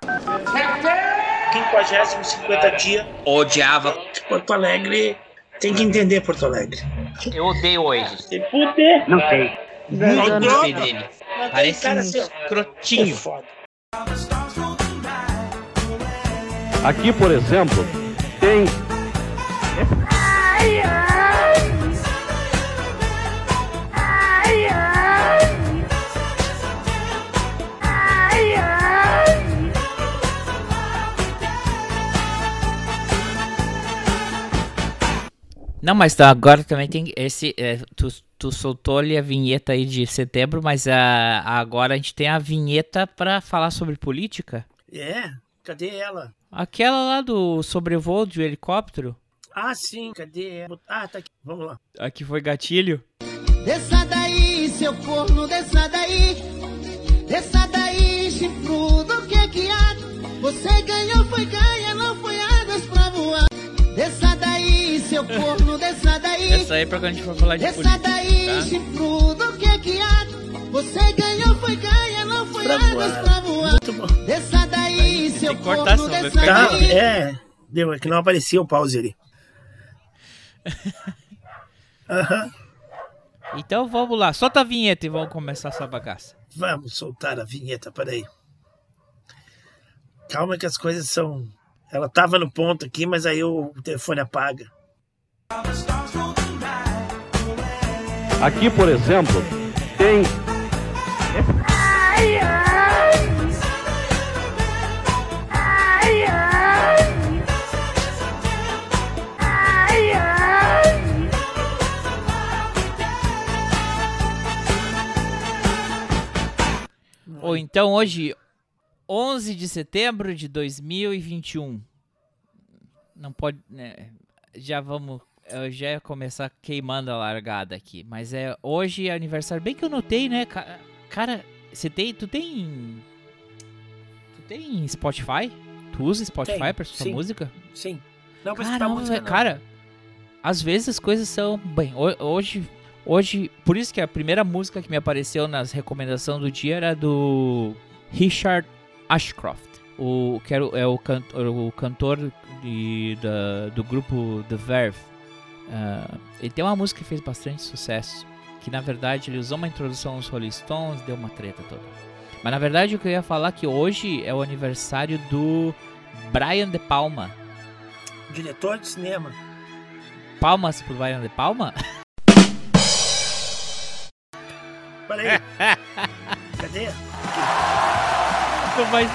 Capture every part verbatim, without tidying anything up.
quinquagésimo cinquenta dia. Odiava. Porto Alegre tem que entender Porto Alegre. Eu odeio hoje. Se puder. Não sei. Não gostei dele. Parece cara um assim, escrotinho. foda. Aqui, por exemplo, tem... Ai, ai. Ai, ai. Ai, ai. Não, mas tá, agora também tem esse... É, tu, tu soltou ali a vinheta aí de setembro, mas a, agora a gente tem a vinheta pra falar sobre política. É? Cadê ela? Aquela lá do sobrevoo de helicóptero. Ah, sim. Cadê ela? Ah, tá aqui. Vamos lá. Aqui foi gatilho. Desça daí, seu corno, desça daí. Desça daí, chifrudo, que que há? Você ganhou, foi ganha, não foi asas pra voar. Desça daí, seu corno, desça daí. Essa aí é pra quando a gente for falar de Desça política, daí, tá? chifrudo, que que há? Você ganhou, foi ganha, não foi Pra asas voar. pra voar. Muito bom. Desça daí, seu tem que cortar, corno, senão vai desça ficar Tá, daí. é. Deu, é que não aparecia o pause ali. Aham. Então vamos lá, solta a vinheta e vamos começar essa bagaça. Vamos soltar a vinheta, peraí. Calma que as coisas são... Ela tava no ponto aqui, mas aí o telefone apaga. Aqui, por exemplo, tem... Ai, ai. Ai, ai. Ai, ai. Ou então hoje, onze de setembro de dois mil e vinte e um. Não pode, né? Já vamos, eu já ia começar queimando a largada aqui, mas é hoje é aniversário, bem que eu notei, né, ca- cara, você tem, tu tem, tu tem Spotify? Tu usa Spotify Tenho, pra escutar sim. música? Sim. Não, pra escutar Caramba, música, velho, não. cara, às vezes as coisas são, bem, ho- hoje, hoje, por isso que a primeira música que me apareceu nas recomendações do dia era do Richard Ashcroft, o que era, o- é o, cantor, o cantor de, da, do grupo The Verve. Ah, ele tem uma música que fez bastante sucesso, que na verdade ele usou uma introdução aos Rolling Stones, deu uma treta toda. Mas na verdade o que eu ia falar é que hoje é o aniversário do Brian De Palma. Diretor de cinema. Palmas pro Brian De Palma? Peraí. Cadê? Não vai...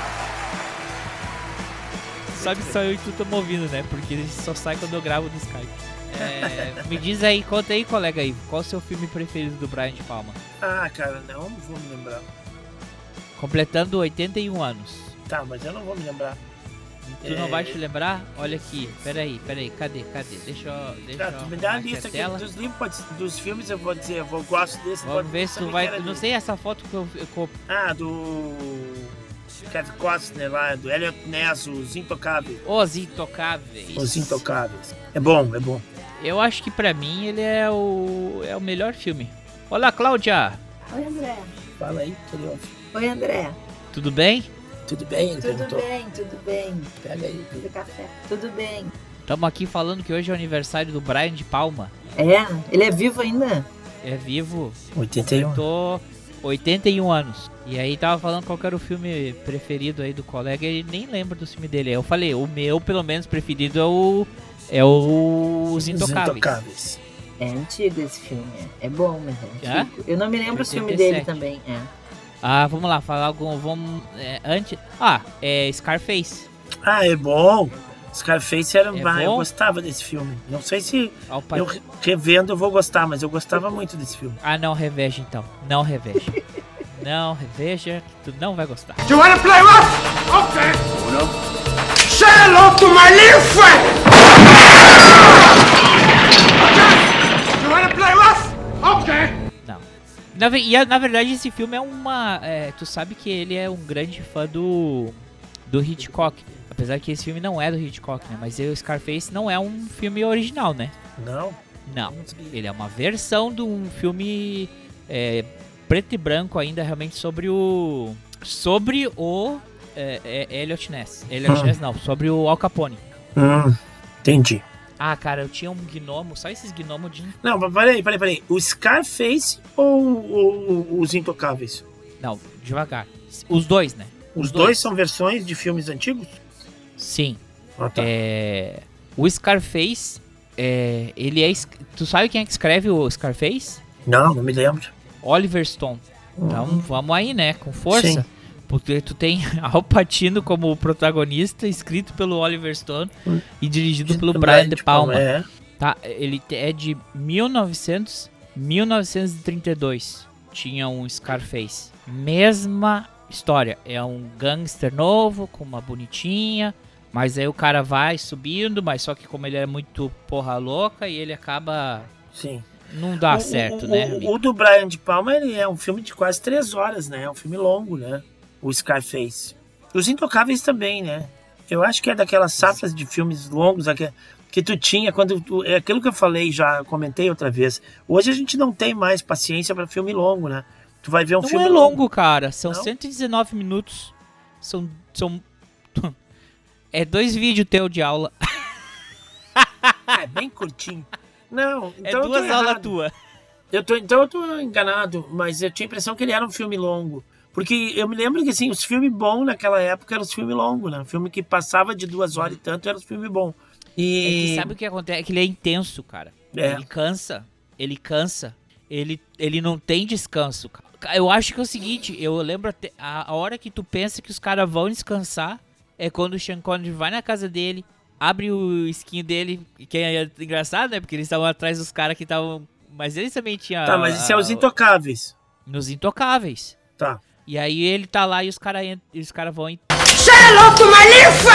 Sabe que só eu e tu estamos ouvindo, né? Porque ele só sai quando eu gravo no Skype. É, me diz aí, conta aí, colega aí, qual o seu filme preferido do Brian De Palma? Ah, cara, não vou me lembrar. Completando oitenta e um anos. Tá, mas eu não vou me lembrar. Tu É. não vai te lembrar? Olha aqui, peraí, peraí, cadê, cadê? Deixa eu... Deixa Tá, eu tu me dá a arrumar aqui lista aqui tela. dos livros, pode- dos filmes, eu vou dizer, eu vou, gosto desse. Vamos pode- ver se tu sabia vai... que era Não dele. sei essa foto que eu... eu co- Ah, do... Kevin Costner lá, do Elliot Ness, Os Intocáveis. Os Intocáveis. Os Intocáveis. É bom, é bom. Eu acho que pra mim ele é o... é o melhor filme. Olá, Cláudia! Oi, André. Fala aí, Carioca. Oi, André. Tudo bem? Tudo bem? Ele Tudo perguntou. bem, tudo bem. Pega aí. Do café. Tudo bem. Estamos aqui falando que hoje é o aniversário do Brian De Palma. É? Ele é vivo ainda? É vivo. oitenta e um. Tô oitenta e um anos. E aí tava falando qual que era o filme preferido aí do colega, e ele nem lembra do filme dele. Aí eu falei, o meu, pelo menos, preferido é o... É o... Os Intocáveis. Os Intocáveis. É antigo esse filme. É bom, mas é É? antigo. Eu não me lembro o filme oitenta e dele sete. também. É. Ah, vamos lá, falar algum... Vamos... É, antes... Ah, é Scarface. Ah, é bom. Scarface era... É ah, eu bom? gostava desse filme. Não sei se Ao pa- eu re- revendo eu vou gostar, mas eu gostava muito desse filme. Ah, não reveja então. Não reveja. Não reveja, que tu não vai gostar. You wanna play rough? Okay. Say hello to my little friend. You wanna play rough? Okay. Não. Na, ve- e a- na verdade esse filme é uma... é, tu sabe que ele é um grande fã do... Do Hitchcock. Apesar que esse filme não é do Hitchcock, né? Mas o Scarface não é um filme original, né? Não? Não. Ele é uma versão de um filme é, preto e branco ainda, realmente, sobre o... Sobre o é, é Elliot Ness. Elliot hum. Ness não, sobre o Al Capone. Hum, entendi. Ah, cara, eu tinha um gnomo, só esses gnomos de... Não, mas peraí, peraí, peraí. O Scarface ou, ou Os Intocáveis? Não, devagar. Os dois, né? Os, Os dois. dois são versões de filmes antigos? Sim. Ah, tá. É... O Scarface, é... ele é... Tu sabe quem é que escreve o Scarface? Não, não me lembro. Oliver Stone. Então, Uhum. vamos aí, né? Com força. Sim. Porque tu tem Al Pacino como protagonista, escrito pelo Oliver Stone hum. e dirigido pelo Brian De Palma. É. Tá, ele é de mil e novecentos, mil novecentos e trinta e dois. Tinha um Scarface. Mesma história. É um gangster novo, com uma bonitinha. Mas aí o cara vai subindo, mas só que como ele é muito porra louca, e ele acaba... Sim. Não dá o, certo, o, né, o, amigo? O do Brian De Palma, ele é um filme de quase três horas, né? É um filme longo, né? O Scarface. Os Intocáveis também, né? Eu acho que é daquelas safras de filmes longos que, que tu tinha quando... Tu, é aquilo que eu falei, já comentei outra vez. Hoje a gente não tem mais paciência para filme longo, né? Tu vai ver um não filme é longo, longo, cara. São não? cento e dezenove minutos. São... são... É dois vídeos teu de aula. É, bem curtinho. Não, então é duas aulas tuas. Eu tô, então eu tô enganado, mas eu tinha a impressão que ele era um filme longo. Porque eu me lembro que assim, os filmes bons naquela época eram os filmes longos, né? Filme que passava de duas horas e tanto era os filmes bons. E... É que sabe o que acontece? É que ele é intenso, cara. É. Ele cansa. Ele cansa. Ele, ele não tem descanso, cara. Eu acho que é o seguinte, eu lembro até a, a hora que tu pensa que os caras vão descansar é quando o Sean Connery vai na casa dele, abre o skin dele, que é engraçado, né? Porque eles estavam atrás dos caras que estavam... Mas eles também tinham... Tá, mas isso é Os Intocáveis. Nos Intocáveis. Tá. E aí ele tá lá e os caras os cara vão... Cê é louco, malifa!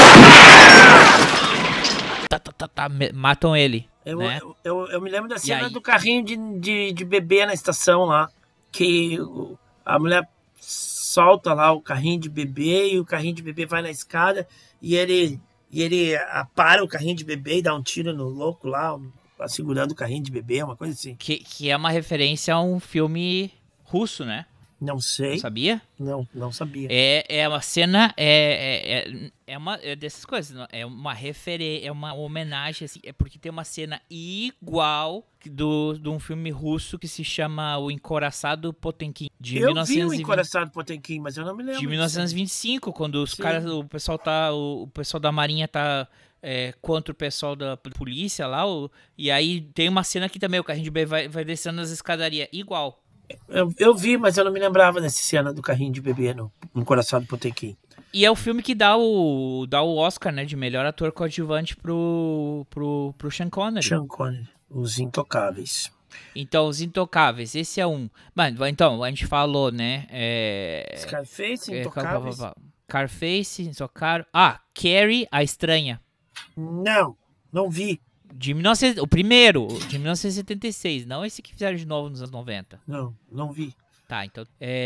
Tá, tá, tá, tá, matam ele, eu, né? eu, eu, eu me lembro da cena do carrinho de, de, de bebê na estação lá. Que a mulher solta lá o carrinho de bebê e o carrinho de bebê vai na escada e ele, e ele para o carrinho de bebê e dá um tiro no louco lá, segurando o carrinho de bebê, uma coisa assim. Que, que é uma referência a um filme russo, né? Não sei. Não sabia? Não, não sabia. É, é uma cena, é, é, é uma é dessas coisas, é uma referência, é uma homenagem, assim, é porque tem uma cena igual do, de um filme russo que se chama O Encoraçado Potemkin, de eu mil novecentos e vinte. Vi o Encoraçado Potemkin, mas eu não me lembro. De mil novecentos e vinte e cinco, quando os Sim. caras, o pessoal tá, o, o pessoal da Marinha tá é, contra o pessoal da polícia lá, o, e aí tem uma cena que também o carrinho de bebê vai, vai descendo as escadarias, igual. Eu, eu vi, mas eu não me lembrava dessa cena do carrinho de bebê no Encoraçado Potemkin. E é o filme que dá o, dá o Oscar, né, de melhor ator coadjuvante pro, pro, pro Sean Connery. Sean Connery, Os Intocáveis. Então, Os Intocáveis, esse é um. Mano, então, a gente falou, né? É... Scarface, Intocáveis. É, Scarface, Intocáveis. Ah, Carrie, a Estranha. Não, não vi. De mil e novecentos, o primeiro, de mil novecentos e setenta e seis, não esse que fizeram de novo nos anos noventa. Não, não vi. Tá, então.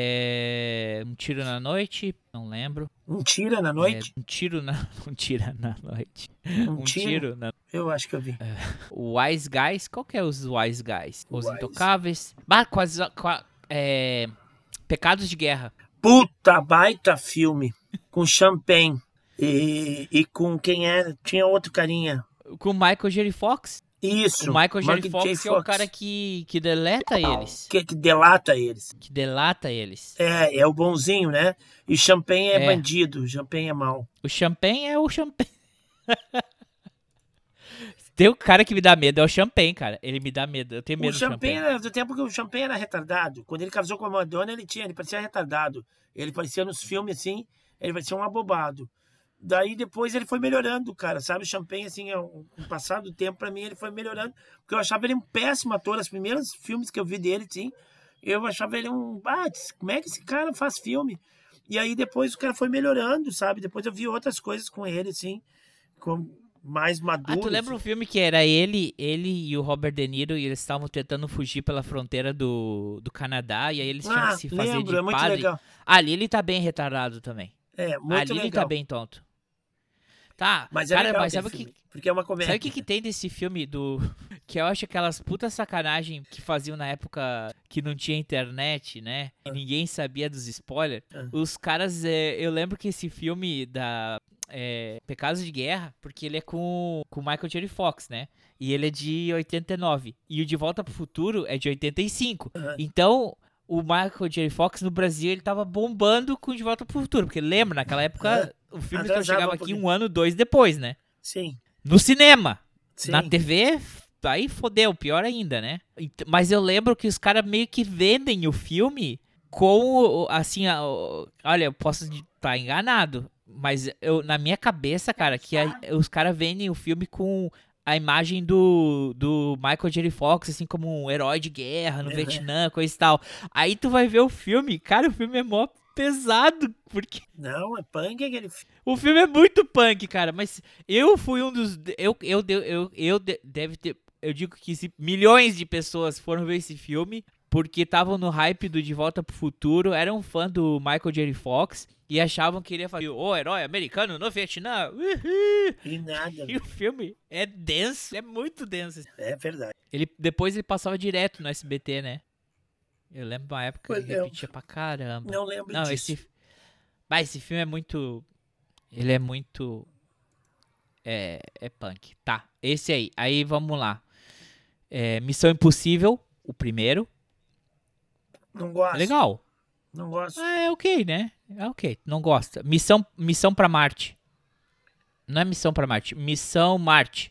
É. Um Tiro na Noite, não lembro. Um Tiro na Noite? É, um Tiro na. Um Tiro na Noite. Um, um tiro? tiro na. Eu acho que eu vi. É, o Wise Guys, qual que é os Wise Guys? Os Wise. Intocáveis. Bah, quase. É, Pecados de Guerra. Puta baita filme. Com Champagne. E, e com quem era? Tinha outro carinha. Com o Michael J. Fox? Isso. O Michael J. Fox é o cara que, que deleta eles. Que, que delata eles. Que delata eles. É, é o bonzinho, né? E o Champagne é, é. bandido, o Champagne é mau. O Champagne é o Champagne. Tem um cara que me dá medo, é o Champagne, cara. Ele me dá medo, eu tenho medo o do Champagne. Champagne era do tempo que o Champagne era retardado. Quando ele casou com a Madonna, ele tinha, ele parecia retardado. Ele parecia nos filmes assim, ele parecia um abobado. Daí depois ele foi melhorando, cara, sabe? O Champagne, assim, com o passar do tempo, pra mim, ele foi melhorando. Porque eu achava ele um péssimo ator. Os primeiros filmes que eu vi dele, sim, eu achava ele um... Ah, como é que esse cara faz filme? E aí depois o cara foi melhorando, sabe? Depois eu vi outras coisas com ele, assim, com mais maduro. Ah, tu lembra um filme que era ele, ele e o Robert De Niro, e eles estavam tentando fugir pela fronteira do, do Canadá, e aí eles tinham ah, que se fazer lembro, de é muito padre. legal. Ali ele tá bem retardado também. É, muito Ali legal. ele tá bem tonto. Tá, Mas é cara, legal mas sabe o aquele que... filme, porque é uma comédia. Sabe o que, que tem desse filme do... Que eu acho aquelas putas sacanagem que faziam na época que não tinha internet, né? E ninguém sabia dos spoilers. Ah. Os caras... é, eu lembro que esse filme da... É, Pecados de Guerra, porque ele é com o Michael J. Fox, né? E ele é de oitenta e nove. E o De Volta pro Futuro é de oitenta e cinco. Aham. Então... O Michael J. Fox no Brasil, ele tava bombando com De Volta pro Futuro. Porque lembra, naquela época, o filme só Atrasava chegava um aqui pouquinho. um ano, dois depois, né? Sim, No cinema. sim. Na T V, aí fodeu, pior ainda, né? Ent- Mas eu lembro que os caras meio que vendem o filme com, o- assim, a- o- olha, eu posso estar enganado, mas eu, na minha cabeça, cara, que a- os caras vendem o filme com a imagem do, do Michael J. Fox, assim, como um herói de guerra no Uhum. Vietnã, coisa e tal. Aí tu vai ver o filme, cara, o filme é mó pesado, porque Não, é punk aquele filme. o filme é muito punk, cara, mas eu fui um dos... Eu, eu, eu, eu, eu de- deve ter... Eu digo que se milhões de pessoas foram ver esse filme porque estavam no hype do De Volta pro Futuro, eram fã do Michael J. Fox e achavam que ele ia fazer o herói americano no Vietnã. Uhul. E nada. E o filme é denso, é muito denso. É verdade. Ele, depois ele passava direto no S B T, né? Eu lembro de uma época que Pois ele é. repetia pra caramba. Não lembro Não, disso. esse. Mas esse filme é muito. Ele é muito. É, é punk. Tá, esse aí. Aí vamos lá. É, Missão Impossível, o primeiro. Não gosto. Legal. Não gosto. Ah, é ok, né? É ok. Não gosta. Missão, missão pra Marte. Não é Missão pra Marte. Missão Marte.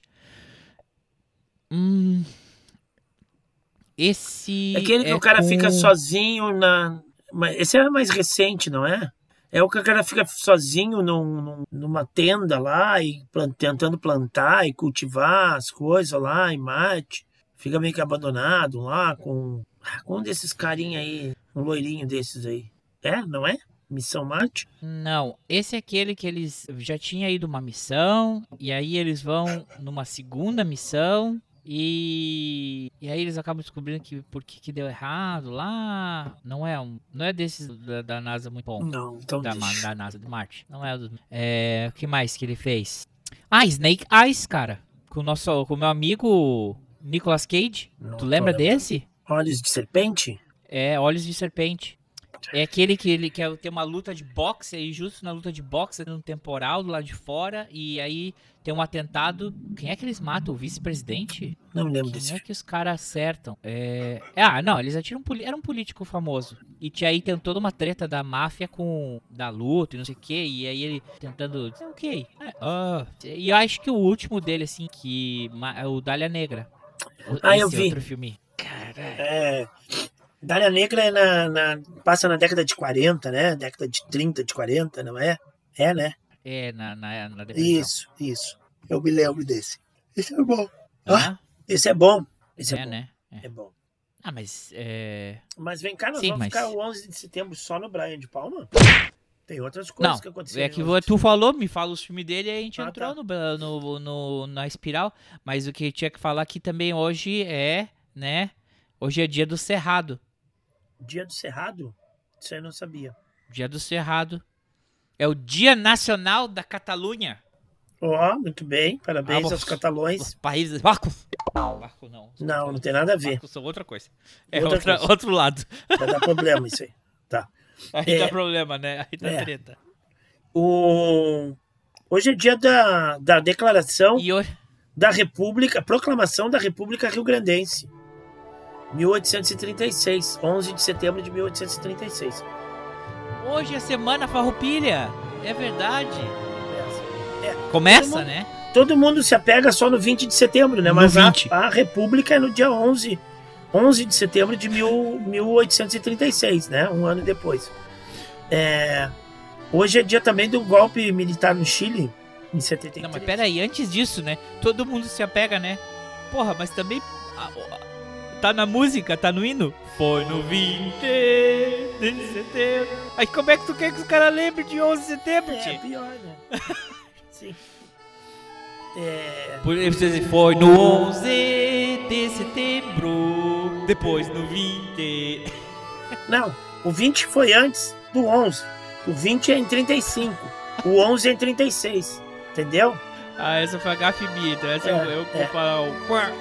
Hum. Esse. É aquele que é o cara com- fica sozinho na. Mas esse é mais recente, não é? É o que o cara fica sozinho num- num- numa tenda lá e plan- tentando plantar e cultivar as coisas lá em Marte. Fica meio que abandonado lá com, com um desses carinha aí, um loirinho desses aí. É, não é? Missão Marte? Não, esse é aquele que eles já tinham ido uma missão, e aí eles vão numa segunda missão, e, e aí eles acabam descobrindo que por que, que deu errado lá. Não é um, não é desses da, da NASA muito bom. Não, então Da, ma- deixa. da NASA de Marte. Não é o dos. É, o que mais que ele fez? Ah, Snake Eyes, cara. Com o nosso, com o meu amigo Nicolas Cage. Não Tu tô lembra lembrando. desse? Olhos de serpente? É, Olhos de Serpente. É aquele que ele quer ter uma luta de boxe, e justo na luta de boxe, no temporal do lado de fora, e aí tem um atentado. Quem é que eles matam? O vice-presidente? Não me lembro Quem desse é filme. que os caras acertam? É... Ah, não, eles atiram. poli- Era um político famoso. E tinha aí tem toda uma treta da máfia com. Da luta e não sei o que. E aí ele tentando. dizer, Ok. é, ah. E eu acho que o último dele, assim, que. ma- é o Dália Negra. O- Ah, eu esse vi. outro filme. Caralho. É. Dália Negra é na, na- passa na década de quarenta, né? Década de trinta, de quarenta, não é? É, né? É, na, na, na depressão. Isso, isso. Eu me lembro desse. Esse é bom. Ah, Esse é bom. Esse é, é, bom. né? É. É bom. Ah, mas. É... Mas vem cá, nós Sim, vamos mas- ficar o onze de setembro só no Brian de Palma? Tem outras coisas Não, que aconteceram. é que em vo- onze de tu falou, me fala os filmes dele e a gente Ah, entrou tá. no, no, no- na espiral. Mas o que tinha que falar aqui também hoje é, né? Hoje é dia do Cerrado. Dia do Cerrado? Isso aí eu não sabia. Dia do Cerrado. É o Dia Nacional da Catalunha. Ó, muito bem. Parabéns Ah, aos bom. catalões. Os países. Barcos. Barco não. Não, não tem nada a ver. Barcos são outra coisa. É Outra outra- coisa. outro lado. Vai dar problema isso aí. Tá. Aí É. dá problema, né? Aí dá É. treta. O... Hoje é dia da, da declaração E hoje. da República, proclamação da República Rio-Grandense. mil oitocentos e trinta e seis, onze de setembro de mil oitocentos e trinta e seis. Hoje é Semana Farroupilha. É verdade. É. Começa, Todo mundo- né? Todo mundo se apega só no vinte de setembro, né? No Mas a, vinte. a República é no dia onze, onze de setembro de mil, mil oitocentos e trinta e seis, né? Um ano depois. É, hoje é dia também do golpe militar no Chile, em setenta e três. Não, mas peraí, antes disso, né? Todo mundo se apega, né? Porra, mas também. a- a- tá na música, tá no hino? Foi no vinte de setembro. Aí como é que tu quer que os caras lembrem de onze de setembro, É, tio? pior, né? Sim. É, Por isso dizer, foi no onze de setembro. Depois no vinte. não, o vinte foi antes do onze. O vinte é em trinta e cinco. O onze é em trinta e seis. Entendeu? Ah, essa foi a gafe minha, então essa É, eu, eu é. comparar o...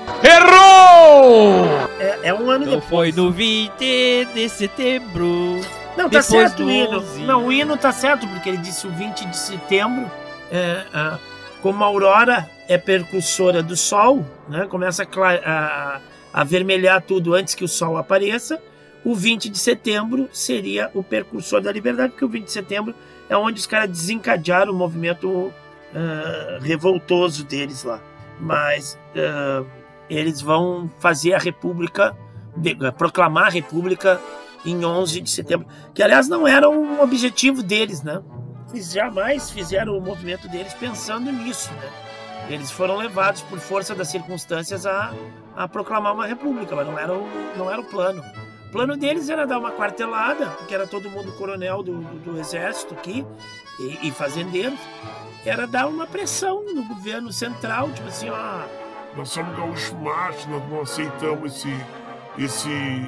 Errou! É, é um ano Então depois. foi no vinte de setembro. Não, tá depois certo do o hino. onze. Não, o hino tá certo, porque ele disse o vinte de setembro, é, a- como a aurora é percursora do sol, né, começa a, cla- a, a avermelhar tudo antes que o sol apareça, o vinte de setembro seria o percursor da liberdade, porque o vinte de setembro é onde os caras desencadearam o movimento ah, revoltoso deles lá. Mas ah, eles vão fazer a república, de- proclamar a república em onze de setembro, que aliás não era um objetivo deles, né? Eles jamais fizeram o movimento deles pensando nisso, né? Eles foram levados por força das circunstâncias a, a proclamar uma república, mas não era, o, não era o plano. O plano deles era dar uma quartelada, porque era todo mundo coronel do, do, do exército aqui e, e fazendeiros, era dar uma pressão no governo central, tipo assim, ó, Nós somos gaúchos machos, nós não aceitamos esse, esse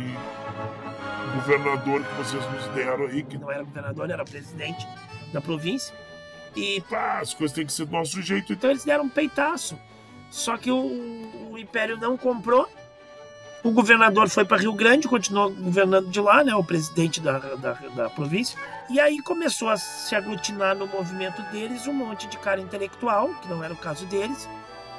governador que vocês nos deram aí, que não era governador, era presidente da província, e pá, as coisas têm que ser do nosso jeito. então eles deram um peitaço. Só que o, o Império não comprou. O governador foi para Rio Grande, continuou governando de lá, né, o presidente da, da, da província. E aí começou a se aglutinar no movimento deles um monte de cara intelectual, que não era o caso deles,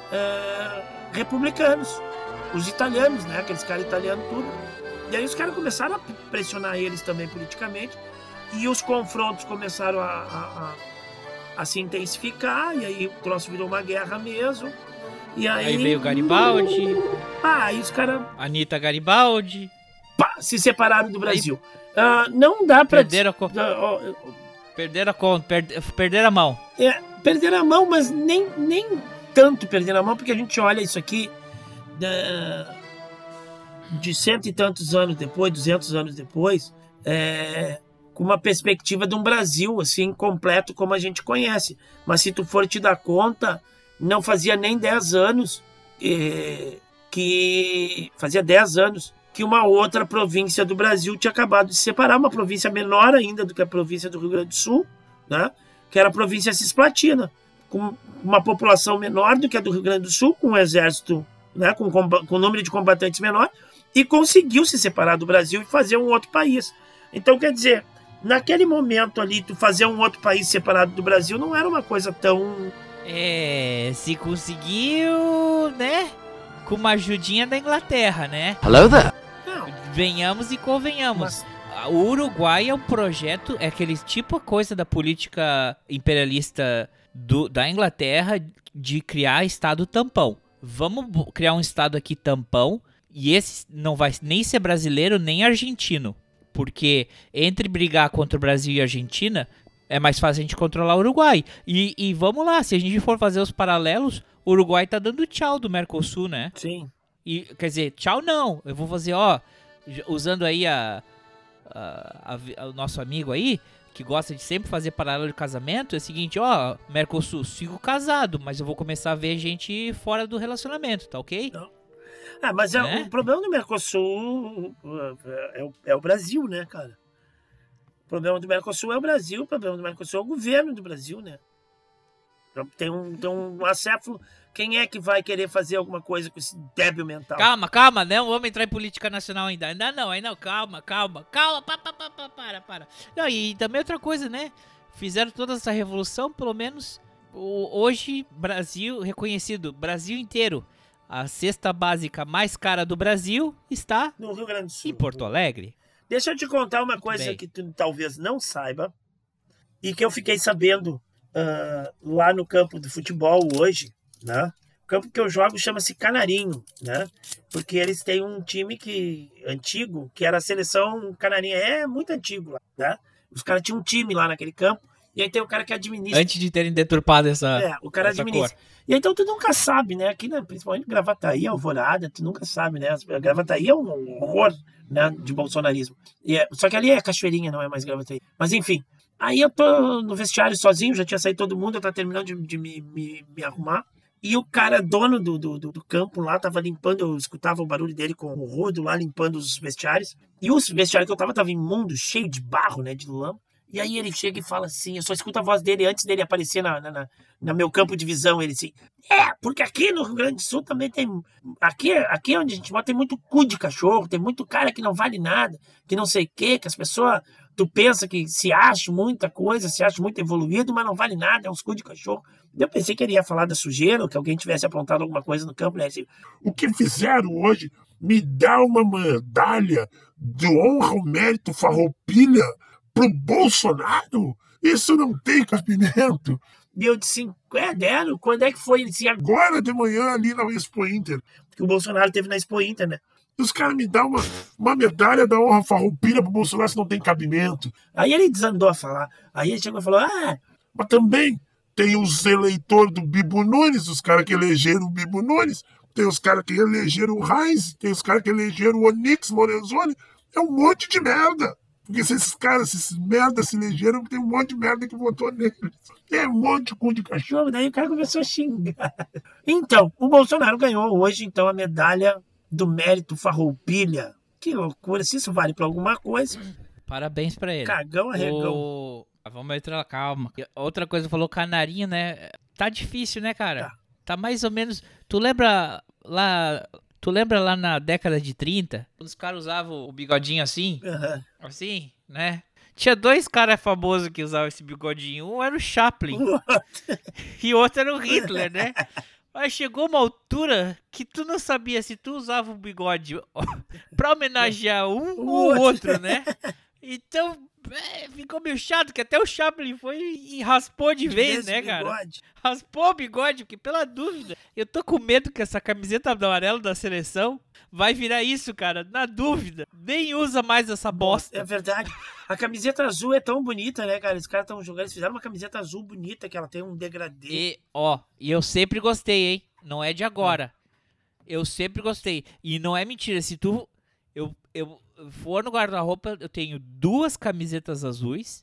eh, republicanos, os italianos, né, aqueles caras italianos tudo. E aí os caras começaram a pressionar eles também politicamente, e os confrontos começaram a, a, a, a se intensificar, e aí o troço virou uma guerra mesmo. E aí, Aí veio Garibaldi, Ah, aí os caras Anitta Garibaldi. se separaram do Brasil. Ah, não dá pra... Perderam a, co- Ah, ó, perderam a conta, perde- perderam a mão. é, perderam a mão, mas nem, nem tanto perderam a mão, porque a gente olha isso aqui da- de cento e tantos anos depois, duzentos anos depois, é, com uma perspectiva de um Brasil assim completo como a gente conhece. Mas se tu for te dar conta, não fazia nem dez anos eh, que fazia dez anos que uma outra província do Brasil tinha acabado de se separar, uma província menor ainda do que a província do Rio Grande do Sul, né? Que era a província Cisplatina, com uma população menor do que a do Rio Grande do Sul, com um exército, né, com, comba- com um número de combatentes menor, e conseguiu se separar do Brasil e fazer um outro país. Então, quer dizer, naquele momento ali, tu fazer um outro país separado do Brasil não era uma coisa tão... É, se conseguiu, né? Com uma ajudinha da Inglaterra, né? Hello there. Não, Venhamos e convenhamos. mas O Uruguai é um projeto, é aquele tipo de coisa da política imperialista do, da Inglaterra de criar estado tampão. Vamos bo- criar um estado aqui tampão e esse não vai nem ser brasileiro nem argentino. Porque entre brigar contra o Brasil e a Argentina, é mais fácil a gente controlar o Uruguai. E, e vamos lá, se a gente for fazer os paralelos, o Uruguai tá dando tchau do Mercosul, né? sim. E, quer dizer, tchau não. Eu vou fazer, ó, j- usando aí a, a- a vi- a- o nosso amigo aí, que gosta de sempre fazer paralelo de casamento, é o seguinte, ó, Mercosul, sigo casado, mas eu vou começar a ver gente fora do relacionamento, tá ok? Ah, mas é, Né? o problema do Mercosul é, é o, é o Brasil, né, cara? O problema do Mercosul é o Brasil, o problema do Mercosul é o governo do Brasil, né? Então, Tem um, tem um acéfalo. Quem é que vai querer fazer alguma coisa com esse débil mental? Calma, calma, não vamos entrar em política nacional ainda. Ainda não, ainda não, calma, calma, calma, pa, pa, pa, pa, para, para. Não, e também outra coisa, né? Fizeram toda essa revolução, pelo menos o- hoje, Brasil, reconhecido, Brasil inteiro. A cesta básica mais cara do Brasil está No Rio Grande do Sul. em Porto Alegre. Deixa eu te contar uma coisa bem. que tu talvez não saiba e que eu fiquei sabendo ah, lá no campo do futebol hoje, né? O campo que eu jogo chama-se Canarinho, né? Porque eles têm um time que antigo, que era a seleção Canarinho, é muito antigo lá, né? Os caras tinham um time lá naquele campo e aí tem o cara que administra. Antes de terem deturpado essa, É, o cara essa administra. cor. E então tu nunca sabe, né? Aqui, né, principalmente Gravataí, Alvorada, tu nunca sabe, né? Gravataí é um horror, né, de bolsonarismo. E é- só que ali é Cachoeirinha, não é mais Gravataí. Mas enfim, aí eu tô no vestiário sozinho, já tinha saído todo mundo, eu tava terminando de, de me, me, me arrumar. E o cara, dono do, do, do, do campo lá, tava limpando, eu escutava o barulho dele com o rodo lá, limpando os vestiários. E os vestiários que eu tava, tava imundo, cheio de barro, né, de lama. E aí ele chega e fala assim, eu só escuto a voz dele antes dele aparecer na, na, na, no meu campo de visão, ele assim, é, porque aqui no Rio Grande do Sul também tem, aqui, aqui onde a gente mora tem muito cu de cachorro, tem muito cara que não vale nada, que não sei o quê, que as pessoas, tu pensa que se acha muita coisa, se acha muito evoluído, mas não vale nada, é uns cu de cachorro. Eu pensei que ele ia falar da sujeira, ou que alguém tivesse aprontado alguma coisa no campo, né, assim, O que fizeram hoje me dá uma medalha de honra ao mérito farroupilha pro Bolsonaro? Isso não tem cabimento. E eu disse, é, deram, quando é que foi? Ele disse, Agora de manhã ali na Expo Inter, que o Bolsonaro teve na Expo Inter, né? os caras me dão uma, uma medalha da honra farroupilha pro Bolsonaro, se não tem cabimento. Aí ele desandou a falar, aí ele chegou e falou, ah, Mas também tem os eleitores do Bibo Nunes, os caras que elegeram o Bibo Nunes, tem os caras que elegeram o Reis, tem os caras que elegeram o Onix Lorenzoni, é um monte de merda. Porque se esses caras, se esses merda se elegeram, tem um monte de merda que votou neles. É um monte de cu de cachorro. daí o cara começou a xingar. Então, o Bolsonaro ganhou hoje, então, a medalha do mérito farroupilha. Que loucura, se isso vale pra alguma coisa. Parabéns pra ele. Cagão arregão. O... Ah, vamos entrar, calma. Outra coisa, falou canarinho, né? Tá difícil, né, cara? Tá. Tá mais ou menos... Tu lembra lá... Tu lembra lá na década de trinta? Os caras usavam o bigodinho assim? Uhum. Assim, né? Tinha dois caras famosos que usavam esse bigodinho. Um era o Chaplin e o outro era o Hitler, né? Mas chegou uma altura que tu não sabia se tu usava o bigode pra homenagear um ou o outro, né? Então, é, ficou meio chato, que até o Chaplin foi e raspou de vez, né, cara? Bigode. Raspou o bigode, porque pela dúvida. Eu tô com medo que essa camiseta amarela da seleção vai virar isso, cara, na dúvida. Nem usa mais essa bosta. É verdade. A camiseta azul é tão bonita, né, cara? Os caras estão jogando, eles fizeram uma camiseta azul bonita, que ela tem um degradê. E, ó, e eu sempre gostei, hein? Não é de agora. Eu sempre gostei. E não é mentira, se tu... Eu, eu for no guarda-roupa, eu tenho duas camisetas azuis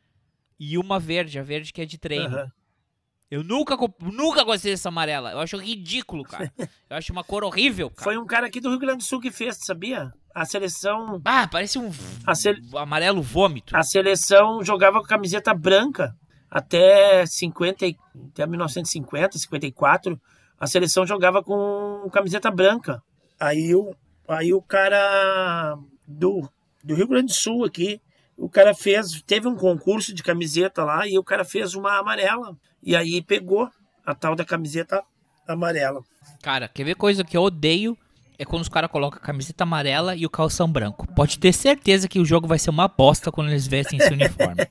e uma verde, a verde que é de treino. Uhum. Eu nunca, nunca gostei dessa amarela. Eu acho ridículo, cara. Eu acho uma cor horrível, cara. Foi um cara aqui do Rio Grande do Sul que fez, sabia? A seleção... Ah, parece um A sele- amarelo vômito. A seleção jogava com camiseta branca até cinquenta, e- até mil novecentos e cinquenta, cinquenta e quatro. A seleção jogava com camiseta branca. Aí o, aí o cara do, do Rio Grande do Sul aqui, o cara fez, teve um concurso de camiseta lá e o cara fez uma amarela. E aí pegou a tal da camiseta amarela. Cara, quer ver coisa que eu odeio? É quando os caras colocam a camiseta amarela e o calção branco. Pode ter certeza que o jogo vai ser uma bosta quando eles vestem esse uniforme.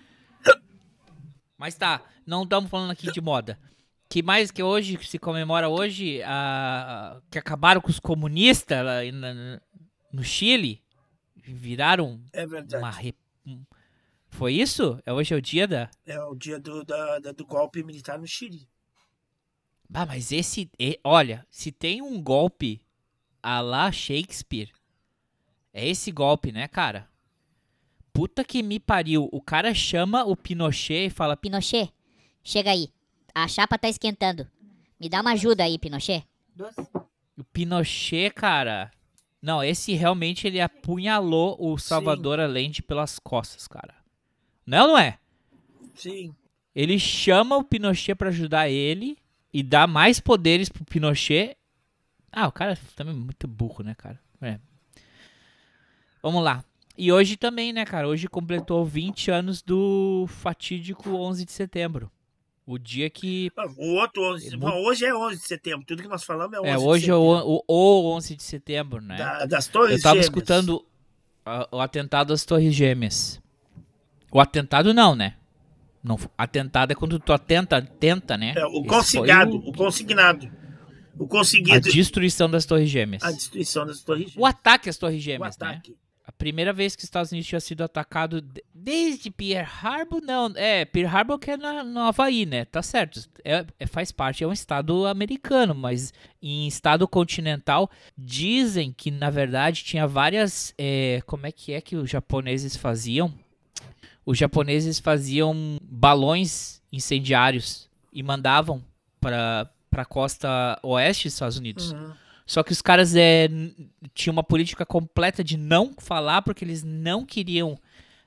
Mas tá, não estamos falando aqui de moda. Que mais que hoje, que se comemora hoje, a, que acabaram com os comunistas lá na, no Chile, viraram É verdade. uma... Re... Foi isso? É hoje é o dia da... É o dia do, da, da- do golpe militar no Chile. Ah, mas esse... e- olha, se tem um golpe a lá Shakespeare, é esse golpe, né, cara? Puta que me pariu. O cara chama o Pinochet e fala... Pinochet, chega aí. A chapa tá esquentando. Me dá uma ajuda aí, Pinochet. O Pinochet, cara... Não, esse realmente ele apunhalou o Salvador Allende pelas costas, cara. Não, é ou não é? Sim. Ele chama o Pinochet pra ajudar ele e dá mais poderes pro Pinochet. Ah, o cara também é muito burro, né, cara? É. Vamos lá. E hoje também, né, cara? Hoje completou vinte anos do fatídico onze de setembro. O dia que... O outro onze. É Bom, muito- hoje é onze de setembro. Tudo que nós falamos é onze É, de hoje é setembro. o, o, o onze de setembro, né? Da- das Torres Eu tava Gêmeas. escutando a- o atentado às Torres Gêmeas. O atentado não, né? Não, atentado é quando tu atenta, tenta, né? É, o Esse consignado. foi O consignado. O A conseguido. destruição das Torres Gêmeas. A destruição das Torres Gêmeas. O ataque às Torres O Gêmeas, né? ataque. A primeira vez que os Estados Unidos tinha sido atacado de- desde Pearl Harbor, não. É, Pearl Harbor que é na, no Havaí, né? Tá certo. É, é- faz parte, é um estado americano, mas em estado continental dizem que, na verdade, tinha várias... é, como é que é que os japoneses faziam? Os japoneses faziam balões incendiários e mandavam para a costa oeste dos Estados Unidos. Uhum. Só que os caras é, n- tinham uma política completa de não falar, porque eles não queriam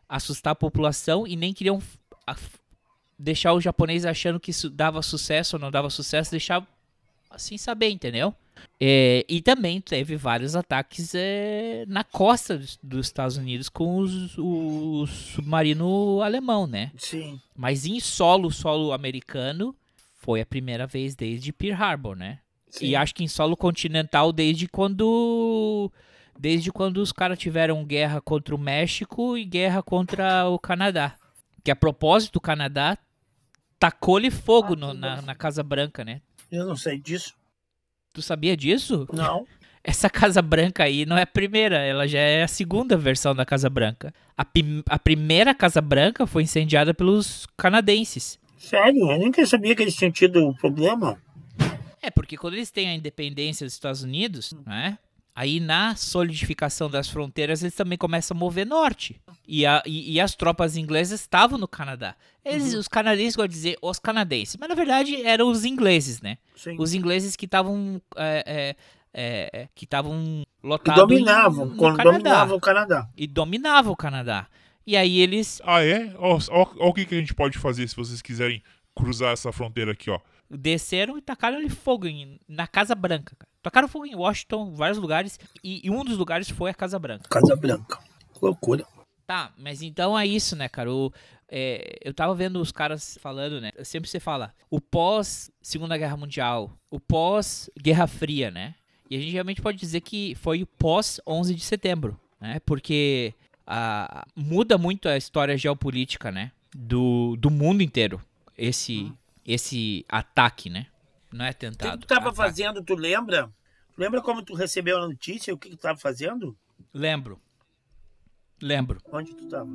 assustar a população e nem queriam a, deixar o japonês achando que isso dava sucesso ou não dava sucesso, deixar assim saber, entendeu? É, e também teve vários ataques é, na costa dos, dos Estados Unidos com os, o submarino alemão, né? Sim. Mas em solo, solo americano, foi a primeira vez desde Pearl Harbor, né? Sim. E acho que em solo continental desde quando... Desde quando os caras tiveram guerra contra o México e guerra contra o Canadá. Que a propósito, o Canadá tacou-lhe fogo no, na, na Casa Branca, né? Eu não sei disso. Tu sabia disso? Não. Essa Casa Branca aí não é a primeira, ela já é a segunda versão da Casa Branca. A, pim, a primeira Casa Branca foi incendiada pelos canadenses. Sério? Eu nem sabia que eles tinham tido problema. É, porque quando eles têm a independência dos Estados Unidos, né? Aí na solidificação das fronteiras eles também começam a mover norte. E, a, e, e as tropas inglesas estavam no Canadá. Eles, uhum. Os canadenses gostam de dizer os canadenses, mas na verdade eram os ingleses, né? Sim. Os ingleses que estavam é, é, é, que estavam lotados. E dominavam, em, quando dominavam o Canadá. E dominavam o Canadá. E aí eles... Ah, é? Olha o que, que a gente pode fazer se vocês quiserem cruzar essa fronteira aqui, ó. Desceram e tacaram-lhe fogo em, na Casa Branca, cara. Tacaram fogo em Washington, vários lugares, e, e um dos lugares foi a Casa Branca. Casa Branca. Loucura. Tá, mas então é isso, né, cara? O, é, eu tava vendo os caras falando, né? Sempre você fala, o pós-Segunda Guerra Mundial, o pós-Guerra Fria, né? E a gente realmente pode dizer que foi o pós-onze de setembro, né? Porque a, muda muito a história geopolítica, né? Do, do mundo inteiro, esse... Hum. Esse ataque, né? Não é atentado. O que tu tava ataque. fazendo, tu lembra? Tu lembra como tu recebeu a notícia? O que tu tava fazendo? Lembro. Lembro. Onde tu tava?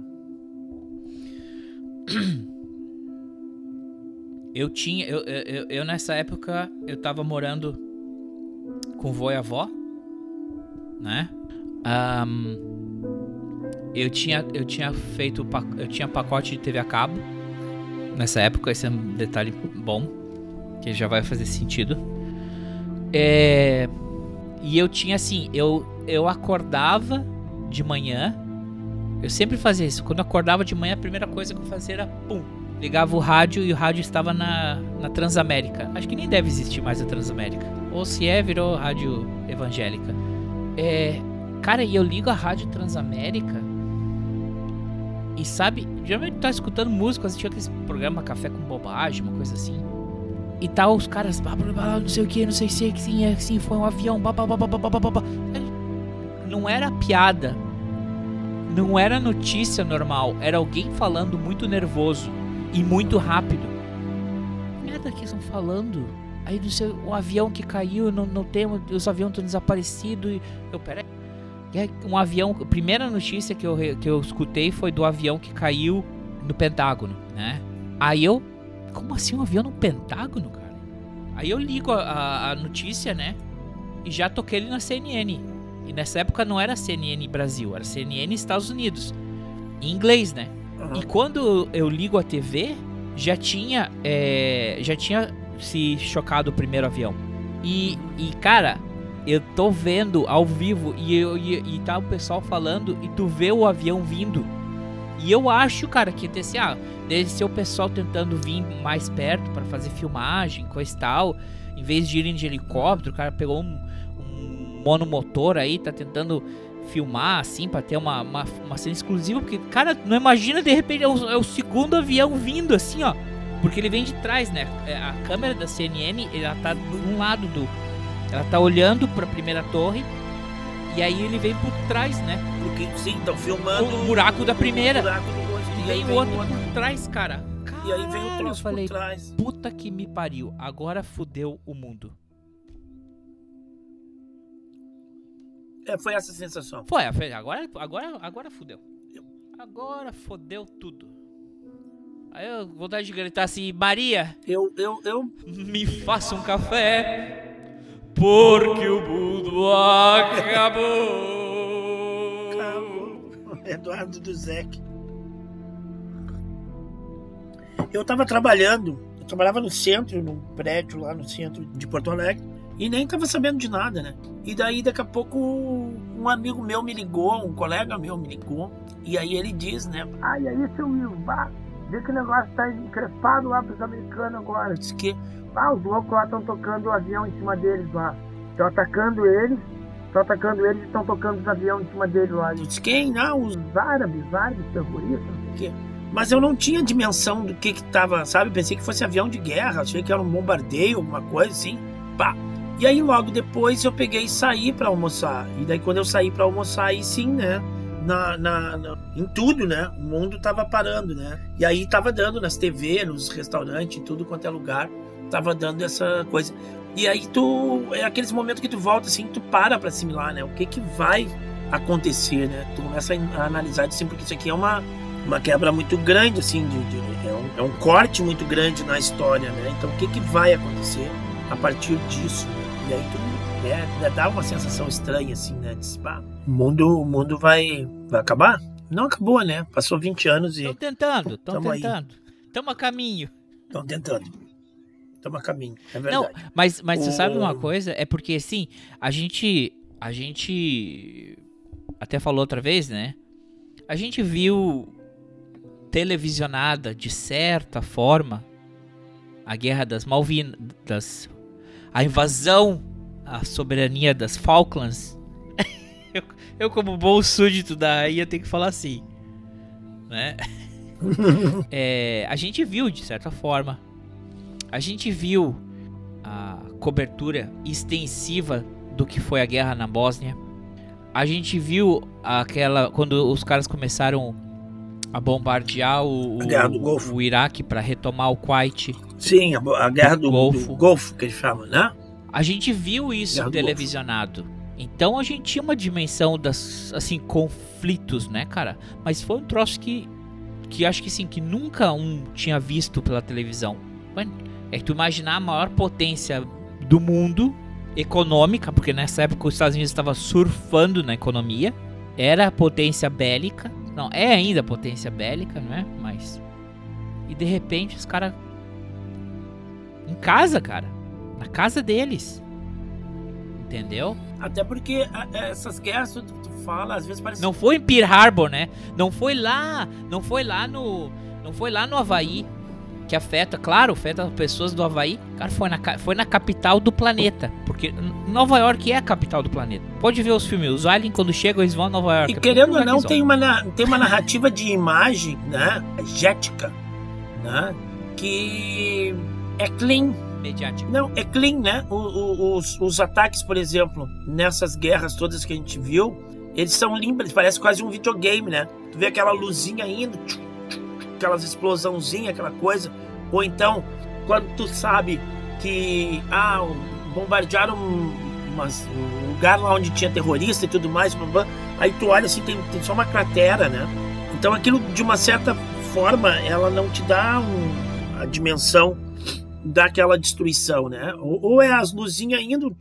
Eu tinha... Eu, eu, eu nessa época, eu tava morando com o vô e a avó, né? Um, eu, tinha, eu tinha feito... Eu tinha pacote de T V a cabo. Nessa época, esse é um detalhe bom, que já vai fazer sentido. É... E eu tinha assim, eu, eu acordava de manhã, eu sempre fazia isso, quando eu acordava de manhã, a primeira coisa que eu fazia era, pum, ligava o rádio e o rádio estava na, na Transamérica. Acho que nem deve existir mais a Transamérica. Ou se é, virou rádio evangélica. É... Cara, e eu ligo a rádio Transamérica... E sabe, geralmente tu tá escutando música, assistiu aquele programa Café com Bobagem, uma coisa assim. E tá os caras, blá, blá, blá, não sei o que, não sei se é que sim, é sim, foi um avião, blá, blá, blá, blá, blá, blá, blá. Não era piada, não era notícia normal, era alguém falando muito nervoso e muito rápido. Que merda que eles estão falando? Aí não sei, o avião que caiu, não, não tem, os aviões estão desaparecidos. E eu, peraí. Um avião, a primeira notícia que eu, que eu escutei foi do avião que caiu no Pentágono, né? Aí eu, como assim um avião no Pentágono, cara? Aí eu ligo a, a, a notícia, né? E já toquei ele na C N N. E nessa época não era C N N Brasil, era C N N Estados Unidos. Em inglês, né? Uhum. E quando eu ligo a T V, já tinha, é, já tinha se chocado o primeiro avião. E, e cara... Eu tô vendo ao vivo e, eu, e, e tá o pessoal falando e tu vê o avião vindo. E eu acho, cara, que desse, ah, deve ser o pessoal tentando vir mais perto pra fazer filmagem, coisa e tal. Em vez de irem de helicóptero, o cara pegou um, um monomotor aí, tá tentando filmar, assim, pra ter uma, uma, uma cena exclusiva. Porque, cara, não imagina, de repente, é o, é o segundo avião vindo, assim, ó. Porque ele vem de trás, né? A câmera da C N N, ela tá de um lado do... Ela tá olhando pra primeira torre e aí ele vem por trás, né? Porque sim, estão filmando o buraco da primeira. O buraco do rosto. E, e aí vem o outro, outro por trás, cara. E aí vem o troço eu falei, por trás. Puta que me pariu, agora fudeu o mundo. É, foi essa a sensação. Foi, agora, agora, agora fudeu. Agora fodeu tudo. Aí eu vontade de gritar assim, Maria, eu, eu, eu... me faça um café. Porque o mundo acabou. Acabou. Eduardo Duzek. Eu tava trabalhando, eu trabalhava no centro, num prédio lá no centro de Porto Alegre, e nem tava sabendo de nada, né? E daí, daqui a pouco, um amigo meu me ligou, um colega meu me ligou, E aí ele diz, né? Ah, e aí, seu Will, bah, vê que o negócio tá encrespado lá pros americanos agora. Diz que, ah, os loucos lá estão tocando o avião em cima deles lá. Estão atacando eles, estão atacando eles e estão tocando os aviões em cima deles lá. Diz quem? Não, os árabes, árabes, terroristas, não sei o quê. Mas eu não tinha dimensão do que que tava, sabe? Pensei que fosse avião de guerra, achei que era um bombardeio, alguma coisa assim. Pá. E aí logo depois eu peguei e saí pra almoçar. E daí quando eu saí pra almoçar, aí sim, né? Na, na, na, em tudo, né? O mundo tava parando, né? E aí tava dando nas T V, nos restaurantes, em tudo quanto é lugar, tava dando essa coisa. E aí tu, é aqueles momentos que tu volta assim, tu para pra assimilar, né? O que que vai acontecer, né? Tu começa a analisar assim, porque isso aqui é uma, uma quebra muito grande, assim, de, de, é, um, é um corte muito grande na história, né? Então o que que vai acontecer a partir disso, né? E aí tu, é, dá uma sensação estranha, assim, né? De, pá, o mundo, o mundo vai, vai acabar? Não acabou, né? Passou vinte anos e... Estão tentando, estão tentando. Estamos a caminho. Estão tentando. Estamos a caminho, é verdade. Não, mas, mas o... você sabe uma coisa? É porque, assim, a gente... A gente... Até falou outra vez, né? A gente viu televisionada, de certa forma, a Guerra das Malvinas... Das, a invasão, a soberania das Falklands. eu, eu, como bom súdito da ia ter que falar assim, né? é, a gente viu, de certa forma, a gente viu a cobertura extensiva do que foi a guerra na Bósnia. A gente viu aquela quando os caras começaram a bombardear o, o, o Iraque para retomar o Kuwait. Sim, a, a guerra do Golfo. do Golfo, que eles chamam, né? A gente viu isso guerra televisionado. Então a gente tinha uma dimensão das, assim, conflitos, né, cara? Mas foi um troço que, que acho que sim, que nunca um tinha visto pela televisão. É que tu imaginar a maior potência do mundo, econômica, porque nessa época os Estados Unidos estava surfando na economia, era a potência bélica, não, é ainda a potência bélica, não é? Mas... E de repente os caras... Em casa, cara. Na casa deles. Entendeu? Até porque essas guerras, tu, tu fala, às vezes parece... Não foi em Pearl Harbor, né? Não foi lá, não foi lá no... Não foi lá no Havaí, que afeta, claro, afeta pessoas do Havaí. Cara, foi na, foi na capital do planeta. Porque Nova York é a capital do planeta. Pode ver os filmes, os aliens quando chegam, eles vão a Nova York. E querendo ou não, tem uma, tem uma narrativa de imagem, né? Jética, né? Que é clean. Mediática. Não, é clean, né? O, o, os, os ataques, por exemplo, nessas guerras todas que a gente viu, eles são limpos, parece quase um videogame, né? Tu vê aquela luzinha indo, tchum, tchum, aquelas explosãozinhas, aquela coisa. Ou então, quando tu sabe que ah, bombardearam umas, um lugar lá onde tinha terrorista e tudo mais, aí tu olha assim, tem, tem só uma cratera, né? Então aquilo, de uma certa forma, ela não te dá um, a dimensão daquela destruição, né? Ou, ou é as luzinhas indo,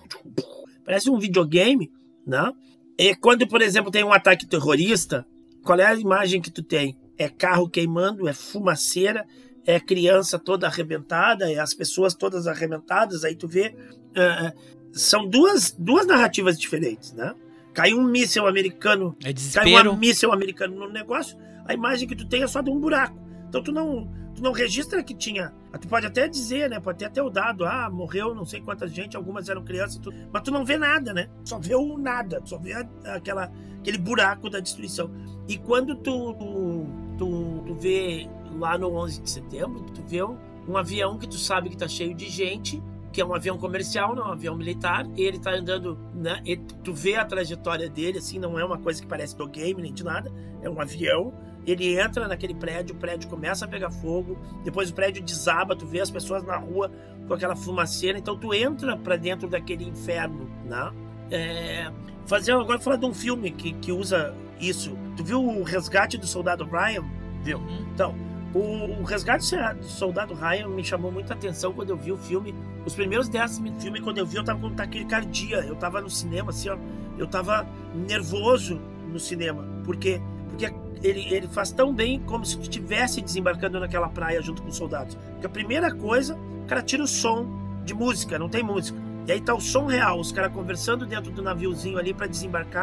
parece um videogame, né? E quando, por exemplo, tem um ataque terrorista, qual é a imagem que tu tem? É carro queimando, é fumaceira, é criança toda arrebentada, é as pessoas todas arrebentadas, aí tu vê... Uh, são duas, duas narrativas diferentes, né? Cai um míssil americano, é cai um míssil americano no negócio, a imagem que tu tem é só de um buraco. Então tu não... Tu não registra que tinha... Tu pode até dizer, né? Pode ter até o dado. Ah, morreu não sei quantas gente, algumas eram crianças. Tu... Mas tu não vê nada, né? Só vê o nada. Só vê aquela, aquele buraco da destruição. E quando tu, tu, tu, tu vê lá no onze de setembro, tu vê um, um avião que tu sabe que tá cheio de gente, que é um avião comercial, não é um avião militar. E ele tá andando, né? E tu vê a trajetória dele, assim, não é uma coisa que parece do game, nem de nada. É um avião. Ele entra naquele prédio, o prédio começa a pegar fogo, depois o prédio desaba, tu vê as pessoas na rua com aquela fumaceira, então tu entra pra dentro daquele inferno, né? É, fazer, agora falar de um filme que, que usa isso. Tu viu o Resgate do Soldado Ryan? Viu? Então, o, o Resgate do Soldado Ryan me chamou muita atenção quando eu vi o filme. Os primeiros dez minutos do filme, quando eu vi, eu tava com taquicardia, eu tava no cinema, assim, ó, eu tava nervoso no cinema, porque... Porque ele, ele faz tão bem como se tu estivesse desembarcando naquela praia junto com os soldados. Porque a primeira coisa, o cara tira o som de música, não tem música. E aí tá o som real, os caras conversando dentro do naviozinho ali para desembarcar.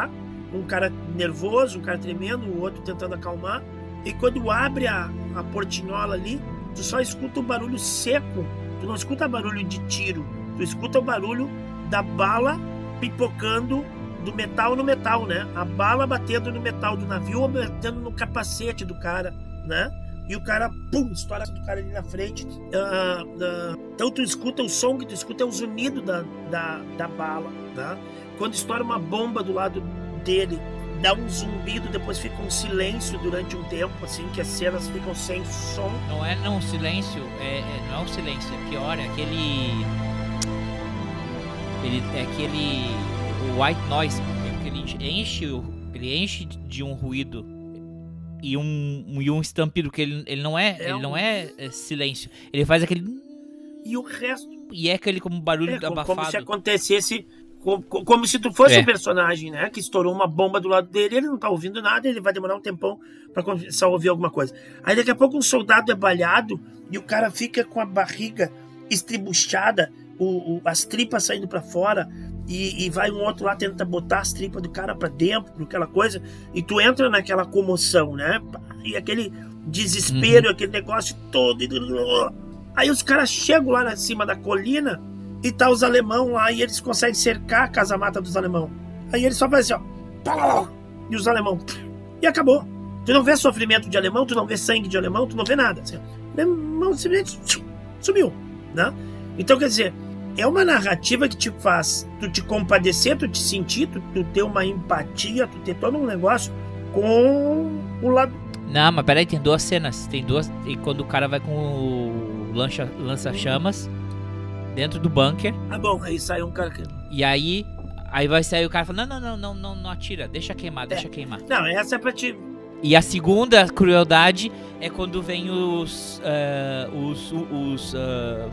um cara nervoso, um cara tremendo, o outro tentando acalmar. E quando abre a, a portinhola ali, tu só escuta o barulho seco. Tu não escuta barulho de tiro. Tu escuta o barulho da bala pipocando do metal no metal, né? A bala batendo no metal do navio ou batendo no capacete do cara, né? E o cara, pum, estoura do cara ali na frente. Uh, uh, então tu escuta o som que tu escuta é o zunido da, da, da bala, tá? Quando estoura uma bomba do lado dele, dá um zumbido, depois fica um silêncio durante um tempo, assim, que as cenas ficam sem som. Não é não silêncio, é, é, não é um silêncio, é pior, é aquele... Ele, é aquele... O white noise, porque ele enche, ele enche de um ruído e um, e um estampido, que ele, ele não, é, é ele um... não é, é silêncio, ele faz aquele... E o resto... E é aquele como barulho é, abafado. Como se acontecesse... Como, como se tu fosse o é. um personagem, né? Que estourou uma bomba do lado dele, ele não tá ouvindo nada, ele vai demorar um tempão pra começar a ouvir alguma coisa. Aí daqui a pouco um soldado é baleado e o cara fica com a barriga estribuchada, o, o, as tripas saindo pra fora, e, e vai um outro lá, tenta botar as tripas do cara pra dentro, aquela coisa, e tu entra naquela comoção, né? E aquele desespero, uhum. aquele negócio todo. E... Aí os caras chegam lá na cima da colina e tá os alemão lá, e eles conseguem cercar a casa-mata dos alemão. Aí eles só fazem assim, ó. E os alemão. E acabou. Tu não vê sofrimento de alemão, tu não vê sangue de alemão, tu não vê nada. Assim, o alemão simplesmente sumiu, né? Então, quer dizer, é uma narrativa que te faz tu te compadecer, tu te sentir, tu, tu ter uma empatia, tu ter todo um negócio com o lado... Não, mas peraí, tem duas cenas. Tem duas... E quando o cara vai com o lancha, lança-chamas dentro do bunker. Ah, bom, aí sai um cara que... E aí, aí vai sair o cara falando, não, não, não, não, não, não atira, deixa queimar, deixa é. queimar. Não, essa é pra te... E a segunda crueldade é quando vem os... Uh, os... os... Uh,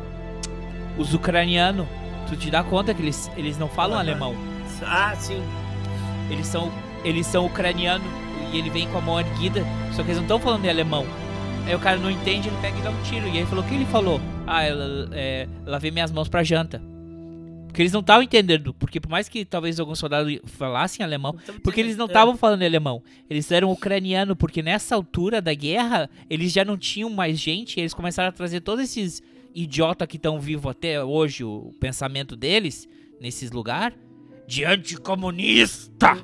os ucranianos. Tu te dá conta que eles, eles não falam ah, alemão. Ah, sim. Eles são, eles são ucranianos e ele vem com a mão erguida, só que eles não estão falando em alemão. Aí o cara não entende, ele pega e dá um tiro. E aí ele falou, o que ele falou? Ah, eu é, lavei minhas mãos pra janta. Porque eles não estavam entendendo. Porque por mais que talvez alguns soldados falassem alemão, porque eles não estavam falando alemão. Eles eram ucranianos, porque nessa altura da guerra, eles já não tinham mais gente. E eles começaram a trazer todos esses idiotas que estão vivos até hoje, o pensamento deles, nesses lugares, de anticomunista.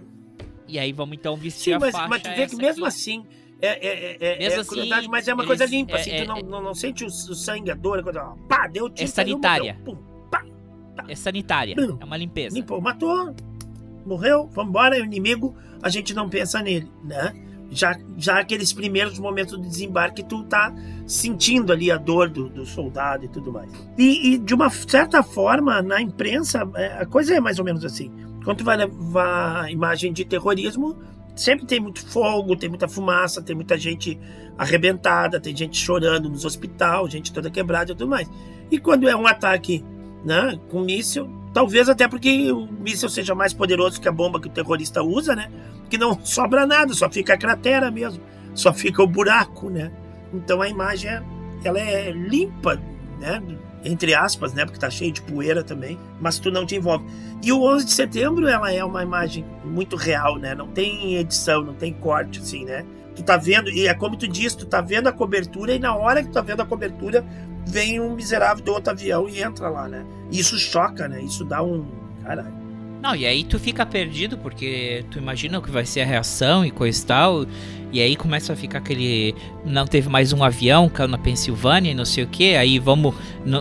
E aí vamos então vestir Sim, a mas, faixa. Mas tu vê que mesmo aqui. assim... É, é, é, Mesmo é assim, crueldade, mas é uma eles, coisa limpa, é, assim, é, tu não, não, não sente o, o sangue, a dor, a coisa, ó, pá, deu tiro, é sanitária. Morreu, pum, pá, tá. É sanitária, Bum, é uma limpeza. Limpou, matou, morreu, vambora, é o inimigo, a gente não pensa nele, né? Já, já aqueles primeiros momentos de desembarque, tu tá sentindo ali a dor do, do soldado e tudo mais. E, e de uma certa forma, na imprensa, a coisa é mais ou menos assim. Quando tu vai levar a imagem de terrorismo, sempre tem muito fogo, tem muita fumaça, tem muita gente arrebentada, tem gente chorando nos hospitais, gente toda quebrada e tudo mais. E quando é um ataque, né, com míssil, talvez até porque o míssil seja mais poderoso que a bomba que o terrorista usa, né, que não sobra nada, só fica a cratera mesmo, só fica o buraco, né. Então a imagem, é, ela é limpa, né, entre aspas, né, porque tá cheio de poeira também, mas tu não te envolve. E o onze de setembro, ela é uma imagem muito real, né, não tem edição, não tem corte, assim, né, tu tá vendo, e é como tu diz, tu tá vendo a cobertura e na hora que tu tá vendo a cobertura, vem um miserável do outro avião e entra lá, né, e isso choca, né, isso dá um, caralho. Não, e aí tu fica perdido, porque tu imagina o que vai ser a reação e coisa e tal, e aí começa a ficar aquele... Não teve mais um avião, caiu na Pensilvânia e não sei o que, aí vamos... Não...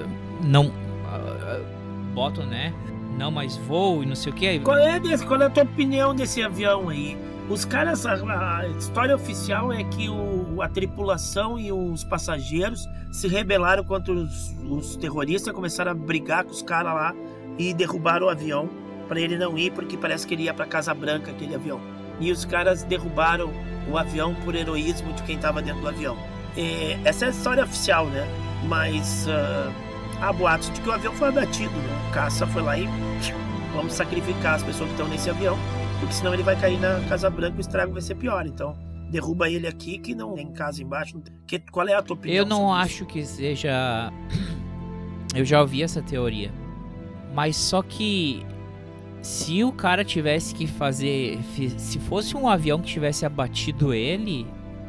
não uh, botam, né? Não mais voo e não sei o que. Aí... Qual é, desse, qual é a tua opinião desse avião aí? Os caras... A, a história oficial é que o, a tripulação e os passageiros se rebelaram contra os, os terroristas, começaram a brigar com os caras lá e derrubaram o avião para ele não ir, porque parece que ele ia para Casa Branca, aquele avião. E os caras derrubaram o avião por heroísmo de quem estava dentro do avião. E essa é a história oficial, né? Mas uh, há boatos de que o avião foi abatido, né? O caça foi lá e vamos sacrificar as pessoas que estão nesse avião, porque senão ele vai cair na Casa Branca e o estrago vai ser pior. Então derruba ele aqui, que não tem casa embaixo. Que, qual é a tua opinião? Eu não acho que seja... Eu já ouvi essa teoria. Mas só que se o cara tivesse que fazer... Se fosse um avião que tivesse abatido ele...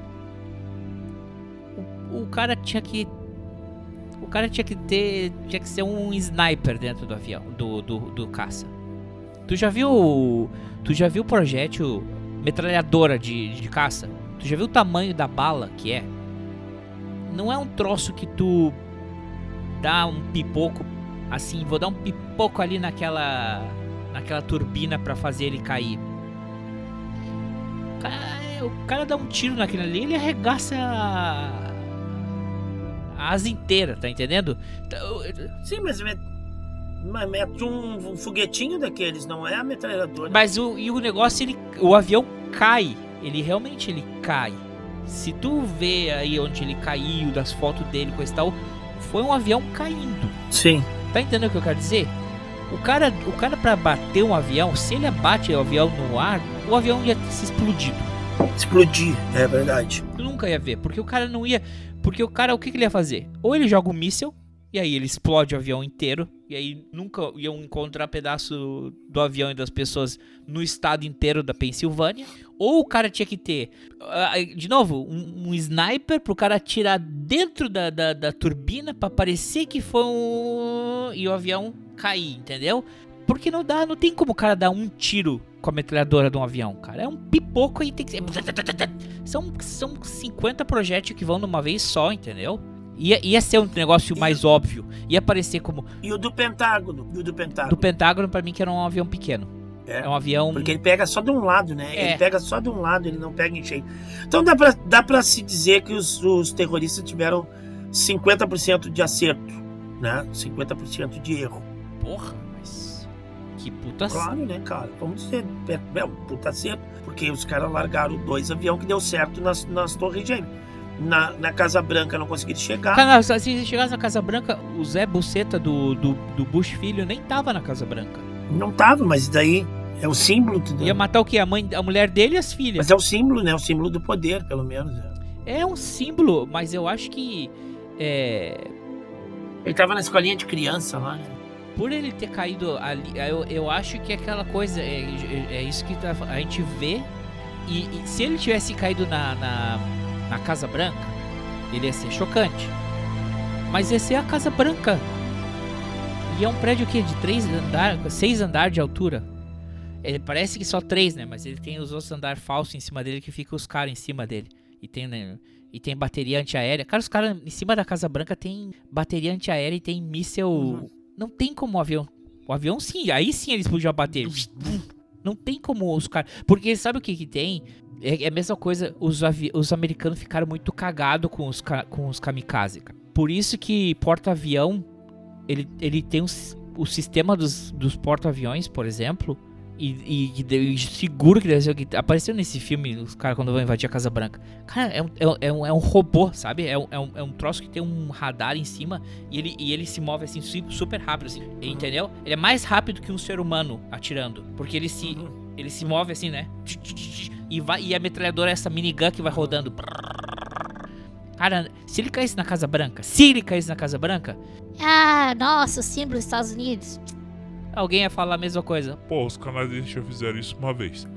O, o cara tinha que... O cara tinha que ter... Tinha que ser um sniper dentro do avião, do, do, do caça. Tu já viu... Tu já viu o projétil metralhadora de, de caça? Tu já viu o tamanho da bala que é? Não é um troço que tu dá um pipoco assim, vou dar um pipoco ali naquela naquela turbina pra fazer ele cair. O cara, o cara dá um tiro naquele ali, ele arregaça a, a asa inteira, tá entendendo? Sim, mas Mas mete um, um foguetinho daqueles, não é a metralhadora. Mas o, e o negócio, ele, o avião cai. Ele realmente ele cai. Se tu vê aí onde ele caiu, das fotos dele, coisa e tal, foi um avião caindo. Sim. Tá entendendo o que eu quero dizer? O cara, o cara pra bater um avião, se ele abate o avião no ar, o avião ia se explodido. Explodir, é verdade. Tu nunca ia ver, porque o cara não ia... Porque o cara, o que, que ele ia fazer? Ou ele joga um míssil, e aí ele explode o avião inteiro, e aí nunca iam encontrar pedaço do avião e das pessoas no estado inteiro da Pensilvânia. Ou o cara tinha que ter, uh, de novo, um, um sniper pro cara atirar dentro da, da, da turbina pra parecer que foi um... e o avião cair, entendeu? Porque não dá, não tem como o cara dar um tiro com a metralhadora de um avião, cara. É um pipoco e tem que ser... São, são cinquenta projéteis que vão de uma vez só, entendeu? Ia, ia ser um negócio mais óbvio. Ia parecer como... E o do Pentágono? E o do Pentágono? Do Pentágono, pra mim, que era um avião pequeno. É, é um avião... Porque ele pega só de um lado, né? É. Ele pega só de um lado, ele não pega em cheio. Então dá pra, dá pra se dizer que os, os terroristas tiveram cinquenta por cento de acerto, né? cinquenta por cento de erro. Porra, mas... Que puta acerto. Claro, né, cara? Vamos dizer, é, é um puta acerto. Porque os caras largaram dois aviões que deu certo nas, nas Torres Gêmeas. Na, na Casa Branca não conseguiram chegar. Cara, se chegasse na Casa Branca, o Zé Buceta do, do, do Bush Filho nem tava na Casa Branca. Não tava, mas daí é o símbolo. Ia matar o quê? A mãe, a mulher dele e as filhas. Mas é o símbolo, né? O símbolo do poder, pelo menos. É, é um símbolo, mas eu acho que... É... Ele tava na escolinha de criança lá, né? Por ele ter caído ali, eu, eu acho que aquela coisa, é, é, é isso que tá, a gente vê. E, e se ele tivesse caído na... na na Casa Branca, ele ia ser chocante. Mas ia ser a Casa Branca. E é um prédio que de três andares, seis andares de altura. Ele parece que só três, né? Mas ele tem os outros andares falsos em cima dele que fica os caras em cima dele. E tem, né? E tem bateria antiaérea. Cara, os caras em cima da Casa Branca tem bateria antiaérea e tem míssel. Uhum. Não tem como o avião. O avião sim, aí sim eles podiam bater. Não tem como os caras. Porque sabe o que que tem? É a mesma coisa, os, avi... os americanos ficaram muito cagados com os, ca... com os kamikaze, cara. Por isso que porta-avião, ele, ele tem um, o sistema dos, dos porta-aviões, por exemplo, e, e, e seguro que deve ser o que apareceu nesse filme, os caras quando vão invadir a Casa Branca. Cara, é um, é um, é um robô, sabe? É um, é, um, é um troço que tem um radar em cima e ele, e ele se move assim super rápido, assim, uhum. Entendeu? Ele é mais rápido que um ser humano atirando, porque ele se, uhum. ele se move assim, né? E, vai, e a metralhadora é essa minigun que vai rodando. Cara, se ele caísse na Casa Branca, se ele caísse na Casa Branca... Ah, nossa, o símbolo dos Estados Unidos. Alguém ia falar a mesma coisa. Pô, os canadenses já fizeram isso uma vez.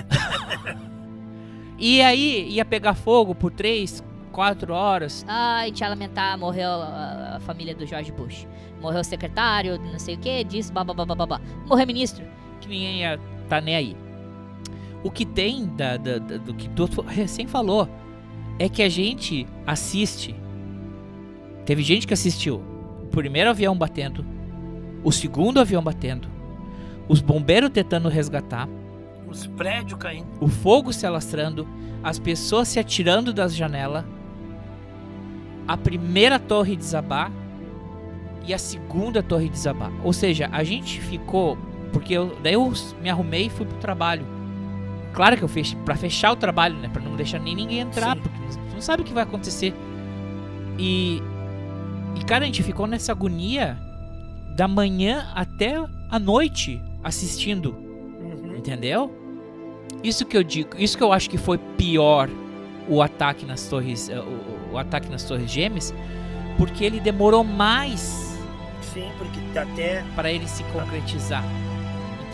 E aí, ia pegar fogo por três, quatro horas. Ah, a gente ia lamentar, morreu a, a família do George Bush. Morreu o secretário, não sei o que, disso, babá. Morreu o ministro. Que ninguém ia tá nem aí. O que tem da, da, da, do que tu recém falou é que a gente assiste. Teve gente que assistiu o primeiro avião batendo, o segundo avião batendo, os bombeiros tentando resgatar, os prédios caindo, o fogo se alastrando, as pessoas se atirando das janelas, a primeira torre desabar e a segunda torre desabar. Ou seja, a gente ficou... Porque eu, daí eu me arrumei e fui pro trabalho. Claro que eu fiz pra fechar o trabalho, né? Pra não deixar nem ninguém entrar. Sim. Porque você não sabe o que vai acontecer. E... E, cara, a gente ficou nessa agonia da manhã até a noite assistindo. Uhum. Entendeu? Isso que eu digo... Isso que eu acho que foi pior o ataque nas torres... O, o ataque nas torres gêmeas. Porque ele demorou mais... Sim, porque até... Pra ele se concretizar.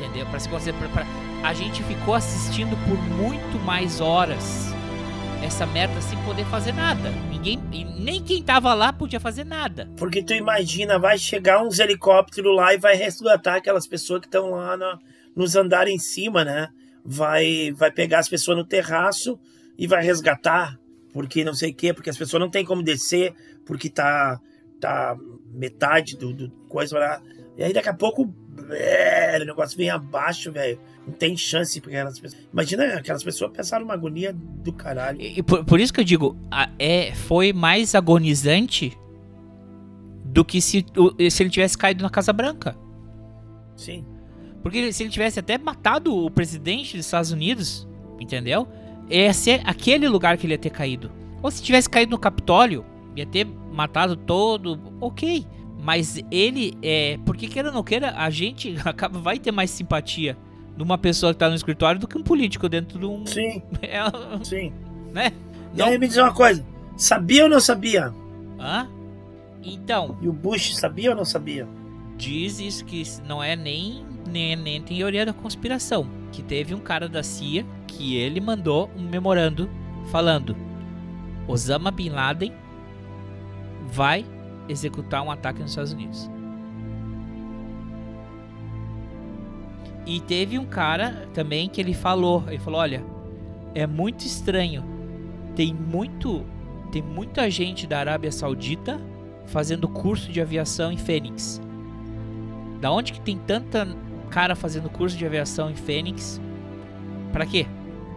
entendeu? Pra se concentrar, pra... A gente ficou assistindo por muito mais horas essa merda sem poder fazer nada. Ninguém, nem quem tava lá podia fazer nada. Porque tu imagina, vai chegar uns helicópteros lá e vai resgatar aquelas pessoas que estão lá no, nos andares em cima, né? Vai, vai pegar as pessoas no terraço e vai resgatar, porque não sei o quê, porque as pessoas não tem como descer, porque tá, tá metade do, do coisa lá. E aí daqui a pouco é, o negócio vem abaixo, velho. Não tem chance porque aquelas pessoas. Imagina, aquelas pessoas pensaram uma agonia do caralho. E por, por isso que eu digo, a, é, foi mais agonizante do que se, se ele tivesse caído na Casa Branca. Sim. Porque se ele tivesse até matado o presidente dos Estados Unidos, entendeu? Ia ser aquele lugar que ele ia ter caído. Ou se tivesse caído no Capitólio, ia ter matado todo. Ok. Mas ele, é, porque queira ou não queira, a gente acaba, vai ter mais simpatia numa pessoa que tá no escritório do que um político dentro de um... Sim, é, sim. Né? E aí me diz uma coisa, sabia ou não sabia? Hã? Então... E o Bush sabia ou não sabia? Diz isso que não é nem, nem, nem teoria da conspiração. Que teve um cara da C I A que ele mandou um memorando falando: Osama Bin Laden vai executar um ataque nos Estados Unidos. E teve um cara também que ele falou, ele falou, olha, é muito estranho, tem muito, tem muita gente da Arábia Saudita fazendo curso de aviação em Fênix. Da onde que tem tanta cara fazendo curso de aviação em Fênix? Pra quê?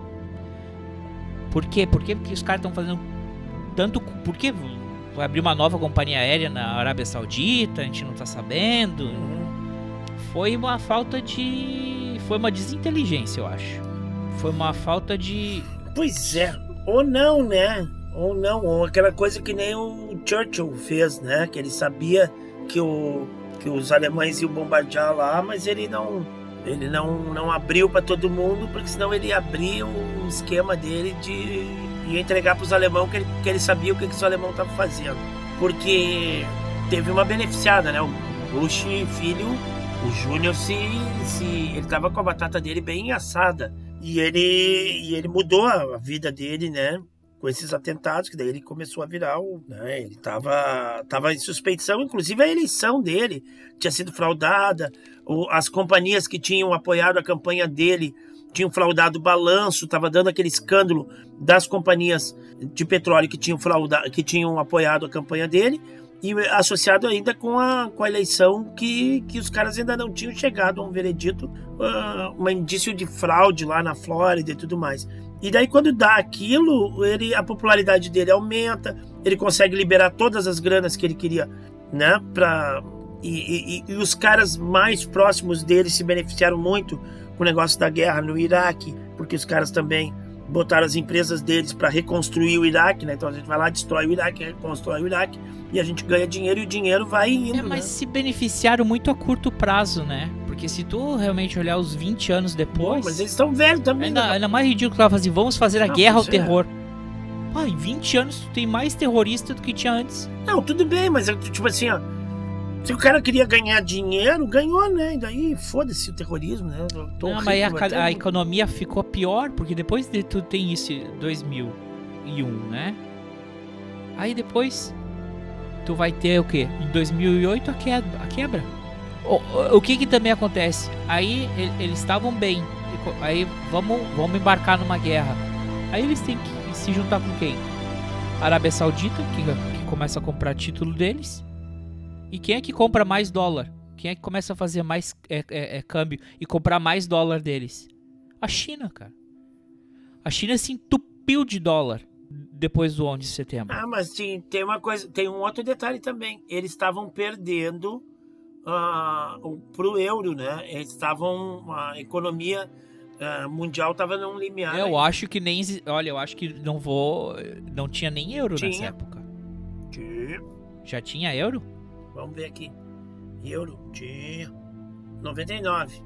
Por quê? Por quê? Porque os caras estão fazendo tanto... Por que vai abrir uma nova companhia aérea na Arábia Saudita? A gente não tá sabendo. Uhum. Foi uma falta de... Foi uma desinteligência, eu acho. Foi uma falta de... Pois é. Ou não, né? Ou não. Ou aquela coisa que nem o Churchill fez, né? Que ele sabia que, o, que os alemães iam bombardear lá, mas ele não... Ele não, não abriu para todo mundo, porque senão ele ia abrir o esquema dele de ia entregar para os alemães que ele, que ele sabia o que, que os alemães estavam fazendo. Porque teve uma beneficiada, né? O Bush, filho, o Júnior, se, se, ele estava com a batata dele bem assada. E ele, e ele mudou a vida dele, né? Com esses atentados, que daí ele começou a virar o... Né, ele estava tava em suspeição, inclusive a eleição dele tinha sido fraudada, o, as companhias que tinham apoiado a campanha dele tinham fraudado o balanço, estava dando aquele escândalo das companhias de petróleo que tinham, fraudado, que tinham apoiado a campanha dele, e associado ainda com a, com a eleição que, que os caras ainda não tinham chegado a um veredito, uh, um indício de fraude lá na Flórida e tudo mais. E daí quando dá aquilo, ele, a popularidade dele aumenta, ele consegue liberar todas as granas que ele queria, né, pra, e, e, e os caras mais próximos dele se beneficiaram muito com o negócio da guerra no Iraque, porque os caras também botaram as empresas deles para reconstruir o Iraque, né? Então a gente vai lá, destrói o Iraque, reconstrói o Iraque, e a gente ganha dinheiro e o dinheiro vai indo. É, mas né? se beneficiaram muito a curto prazo, né? Porque se tu realmente olhar os vinte anos depois... Bom, mas eles estão velhos também. Ainda, ainda mais ridículo que ela fala assim, vamos fazer a não, guerra ao é. terror. Pô, em vinte anos tu tem mais terrorista do que tinha antes. Não, tudo bem, mas tipo assim, ó, se o cara queria ganhar dinheiro, ganhou, né? E daí foda-se o terrorismo, né? Não, mas a, até... a economia ficou pior, porque depois de tu tem isso dois mil e um, né? Aí depois tu vai ter o quê? Em dois mil e oito a quebra. A quebra. O, o que que também acontece? Aí eles estavam bem. Aí vamos, vamos embarcar numa guerra. Aí eles têm que se juntar com quem? A Arábia Saudita, que, que começa a comprar título deles. E quem é que compra mais dólar? Quem é que começa a fazer mais é, é, é, câmbio e comprar mais dólar deles? A China, cara. A China se entupiu de dólar depois do onze de setembro. Ah, mas tem, tem uma coisa, tem um outro detalhe também. Eles estavam perdendo uh, pro euro, né? Eles estavam, a economia uh, mundial estava num limiar. Eu aí. acho que nem, olha, eu acho que não vou, não tinha nem euro tinha. nessa época. Tinha. Já tinha euro? Vamos ver aqui. Euro de noventa e nove.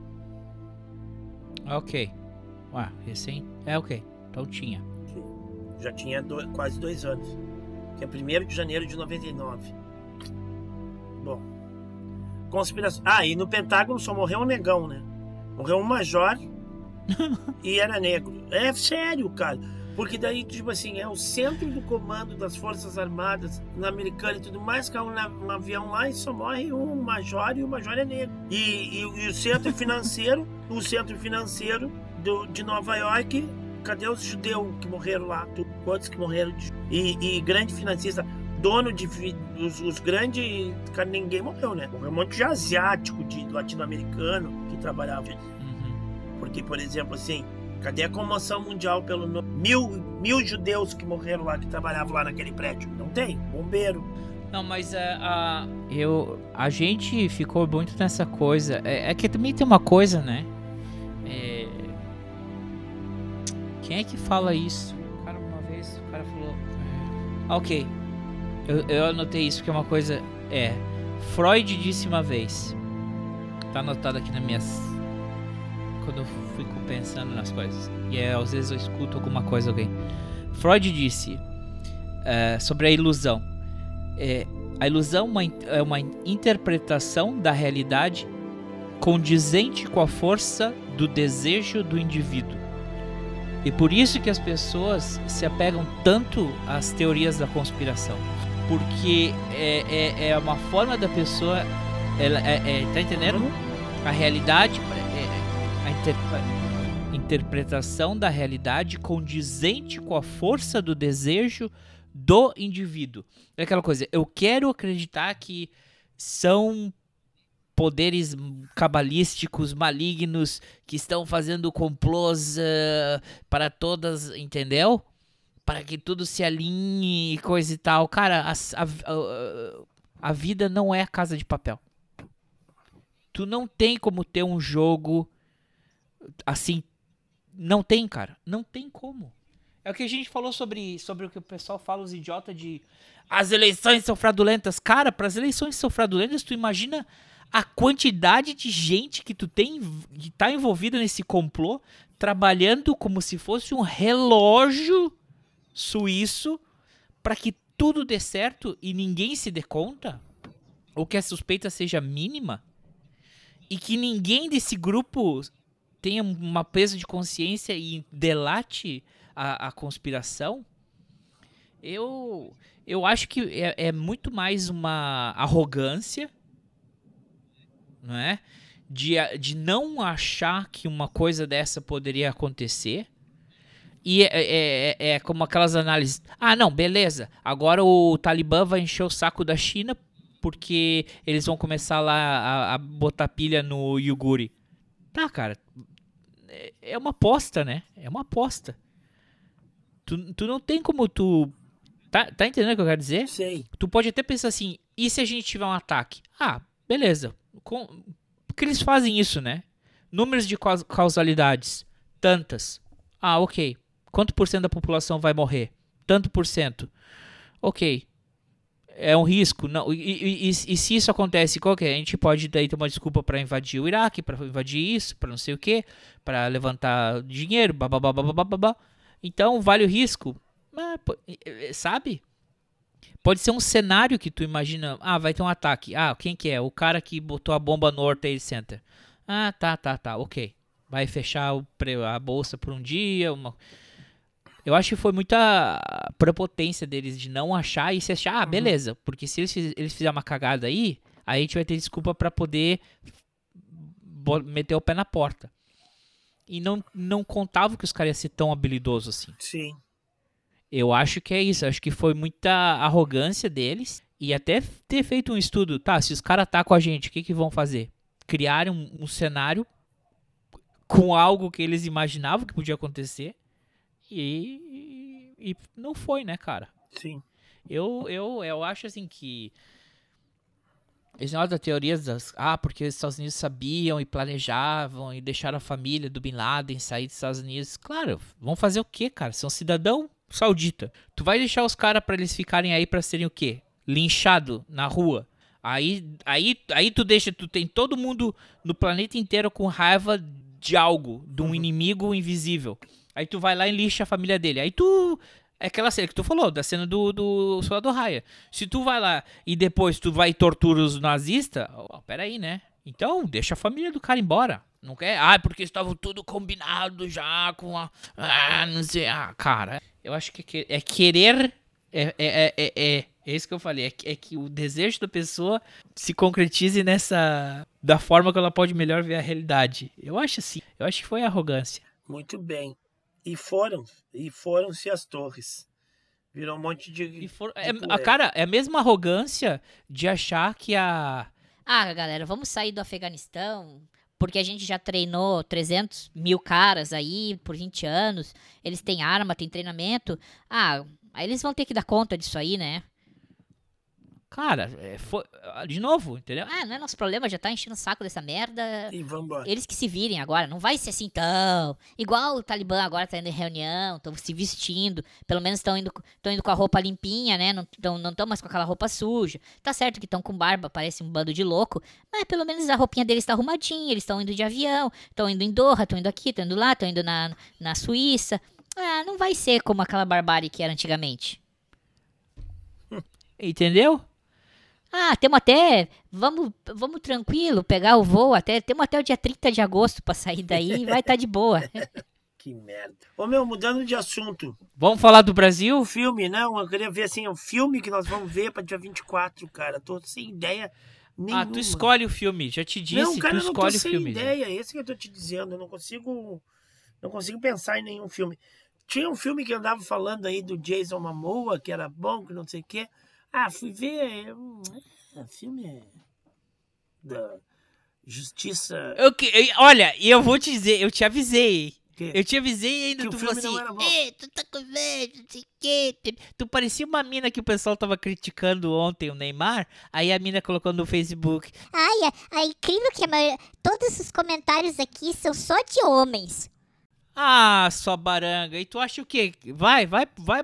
Ok. Ué, recém. É ok. Então tinha. Já tinha dois, quase dois anos. Que é primeiro de janeiro de noventa e nove. Bom. Conspiração. Ah, e no Pentágono só morreu um negão, né? Morreu um major e era negro. É sério, cara. Porque daí, tipo assim, é o centro do comando das Forças Armadas na Americana e tudo mais, cai um, um avião lá e só morre um major e o major é negro. E, e, e o centro financeiro, o centro financeiro do, de Nova York, cadê os judeus que morreram lá? Quantos que morreram? De, e, e grande financista, dono de... Os, os grandes... Cara, ninguém morreu, né? Morreu um monte de asiático, de latino-americano que trabalhava. Uhum. Porque, por exemplo, assim... Cadê a comoção mundial pelo no... mil, mil judeus que morreram lá, que trabalhavam lá naquele prédio? Não tem, bombeiro. Não, mas a, a, eu, a gente ficou muito nessa coisa. É, é que também tem uma coisa, né? É, quem é que fala isso? O cara, uma vez, o cara falou... Ah, ok, eu, eu anotei isso, porque é uma coisa... É, Freud disse uma vez. Tá anotado aqui nas minhas... Quando eu fico pensando nas coisas. E é, às vezes eu escuto alguma coisa alguém. Freud disse uh, sobre a ilusão. É, a ilusão uma, é uma interpretação da realidade condizente com a força do desejo do indivíduo. E por isso que as pessoas se apegam tanto às teorias da conspiração. Porque é, é, é uma forma da pessoa... Ela, é, é, tá entendendo? A realidade... A inter... interpretação da realidade condizente com a força do desejo do indivíduo. É aquela coisa, eu quero acreditar que são poderes cabalísticos malignos que estão fazendo complôs uh, para todas, entendeu? Para que tudo se alinhe e coisa e tal. Cara, a, a, a, a vida não é Casa de Papel. Tu não tem como ter um jogo assim, não tem, cara. Não tem como. É o que a gente falou sobre, sobre o que o pessoal fala, os idiotas de... As eleições são fraudulentas. Cara, para as eleições são fraudulentas, tu imagina a quantidade de gente que tu tem, que tá envolvida nesse complô, trabalhando como se fosse um relógio suíço para que tudo dê certo e ninguém se dê conta, ou que a suspeita seja mínima, e que ninguém desse grupo tenha uma peso de consciência e delate a, a conspiração. Eu, eu acho que é, é muito mais uma arrogância, não é? De, de não achar que uma coisa dessa poderia acontecer. E é, é, é, é como aquelas análises. Ah, não, beleza. Agora o Talibã vai encher o saco da China porque eles vão começar lá a, a botar pilha no iogure. Tá, cara. É uma aposta, né? É uma aposta. Tu, tu não tem como tu... Tá, tá entendendo o que eu quero dizer? Sei. Tu pode até pensar assim, e se a gente tiver um ataque? Ah, beleza. Com... Porque eles fazem isso, né? Números de causalidades. Tantas. Ah, ok. Quanto por cento da população vai morrer? Tanto por cento. Ok. É um risco? Não. E, e, e, e se isso acontece, qual que é? A gente pode daí ter uma desculpa para invadir o Iraque, para invadir isso, para não sei o que, para levantar dinheiro, bababá, bababá. Então, vale o risco? Ah, sabe? Pode ser um cenário que tu imagina, ah, vai ter um ataque. Ah, quem que é? O cara que botou a bomba no World Trade Center. Ah, tá, tá, tá, ok. Vai fechar o, a bolsa por um dia, uma... Eu acho que foi muita prepotência deles de não achar e se achar, ah, beleza, porque se eles, eles fizerem uma cagada aí, aí a gente vai ter desculpa pra poder meter o pé na porta. E não, não contava que os caras iam ser tão habilidosos assim. Sim. Eu acho que é isso, acho que foi muita arrogância deles e até ter feito um estudo, tá, se os caras atacam a gente, o que que vão fazer? Criar um, um cenário com algo que eles imaginavam que podia acontecer. E, e, e não foi, né, cara? Sim. Eu, eu, eu acho assim que esse negócio da teoria das... Ah, porque os Estados Unidos sabiam e planejavam e deixaram a família do Bin Laden sair dos Estados Unidos. Claro, vão fazer o quê, cara? São cidadão saudita. Tu vai deixar os caras pra eles ficarem aí pra serem o quê? Linchado na rua. Aí, aí, aí tu deixa... Tu tem todo mundo no planeta inteiro com raiva de algo, de um uhum. inimigo invisível. Aí tu vai lá e lixa a família dele. Aí tu... É aquela cena que tu falou, da cena do, do Soldado Ryan. Se tu vai lá e depois tu vai e tortura os nazistas... Oh, peraí, né? Então, deixa a família do cara embora. Não quer? Ah, porque estava tudo combinado já com a... Ah, não sei. Ah, cara, eu acho que é querer... É, é, é, é, é, é isso que eu falei. É que, é que o desejo da pessoa se concretize nessa... Da forma que ela pode melhor ver a realidade. Eu acho assim. Eu acho que foi arrogância. Muito bem. E foram. E foram-se as torres. Virou um monte de... E for, de é, a, poeira. cara, é a mesma arrogância de achar que a... Ah, galera, vamos sair do Afeganistão, porque a gente já treinou trezentos mil caras aí por vinte anos, eles têm arma, têm treinamento. Ah, aí eles vão ter que dar conta disso aí, né? Cara, é, foi, de novo, entendeu? Ah, não é nosso problema, já tá enchendo o saco dessa merda. E vambora. Eles que se virem agora, não vai ser assim tão... Igual o Talibã agora tá indo em reunião, estão se vestindo, pelo menos estão indo, tão indo com a roupa limpinha, né? Não estão não tão mais com aquela roupa suja. Tá certo que estão com barba, parece um bando de louco, mas pelo menos a roupinha deles tá arrumadinha, eles estão indo de avião, estão indo em Doha, estão indo aqui, estão indo lá, estão indo na, na Suíça. Ah, não vai ser como aquela barbárie que era antigamente. Entendeu? Ah, temos até, vamos, vamos tranquilo, pegar o voo até, temos até o dia trinta de agosto pra sair daí e vai estar tá de boa. Que merda. Ô meu, mudando de assunto. Vamos falar do Brasil? O filme, não, eu queria ver assim, o filme que nós vamos ver pra dia vinte e quatro, cara. Tô sem ideia nenhuma. Ah, tu escolhe o filme, já te disse, não, cara, tu eu não escolhe tô o sem filme. ideia, esse que eu tô te dizendo, eu não consigo, não consigo pensar em nenhum filme. Tinha um filme que eu andava falando aí do Jason Momoa, que era bom, que não sei o quê. Ah, fui ver, hum, é, filme da Justiça... Eu, que- olha, e eu vou te dizer, eu te avisei. Que? Eu te avisei e ainda Que o tu filme falou não assim, era bom. "Ei, tu tá com inveja, não sei o quê." Tu parecia uma mina que o pessoal tava criticando ontem, o Neymar, aí a mina colocou no Facebook. Ai, é, é incrível que a maioria, todos os comentários aqui são só de homens. Ah, sua baranga, e tu acha o quê? Vai, vai, vai...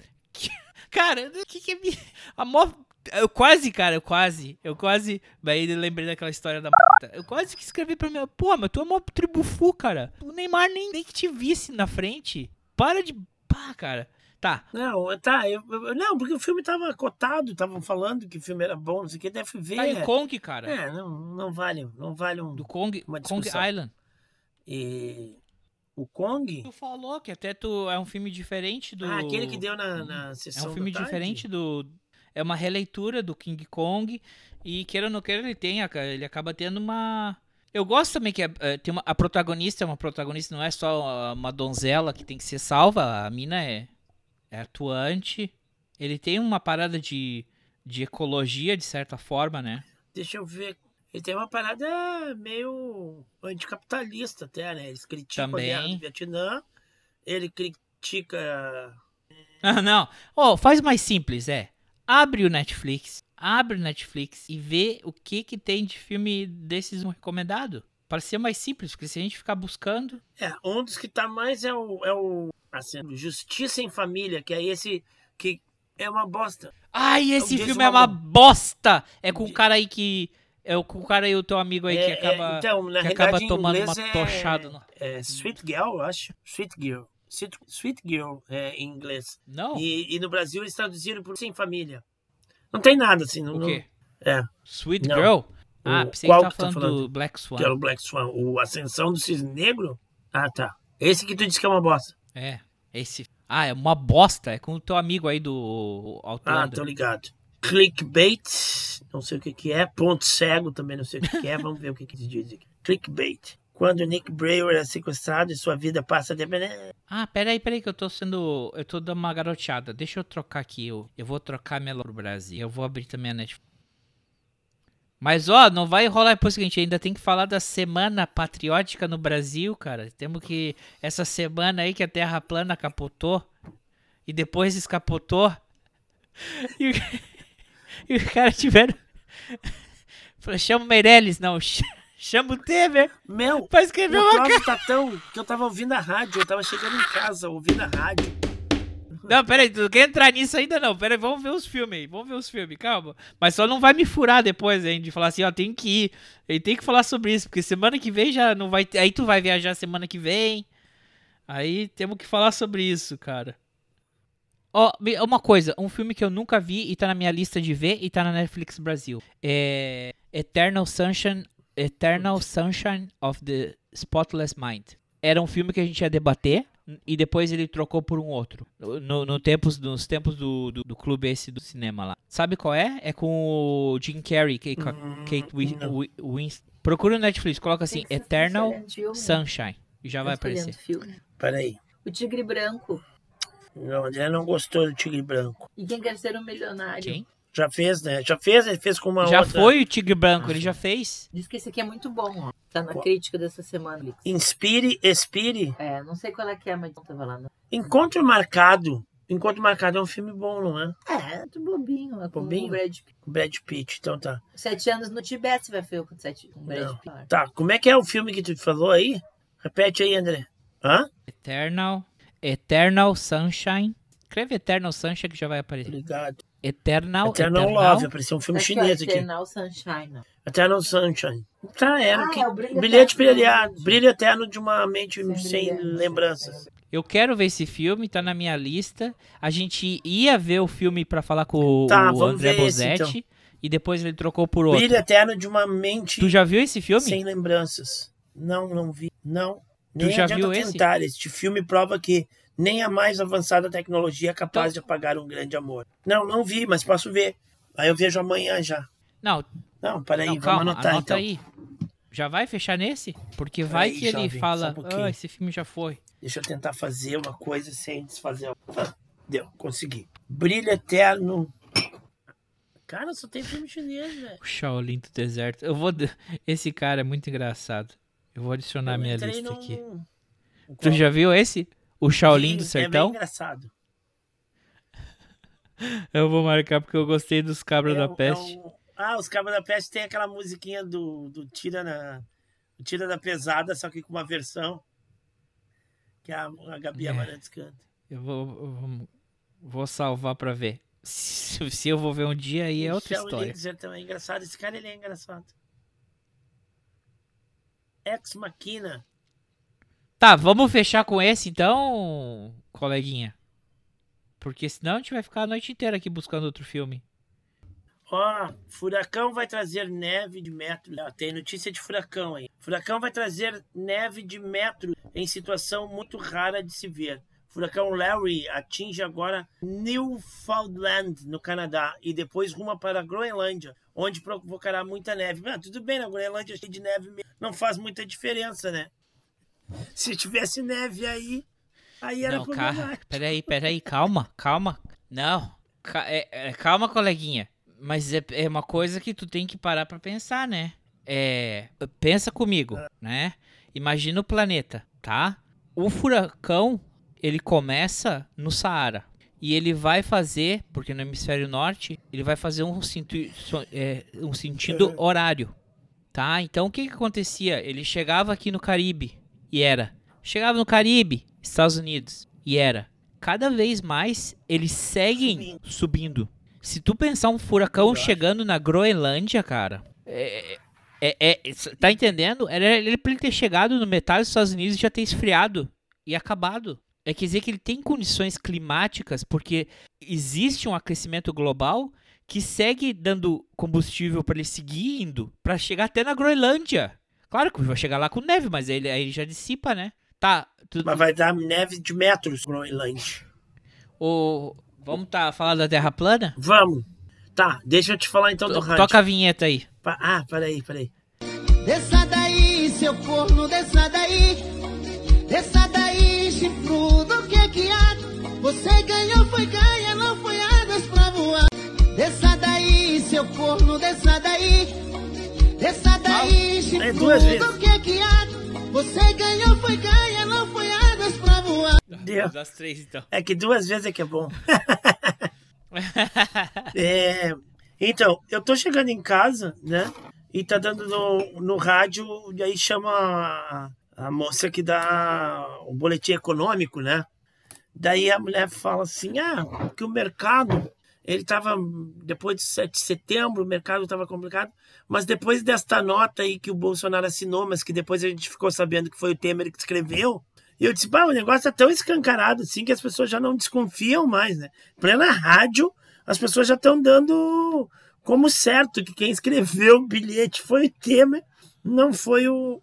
Cara, o que que é... mi- A mó... Eu quase, cara, eu quase, eu quase... Aí eu lembrei daquela história da p***. Eu quase que escrevi pra mim, pô, mas tu é mó tribufu, cara. O Neymar nem, nem que te visse na frente. Para de... Pá, cara. Tá. Não, tá, eu, eu- não, porque o filme tava cotado, estavam falando que o filme era bom, não sei o que, deve ver. Tá em Kong, cara. É, não, não vale, não vale um... Do Kong, uma Kong discussão. Island. E... O Kong? Tu falou que até tu é um filme diferente do... Ah, aquele que deu na, na sessão É um filme da tarde? diferente do... É uma releitura do King Kong. E queira ou não queira, ele tem... a- Ele acaba tendo uma... Eu gosto também que é, é, tem uma, a protagonista é uma protagonista, não é só uma donzela que tem que ser salva. A mina é, é atuante. Ele tem uma parada de, de ecologia, de certa forma, né? Deixa eu ver. Ele tem uma parada meio anticapitalista até, né? Eles criticam Também. a guerra do Vietnã. Ele critica... Ah, não. Oh, faz mais simples, é. Abre o Netflix. Abre o Netflix e vê o que que tem de filme desses um recomendado. Para ser mais simples, porque se a gente ficar buscando... É, um dos que tá mais é o... É o assim, Justiça em Família, que é esse que é uma bosta. Ai, É o esse Jason filme é uma Momoa. bosta! É com o cara aí que... É o com o cara aí, o teu amigo aí, É, que acaba, é, então, na que realidade, acaba em tomando inglês uma é- tochada. No... É Sweet Girl, eu acho. Sweet Girl. Sweet, Sweet Girl é, em inglês. Não? E, e no Brasil eles traduziram por Sem Família. Não tem nada assim. Não, O quê? Não, é. Sweet Não. Girl? Ah, O- pensei qual que tava que tá falando, falando? do Black Swan. Que era o Black Swan. O Ascensão do Cisne Negro? Ah, tá. Esse que tu disse que é uma bosta. É, esse... Ah, é uma bosta. É com o teu amigo aí do Ah, Outlander. tô ligado. Clickbait, não sei o que que é. Ponto cego, também não sei o que que é. Vamos ver o que que se diz aqui. Clickbait. Quando Nick Brewer é sequestrado e sua vida passa a depender... Ah, peraí, peraí, que eu tô sendo... Eu tô dando uma garoteada. Deixa eu trocar aqui. Eu, eu vou trocar minha pro Brasil. Eu vou abrir também a Netflix. Mas, ó, não vai rolar depois o seguinte. Ainda tem que falar da Semana Patriótica no Brasil, cara. Temos que... Essa semana aí que a Terra plana capotou. E depois escapotou. E, o- e os caras tiveram... Falei, chama o Meirelles, não. ch- Chama o Temer. Meu, Pra escrever o uma troço tá tão... que eu tava ouvindo a rádio. Eu tava chegando em casa ouvindo a rádio. Não, peraí, tu não quer entrar nisso ainda não. Peraí, vamos ver os filmes aí. Vamos ver os filmes, calma. Mas só não vai me furar depois, hein, de falar assim, ó, tem que ir. Ele tem que falar sobre isso, porque semana que vem já não vai ter... Aí tu vai viajar semana que vem. Aí temos que falar sobre isso, cara. Ó, me- uma coisa, um filme que eu nunca vi e tá na minha lista de ver e tá na Netflix Brasil. É Eternal Sunshine, Eternal Sunshine of the Spotless Mind. Era um filme que a gente ia debater e depois ele trocou por um outro. No, no tempos, nos tempos do, do, do clube esse do cinema lá. Sabe qual é? É com o Jim Carrey e com a Kate Win- Win- Winslet. Procura no Netflix, coloca assim, Eternal Sunshine. E já vai aparecer. Peraí. O Tigre Branco. Não, o André não gostou do Tigre Branco. E Quem Quer Ser um Milionário? Quem? Já fez, né? Já fez, ele fez com uma Já outra. foi o Tigre Branco, ele já fez. Diz que esse aqui é muito bom, ó. Tá na crítica dessa semana. Lix. Inspire, expire. É, não sei qual é que é, mas não tava lá. Não. Encontro Marcado. Encontro Marcado é um filme bom, não é? É, muito bobinho. É com Bobinho? o Brad Pitt. Brad Pitt, então tá. Sete anos no Tibete, você vai ver com sete com o Brad Não. Pitt. Tá, como é que é o filme que tu falou aí? Repete aí, André. Hã? Eternal, Eternal Sunshine. Escreve Eternal Sunshine que já vai aparecer. Obrigado. Eternal, Eternal, Eternal Love, apareceu um filme Aqui, chinês ó, aqui. Eternal Sunshine. Ó. Eternal Sunshine. Tá, era Ah, que... é o Brilho bilhete Eterno. brilhado. Brilho eterno de uma mente Sem sem, brilhante. lembranças. Eu quero ver esse filme, tá na minha lista. A gente ia ver o filme pra falar com o, Tá, o vamos André ver esse, Bozetti. então. E depois ele trocou por outro. Brilho eterno de uma mente Tu já viu esse filme? sem lembranças. Não, não vi. Não. Tu Nem já adianta viu esse? tentar. Este filme prova que nem a mais avançada tecnologia é capaz Então- de apagar um grande amor. Não, não vi, mas posso ver. Aí eu vejo amanhã já. Não, Não, peraí, não vamos calma, anotar anota então. aí. Já vai fechar nesse? Porque vai Peraí, que ele jovem, fala, só um pouquinho. ah, esse filme já foi. Deixa eu tentar fazer uma coisa sem desfazer. Ah, deu, consegui. Brilho eterno. Cara, só tem filme chinês, velho. O Shaolin do Deserto. Eu vou... Esse cara é muito engraçado. Eu vou adicionar a Eu minha entrei lista num- aqui. num Tu já viu esse? O Shaolin Vi, do É Sertão? bem engraçado. Eu vou marcar porque eu gostei dos Cabras É da um- é Peste. um- Ah, os Cabras da Peste tem aquela musiquinha do, do Tira na o Tira da Pesada, só que com uma versão que a, a Gabi É. Amarantos canta. Eu vou, eu vou, vou salvar pra ver. Se, se eu vou ver um dia, aí é outra Michel história. Elixir também é engraçado. Esse cara, ele é engraçado. Ex Machina. Tá, vamos fechar com esse então, coleguinha. Porque senão a gente vai ficar a noite inteira aqui buscando outro filme. Ó, furacão vai trazer neve de metro. Ó, tem notícia de furacão aí. Furacão vai trazer neve de metro em situação muito rara de se ver. Furacão Larry atinge agora Newfoundland, no Canadá, e depois ruma para a Groenlândia, onde provocará muita neve. Ah, tudo bem, na Groenlândia cheia de neve mesmo. Não faz muita diferença, né? Se tivesse neve aí, aí era Não, problemático. cara, peraí, peraí, calma, calma. Não, ca- é- é, calma, coleguinha. Mas é, é uma coisa que tu tem que parar pra pensar, né? É, pensa comigo, né? Imagina o planeta, tá? O furacão, ele começa no Saara. E ele vai fazer, porque no hemisfério norte, ele vai fazer um, senti- so- é, um sentido horário, tá? Então o que que acontecia? Ele chegava aqui no Caribe e era... Chegava no Caribe, Estados Unidos, e era... Cada vez mais, eles seguem subindo. Se tu pensar um furacão chegando na Groenlândia, cara... É, é, é, tá entendendo? Ele, ele pra ele ter chegado no metade dos Estados Unidos e já ter esfriado e acabado. É quer dizer que ele tem condições climáticas, porque existe um aquecimento global que segue dando combustível para ele seguir indo, para chegar até na Groenlândia. Claro que vai chegar lá com neve, mas aí ele, aí ele já dissipa, né? Tá. Tu, Mas vai dar neve de metros, Groenlândia. o, vamos tá, falar da Terra plana? Vamos. Tá, deixa eu te falar então do To- rádio. Toca a vinheta aí. Pa- Ah, peraí, peraí. Desça daí, seu corno, desça daí. Desça daí, chifrudo, que que há? Você ganhou, foi ganha, não foi asas pra voar. Desça daí, seu corno, desça daí. Desça daí, É duas vezes. chifrudo, que que há? Você ganhou, foi ganha, não foi asas pra voar. Deu. Das três, então. É que duas vezes é que é bom. É, então, eu tô chegando em casa, né? E tá dando no, no rádio, e aí chama a, a moça que dá o boletim econômico, né? Daí a mulher fala assim, ah, que o mercado, ele tava, depois de sete de setembro, o mercado tava complicado, mas depois desta nota aí que o Bolsonaro assinou, mas que depois a gente ficou sabendo que foi o Temer que escreveu, e eu disse, bah, o negócio tá tão escancarado assim que as pessoas já não desconfiam mais, né? Plena rádio, as pessoas já estão dando como certo que quem escreveu o bilhete foi o Temer Não foi o...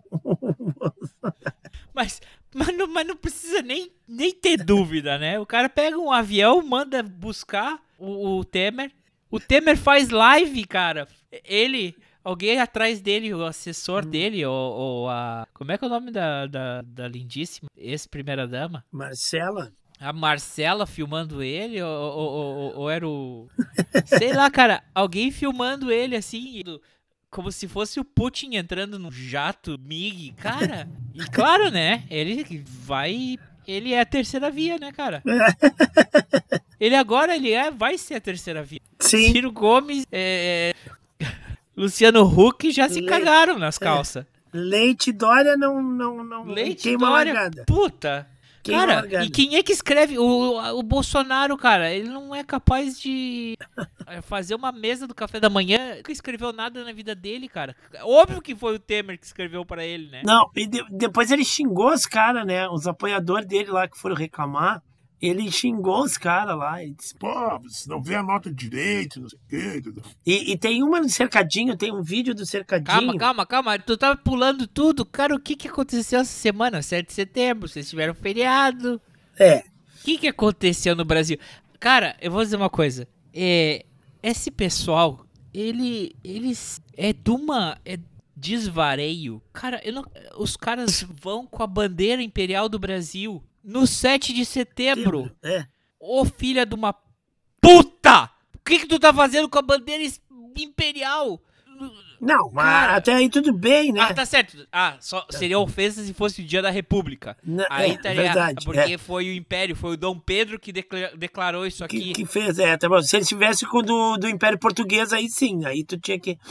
Mas, mas, não, mas não precisa nem, nem ter dúvida, né? O cara pega um avião, manda buscar o, o Temer. O Temer faz live, cara. Ele... Alguém atrás dele, o assessor hum. dele, ou, ou a... Como é que é o nome da, da, da lindíssima ex-primeira-dama? Marcela? A Marcela filmando ele, ou, ou, ou, ou era o... Sei lá, cara, alguém filmando ele, assim, como se fosse o Putin entrando num jato MiG, cara. E claro, né, ele vai... Ele é a terceira via, né, cara? Ele agora, ele é, vai ser a terceira via. Sim. Ciro Gomes, é... Luciano Huck já se Leite, cagaram nas calças. É. Leite Dória não... não, não Leite queima Dória, largada. puta... Queima cara, largada. E quem é que escreve? O, o Bolsonaro, cara, ele não é capaz de fazer uma mesa do café da manhã. Nunca escreveu nada na vida dele, cara. Óbvio que foi o Temer que escreveu pra ele, né? Não, e de, depois ele xingou os caras, né? Os apoiadores dele lá que foram reclamar. Ele xingou os caras lá. Ele disse, pô, você não vê a nota direito, não sei o quê. E, e tem uma no Cercadinho, tem um vídeo do Cercadinho. Calma, calma, calma. Tu tava pulando tudo. Cara, o que que aconteceu essa semana? sete de setembro, vocês tiveram feriado. É. O que que aconteceu no Brasil? Cara, eu vou dizer uma coisa. É, esse pessoal, ele, eles é de uma... É desvareio. Cara, eu não, os caras vão com a bandeira imperial do Brasil... No sete de setembro. É. Ô filha de uma puta! O que que tu tá fazendo com a bandeira imperial? Não, mas cara, até aí tudo bem, né? Ah, tá certo. Ah, só seria ofensa se fosse o dia da República. Não, aí é, estaria, verdade, porque é. foi o Império, foi o Dom Pedro que declarou, declarou isso aqui. Que, que fez, é, tá bom. Se ele estivesse com o do, do Império Português, aí sim, aí tu tinha que...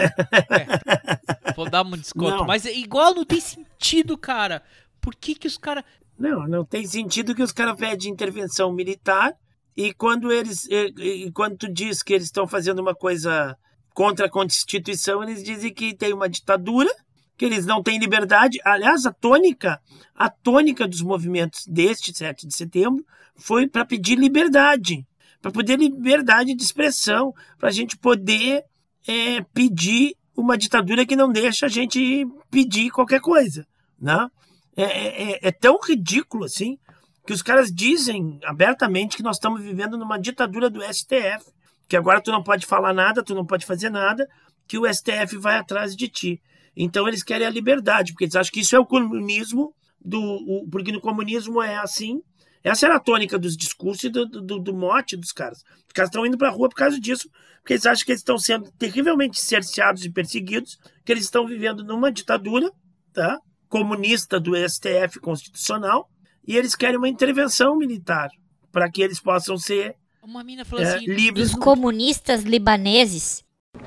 É. Vou dar um desconto. Não. Mas igual não tem sentido, cara. Por que que os caras... Não, não tem sentido que os caras pedem intervenção militar e quando eles, e, e quando tu diz que eles estão fazendo uma coisa contra a Constituição, eles dizem que tem uma ditadura, que eles não têm liberdade. Aliás, a tônica, a tônica dos movimentos deste sete de setembro foi para pedir liberdade, para poder liberdade de expressão, para a gente poder é, pedir uma ditadura que não deixa a gente pedir qualquer coisa, né? É, é, é tão ridículo assim que os caras dizem abertamente que nós estamos vivendo numa ditadura do S T F, que agora tu não pode falar nada, tu não pode fazer nada, que o S T F vai atrás de ti. Então eles querem a liberdade, porque eles acham que isso é o comunismo, do, o, porque no comunismo é assim. Essa era a tônica dos discursos e do, do, do mote dos caras. Os caras estão indo pra rua por causa disso, porque eles acham que eles estão sendo terrivelmente cerceados e perseguidos, que eles estão vivendo numa ditadura, tá? Comunista do S T F constitucional, e eles querem uma intervenção militar para que eles possam ser uma mina falou é, assim, livres. Dos comunistas libaneses.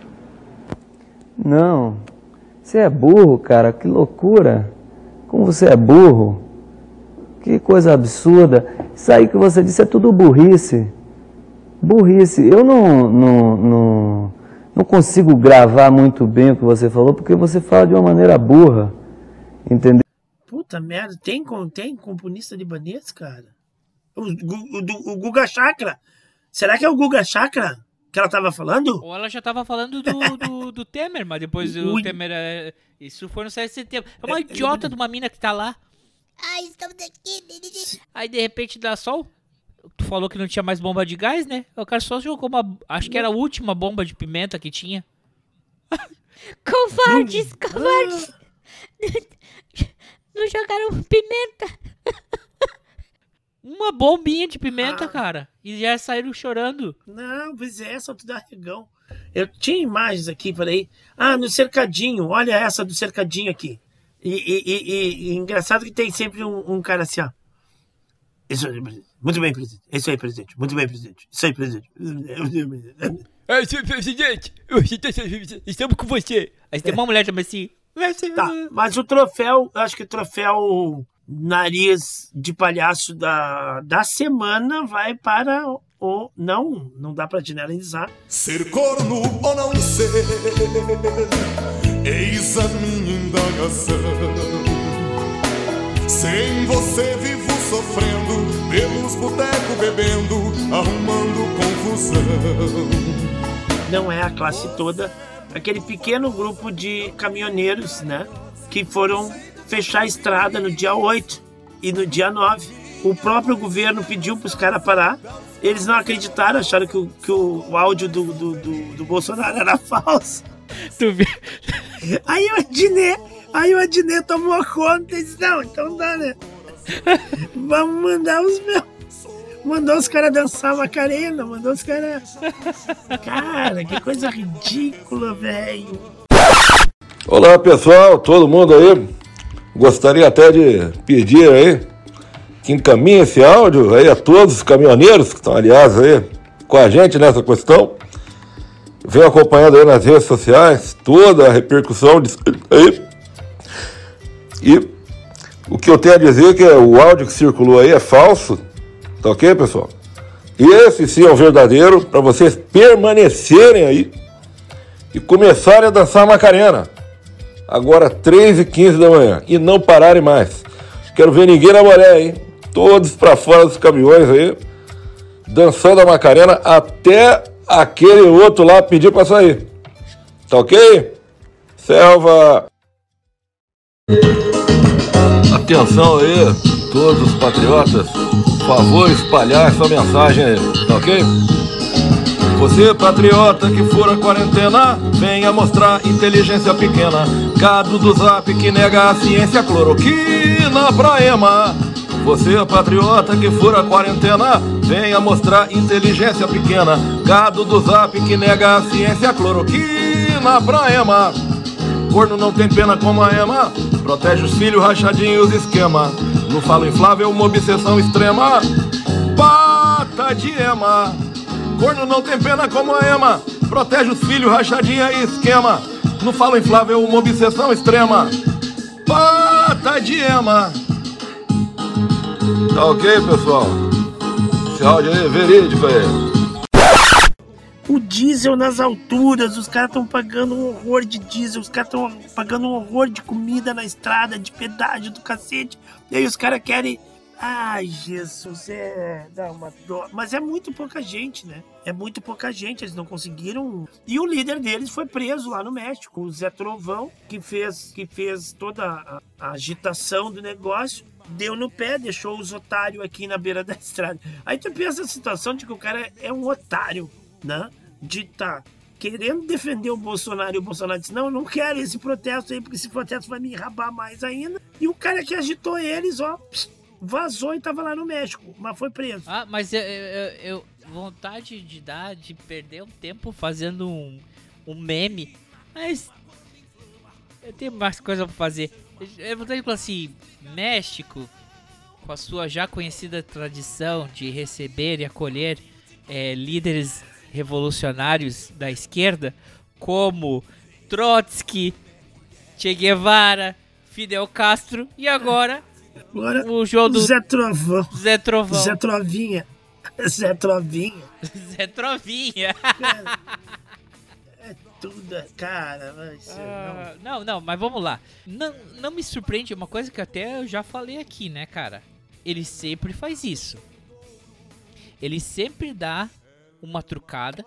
Não, você é burro, cara, que loucura. Como você é burro. Que coisa absurda. Isso aí que você disse é tudo burrice. Burrice. Eu não, não, não, não consigo gravar muito bem o que você falou, porque você fala de uma maneira burra. Entendeu? Puta merda, tem, tem comunista libanês, cara? O, o, o Guga Chakra. Será que é o Guga Chakra que ela tava falando? Ou ela já tava falando do, do, do Temer, mas depois o, o Temer... É, isso foi no sete de setembro. É uma é, idiota é... de uma mina que tá lá. Ai, estamos aqui. Aí de repente dá sol. Tu falou que não tinha mais bomba de gás, né? O cara só jogou uma... Acho que era a última bomba de pimenta que tinha. Covardes, covardes. Não jogaram pimenta. Uma bombinha de pimenta, ah. cara. E já saíram chorando. Não, pois é, só tu dá regão. Eu tinha imagens aqui, peraí. Ah, no cercadinho. Olha essa do cercadinho aqui. E, e, e, e engraçado que tem sempre um, um cara assim, ó. Isso aí, presidente. Muito bem, presidente. Isso aí, presidente. Muito bem, presidente. Isso aí, presidente. É, senhor presidente. Estamos com você. Aí tem uma mulher também assim. Tá, mas o troféu, acho que o troféu nariz de palhaço da, da semana vai para o... Não, não dá pra generalizar. Ser corno ou não ser, eis a minha indagação. Sem você vivo sofrendo, pelos botecos bebendo, arrumando confusão. Não é a classe toda aquele pequeno grupo de caminhoneiros, né? Que foram fechar a estrada no dia oito e no dia nove. O próprio governo pediu para os caras parar. Eles não acreditaram, acharam que o, que o, o áudio do, do, do, do Bolsonaro era falso. Tu viu? Aí o Adnet, aí o Adnet tomou conta e disse, não, então dá, né? Vamos mandar os meus. Mandou os caras dançar Macarena, mandou os caras... Cara, que coisa ridícula, velho. Olá, pessoal, todo mundo aí. Gostaria até de pedir aí que encaminhe esse áudio aí a todos os caminhoneiros que estão, aliás, aí com a gente nessa questão. Venho acompanhando aí nas redes sociais toda a repercussão disso aí. E o que eu tenho a dizer é que o áudio que circulou aí é falso. Tá ok, pessoal? E esse sim é o verdadeiro, para vocês permanecerem aí e começarem a dançar Macarena. Agora três e quinze da manhã. E não pararem mais. Quero ver ninguém na mulher, hein? Todos para fora dos caminhões aí, dançando a Macarena até aquele outro lá pedir para sair. Tá ok? Selva! Atenção aí, todos os patriotas. Por favor, espalhar essa mensagem aí, tá ok? Você, patriota que for a quarentena, venha mostrar inteligência pequena. Gado do Zap que nega a ciência, cloroquina pra ema. Você, patriota que for a quarentena, venha mostrar inteligência pequena. Gado do Zap que nega a ciência, cloroquina pra ema. Corno não tem pena como a ema, protege os filhos rachadinhos esquema. No falo inflável uma obsessão extrema, pata de ema. Corno não tem pena como a ema, protege os filhos rachadinha e esquema. No falo inflável uma obsessão extrema, pata de ema. Tá ok, pessoal? Esse áudio aí é verídico aí. O diesel nas alturas, os caras estão pagando um horror de diesel, os caras estão pagando um horror de comida na estrada, de pedágio do cacete. E aí os caras querem... Ai, Jesus, é... dá uma dor. Mas é muito pouca gente, né? É muito pouca gente, eles não conseguiram... E o líder deles foi preso lá no México, o Zé Trovão, que fez, que fez toda a, a agitação do negócio. Deu no pé, deixou os otários aqui na beira da estrada. Aí tu pensa a situação de que o cara é um otário, né? De estar tá querendo defender o Bolsonaro, e o Bolsonaro disse, não, eu não quero esse protesto aí, porque esse protesto vai me enrabar mais ainda. E o cara que agitou eles, ó, vazou e tava lá no México, mas foi preso. Ah, mas eu, eu, eu vontade de dar, de perder um tempo fazendo um, um meme, mas eu tenho mais coisa pra fazer. Eu vontade de falar assim, México, com a sua já conhecida tradição de receber e acolher é, líderes revolucionários da esquerda, como Trotsky, Che Guevara, Fidel Castro e agora, agora o jogo do Zé Trovão. Zé Trovão. Zé Trovinha. Zé Trovinha. Zé Trovinha. Cara, é tudo, cara. Mas, ah, não. não, não, mas vamos lá. Não, não me surpreende, uma coisa que até eu já falei aqui, né, cara? Ele sempre faz isso. Ele sempre dá uma trucada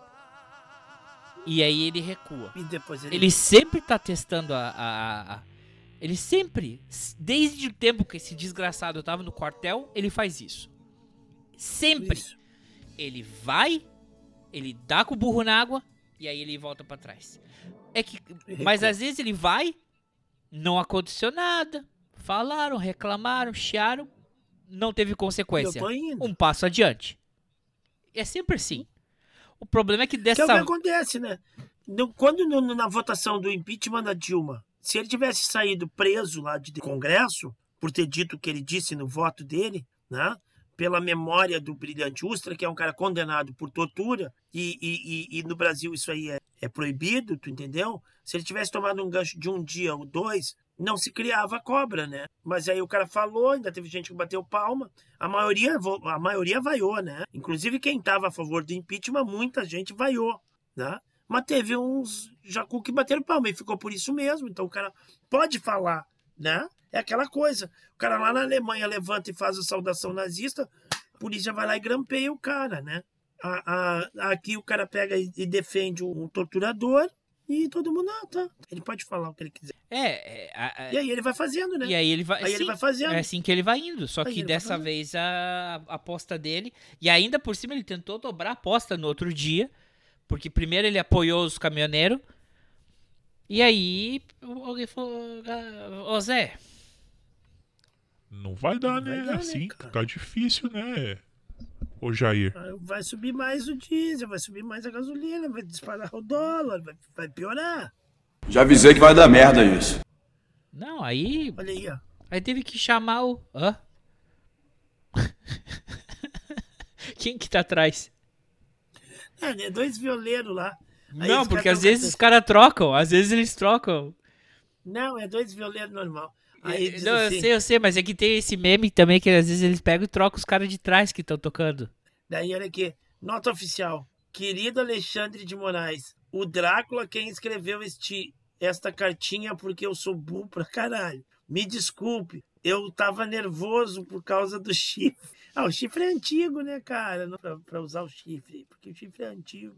e aí ele recua. E depois ele... ele sempre tá testando a, a, a... Ele sempre, desde o tempo que esse desgraçado tava no quartel, ele faz isso. Sempre. Isso. Ele vai, ele dá com o burro na água e aí ele volta pra trás. É que, mas às vezes ele vai, não aconteceu nada, falaram, reclamaram, chiaram, não teve consequência. Um passo adiante. É sempre assim. O problema é que dessa... Que é o que acontece, né? Quando no, na votação do impeachment da Dilma, se ele tivesse saído preso lá de Congresso, por ter dito o que ele disse no voto dele, né? Pela memória do Brilhante Ustra, que é um cara condenado por tortura, e, e, e, e no Brasil isso aí é, é proibido, tu entendeu? Se ele tivesse tomado um gancho de um dia ou dois, não se criava cobra, né? Mas aí o cara falou, ainda teve gente que bateu palma, a maioria, a maioria vaiou, né? Inclusive quem estava a favor do impeachment, muita gente vaiou, né? Mas teve uns jacu que bateram palma e ficou por isso mesmo, então o cara pode falar, né? É aquela coisa, o cara lá na Alemanha levanta e faz a saudação nazista, a polícia vai lá e grampeia o cara, né? A, a, aqui o cara pega e, e defende um torturador, E todo mundo, ah, tá. Ele pode falar o que ele quiser. É, é, a- a- E aí ele vai fazendo, né? E aí ele vai, Aí ele sim, vai fazendo. É assim que ele vai indo. Só Aí que ele vai dessa fazendo. vez a, a aposta dele. E ainda por cima ele tentou dobrar a aposta no outro dia. Porque primeiro ele apoiou os caminhoneiros. E aí alguém falou: "Ah, ô Zé, Não vai dar, né? dar, né, assim, cara? tá difícil, né? Ô Jair. Vai subir mais o diesel, vai subir mais a gasolina, vai disparar o dólar, vai, vai piorar. Já avisei que vai dar merda isso. não, aí. Olha aí, ó. Aí teve que chamar o. Hã? Quem que tá atrás? É, né? Dois violeiros lá. Aí Não, os porque caras às tão vezes os cantando. caras trocam. Às vezes eles trocam. Não, é dois violeiros normal. Aí diz Não, assim, eu sei, eu sei, mas é que tem esse meme também que às vezes eles pegam e trocam os caras de trás que estão tocando. daí olha aqui, nota oficial. Querido Alexandre de Moraes, o Drácula quem escreveu este, esta cartinha porque eu sou burro pra caralho. Me desculpe, eu tava nervoso por causa do chifre. Ah, o chifre é antigo, né, cara? Não pra, pra usar o chifre, porque o chifre é antigo.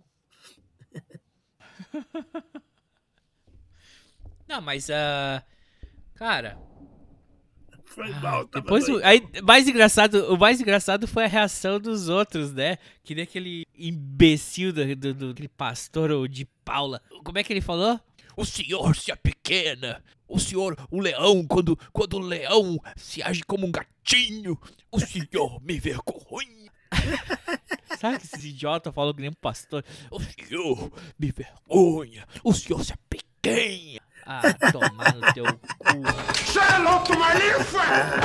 Não, mas ah, cara, Foi mal, tava depois o, doido. aí, mais engraçado, o mais engraçado foi a reação dos outros, né? Que nem aquele imbecil do, do, do aquele pastor ou de Paula. Como é que ele falou? O senhor se apequena. O senhor, o leão, quando, quando o leão se age como um gatinho, o senhor me vergonha. Sabe que esses idiotas falam que nem um pastor? O senhor me vergonha. O senhor se apequena. Ah, tomar no teu cu. Você é louco, malifa!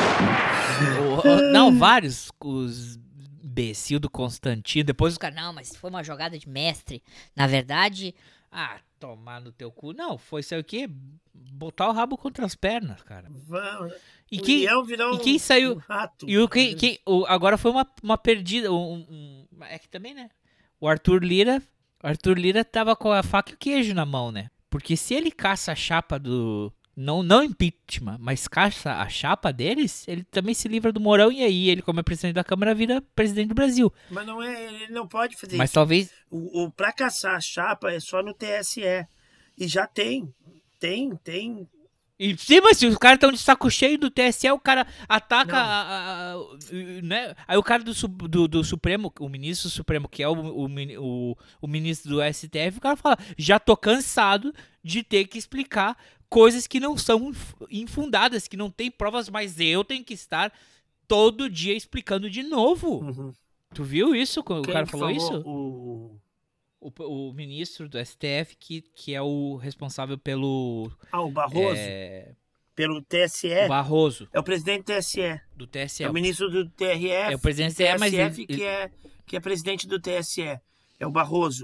O- o- Não, vários. Os imbecil do Constantino. Depois os caras. Não, mas foi uma jogada de mestre. Na verdade, Ah, tomar no teu cu. Não, foi isso aí o quê? Botar o rabo contra as pernas, cara. Vamos. E O quem, leão virou e quem um- saiu. um rato. E o, quem, quem, o, agora foi uma, uma perdida. Um, um- é que também, né? O Arthur Lira. O Arthur Lira tava com a faca e o queijo na mão, né? Porque se ele caça a chapa do. Não, não impeachment, mas caça a chapa deles, ele também se livra do Mourão e aí ele, como é presidente da Câmara, vira presidente do Brasil. Mas não é, ele não pode fazer Mas isso. talvez. O, o, pra caçar a chapa é só no T S E. E já tem. Tem, tem. E, sim, mas se os caras estão de saco cheio do T S E, o cara ataca, a- a- a- né? Aí o cara do, su- do, do Supremo, o ministro Supremo, que é o, o, mini- o, o ministro do S T F, o cara fala, já tô cansado de ter que explicar coisas que não são inf- infundadas, que não tem provas, mas eu tenho que estar todo dia explicando de novo. Tu viu isso? quando O Quem cara que falou, isso? O, O, o ministro do S T F, que, que é o responsável pelo... ah, o Barroso? é, Pelo T S E? O Barroso. É o presidente do T S E. Do T S E. É o ministro do T R F. É o presidente do T T S E, mas S F ele- que, é, que é presidente do T S E. É o Barroso.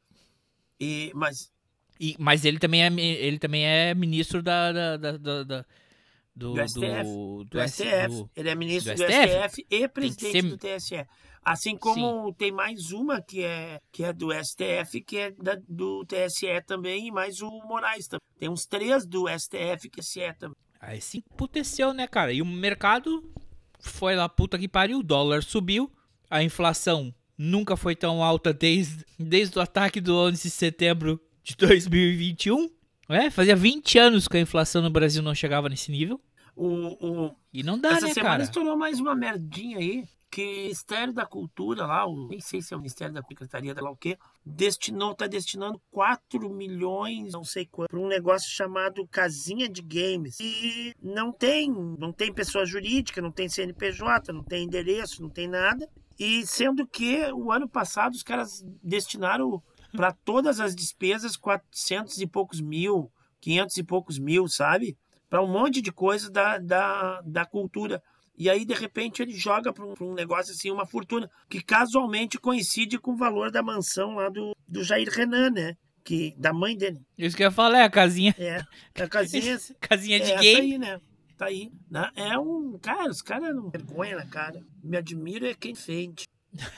E, mas... E, mas ele também é, mi- ele também é ministro da, da, da- da- da- do, Do S T F. do, Do, S- S T F. do- Ele é ministro do do, S T F. S T F e Tem que presidente ser- do T S E. Assim como tem mais uma que é, que é do S T F, que é da- do T S E também, e mais o Moraes também. Tem uns três do S T F que é S E também. Aí se emputeceu, né, cara? E o mercado foi lá, puta que pariu, o dólar subiu, a inflação nunca foi tão alta desde, desde o ataque do onze de setembro de dois mil e vinte e um. É, fazia vinte anos que a inflação no Brasil não chegava nesse nível. O, o... E não dá, Essa né, semana cara? estourou mais uma merdinha aí, que o Ministério da Cultura lá, o, nem sei se é o Ministério da Secretaria, sei lá o quê, destinou, tá destinando quatro milhões, não sei quanto, para um negócio chamado Casinha de Games. E não tem, não tem pessoa jurídica, não tem C N P J, não tem endereço, não tem nada. E sendo que o ano passado os caras destinaram para todas as despesas quatrocentos e poucos mil, quinhentos e poucos mil, sabe? Para um monte de coisa da, da, da cultura. E aí, de repente, ele joga para um, pra um negócio assim, uma fortuna, que casualmente coincide com o valor da mansão lá do, do Jair Renan, né? Que, da mãe dele. Isso que eu ia falar, é a casinha. É, a casinha, casinha de é essa game. aí, né? Tá aí. Né? É um... Cara, os caras não vergonha na cara. Me admiro é quem fende.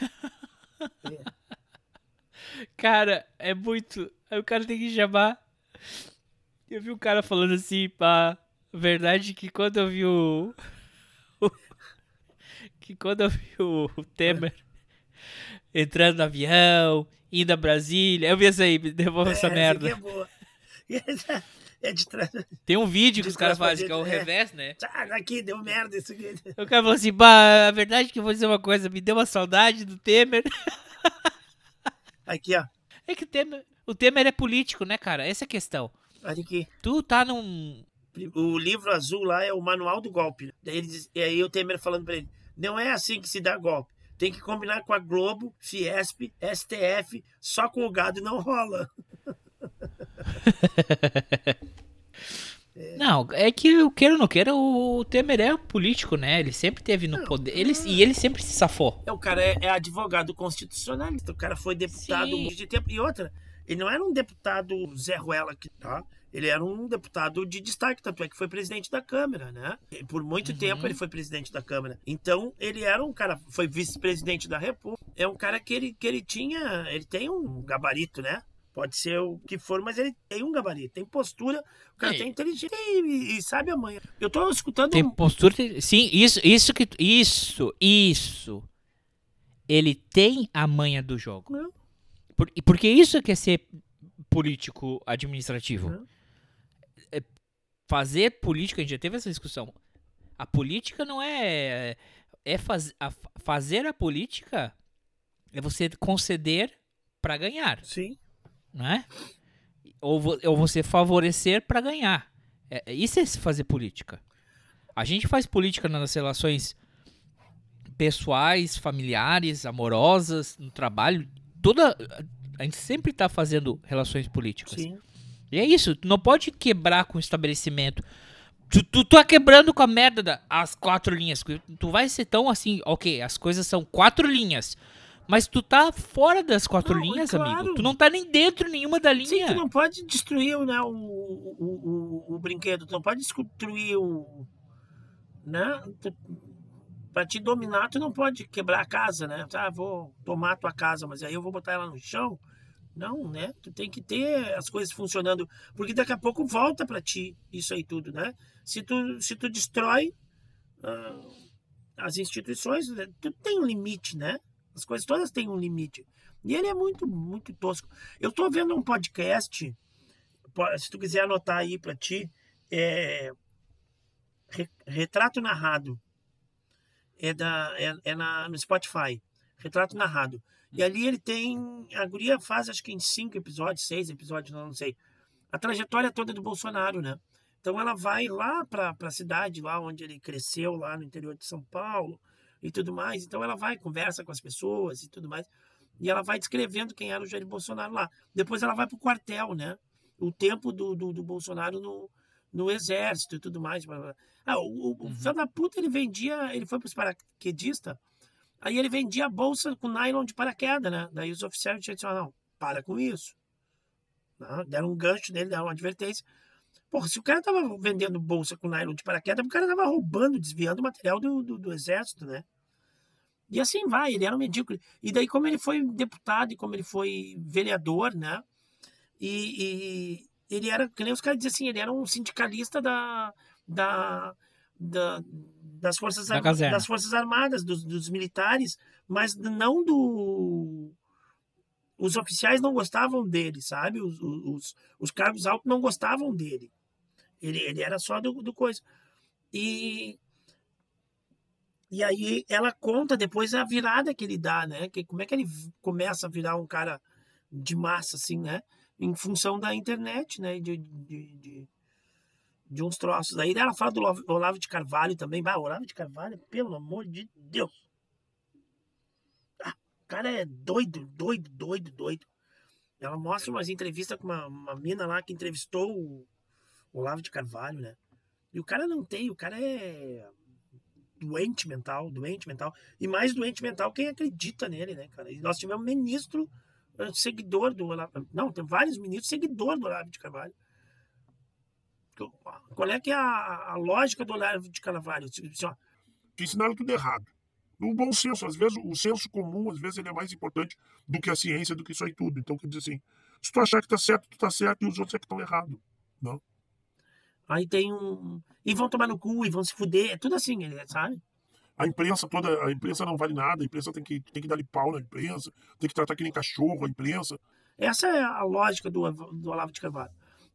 É. Cara, é muito. Aí o cara tem que chamar. Eu vi um cara falando assim, pá. Verdade que quando eu vi o. o- que quando eu vi o, o Temer entrando no avião, indo a Brasília. Eu vi isso aí, me devolve essa essa merda. aqui é boa. É de trás. Tem um vídeo que De os caras trás pra fazem, que é o dentro, é. revés, né? Ah, aqui, deu merda isso aqui. O cara falou assim, bah, a verdade é que eu vou dizer uma coisa, me deu uma saudade do Temer. Aqui, ó. É que o Temer, o Temer é político, né, cara? Essa é a questão. Olha aqui. Tu tá num... O livro azul lá é o manual do golpe. Daí ele diz, e aí o Temer falando pra ele, não é assim que se dá golpe. Tem que combinar com a Globo, Fiesp, S T F, só com o gado não rola. Não, é que eu queira ou não queira, o Temer é político, né? Ele sempre teve no poder, ele, e ele sempre se safou. É, o cara é, é advogado constitucionalista, o cara foi deputado Sim. muito de tempo. E outra, ele não era um deputado Zé Ruela, tá? Ele era um deputado de destaque, tanto é que foi presidente da Câmara, né? E por muito Uhum. tempo ele foi presidente da Câmara. Então, ele era um cara, foi vice-presidente da República. É um cara que ele, que ele tinha, ele tem um gabarito, né? Pode ser o que for, mas ele tem um gabarito, tem postura, o cara É. tem inteligência e, e sabe a manha. Eu tô escutando... Tem um- postura, tem- sim, isso, isso que, isso, isso. Ele tem a manha do jogo. Não. Por, e porque isso que é ser político administrativo. Não. É fazer política, a gente já teve essa discussão. A política não é, é faz, a, fazer a política é você conceder para ganhar. Sim. Não é? Ou, vo- ou você favorecer para ganhar. É, é- isso é se fazer política. A gente faz política nas relações pessoais, familiares, amorosas, no trabalho. Toda, a gente sempre tá fazendo relações políticas. Sim. E é isso, tu não pode quebrar com o estabelecimento. Tu, tu tá quebrando com a merda das as quatro linhas. Tu vai ser tão assim, ok, as coisas são quatro linhas. Mas tu tá fora das quatro Não, é linhas, claro. amigo. Tu não tá nem dentro nenhuma da linha. Sim, tu não pode destruir, né, o, o, o, o brinquedo, tu não pode destruir o... Né? Tu, pra te dominar, tu não pode quebrar a casa, né? Ah, vou tomar a tua casa, mas aí eu vou botar ela no chão. Não, né? Tu tem que ter as coisas funcionando, porque daqui a pouco volta pra ti isso aí tudo, né? Se tu, se tu destrói ah, as instituições, né, tu tem um limite, né? As coisas todas têm um limite. E ele é muito, muito tosco. Eu tô vendo um podcast, po- se tu quiser anotar aí pra ti, é Re- Retrato Narrado. É, da, é, é na, no Spotify. Retrato Narrado. E ali ele tem... A guria faz, acho que em cinco episódios, seis episódios, não sei. A trajetória toda do Bolsonaro, né? Então ela vai lá pra, pra cidade, lá onde ele cresceu, lá no interior de São Paulo e tudo mais. Então ela vai, conversa com as pessoas e tudo mais. E ela vai descrevendo quem era o Jair Bolsonaro lá. Depois ela vai pro quartel, né? O tempo do, do, do Bolsonaro no, no exército e tudo mais. Ah, o, o, o filho da puta, ele vendia... Ele foi pros paraquedistas. Aí ele vendia a bolsa com nylon de paraquedas, né? Daí os oficiais disseram, não, para com isso. Não, deram um gancho nele, deram uma advertência. Porra, se o cara tava vendendo bolsa com nylon de paraquedas, o cara tava roubando, desviando o material do, do, do exército, né? E assim vai, ele era um medíocre. E daí, como ele foi deputado e como ele foi vereador, né? E, e ele era, que nem os caras diziam assim, ele era um sindicalista da... da Da, das, forças Da Arma- caserna. das Forças Armadas, dos, dos militares, mas não do... Os oficiais não gostavam dele, sabe? Os, os, os cargos altos não gostavam dele. Ele, ele era só do, do coisa. E, e aí ela conta depois a virada que ele dá, né? Que, como é que ele começa a virar um cara de massa, assim, né? Em função da internet, né? De, de, de, de uns troços. Aí ela fala do Olavo- Olavo de Carvalho também. Bah, Olavo de Carvalho, pelo amor de Deus. Ah, o cara é doido, doido, doido, doido. Ela mostra umas entrevistas com uma, uma mina lá que entrevistou o Olavo de Carvalho, né? E o cara não tem, o cara é doente mental, doente mental. E mais doente mental quem acredita nele, né, cara? E nós tivemos um ministro eh, seguidor do Olavo. Não, tem vários ministros seguidores do Olavo de Carvalho. Qual é que é a, a lógica do Olavo de Carvalho? Tipo assim, ó, Que ensinaram tudo errado. O bom senso, às vezes, o senso comum, às vezes, ele é mais importante do que a ciência, do que isso aí tudo. Então, quer dizer assim, se tu achar que tá certo, tu tá certo, e os outros é que estão errados. Não? aí tem um. E vão tomar no cu, e vão se fuder. É tudo assim, né, sabe? A imprensa toda, a imprensa não vale nada, a imprensa tem que, tem que dar-lhe pau na imprensa, tem que tratar que nem cachorro a imprensa. Essa é a lógica do, do Olavo de Carvalho.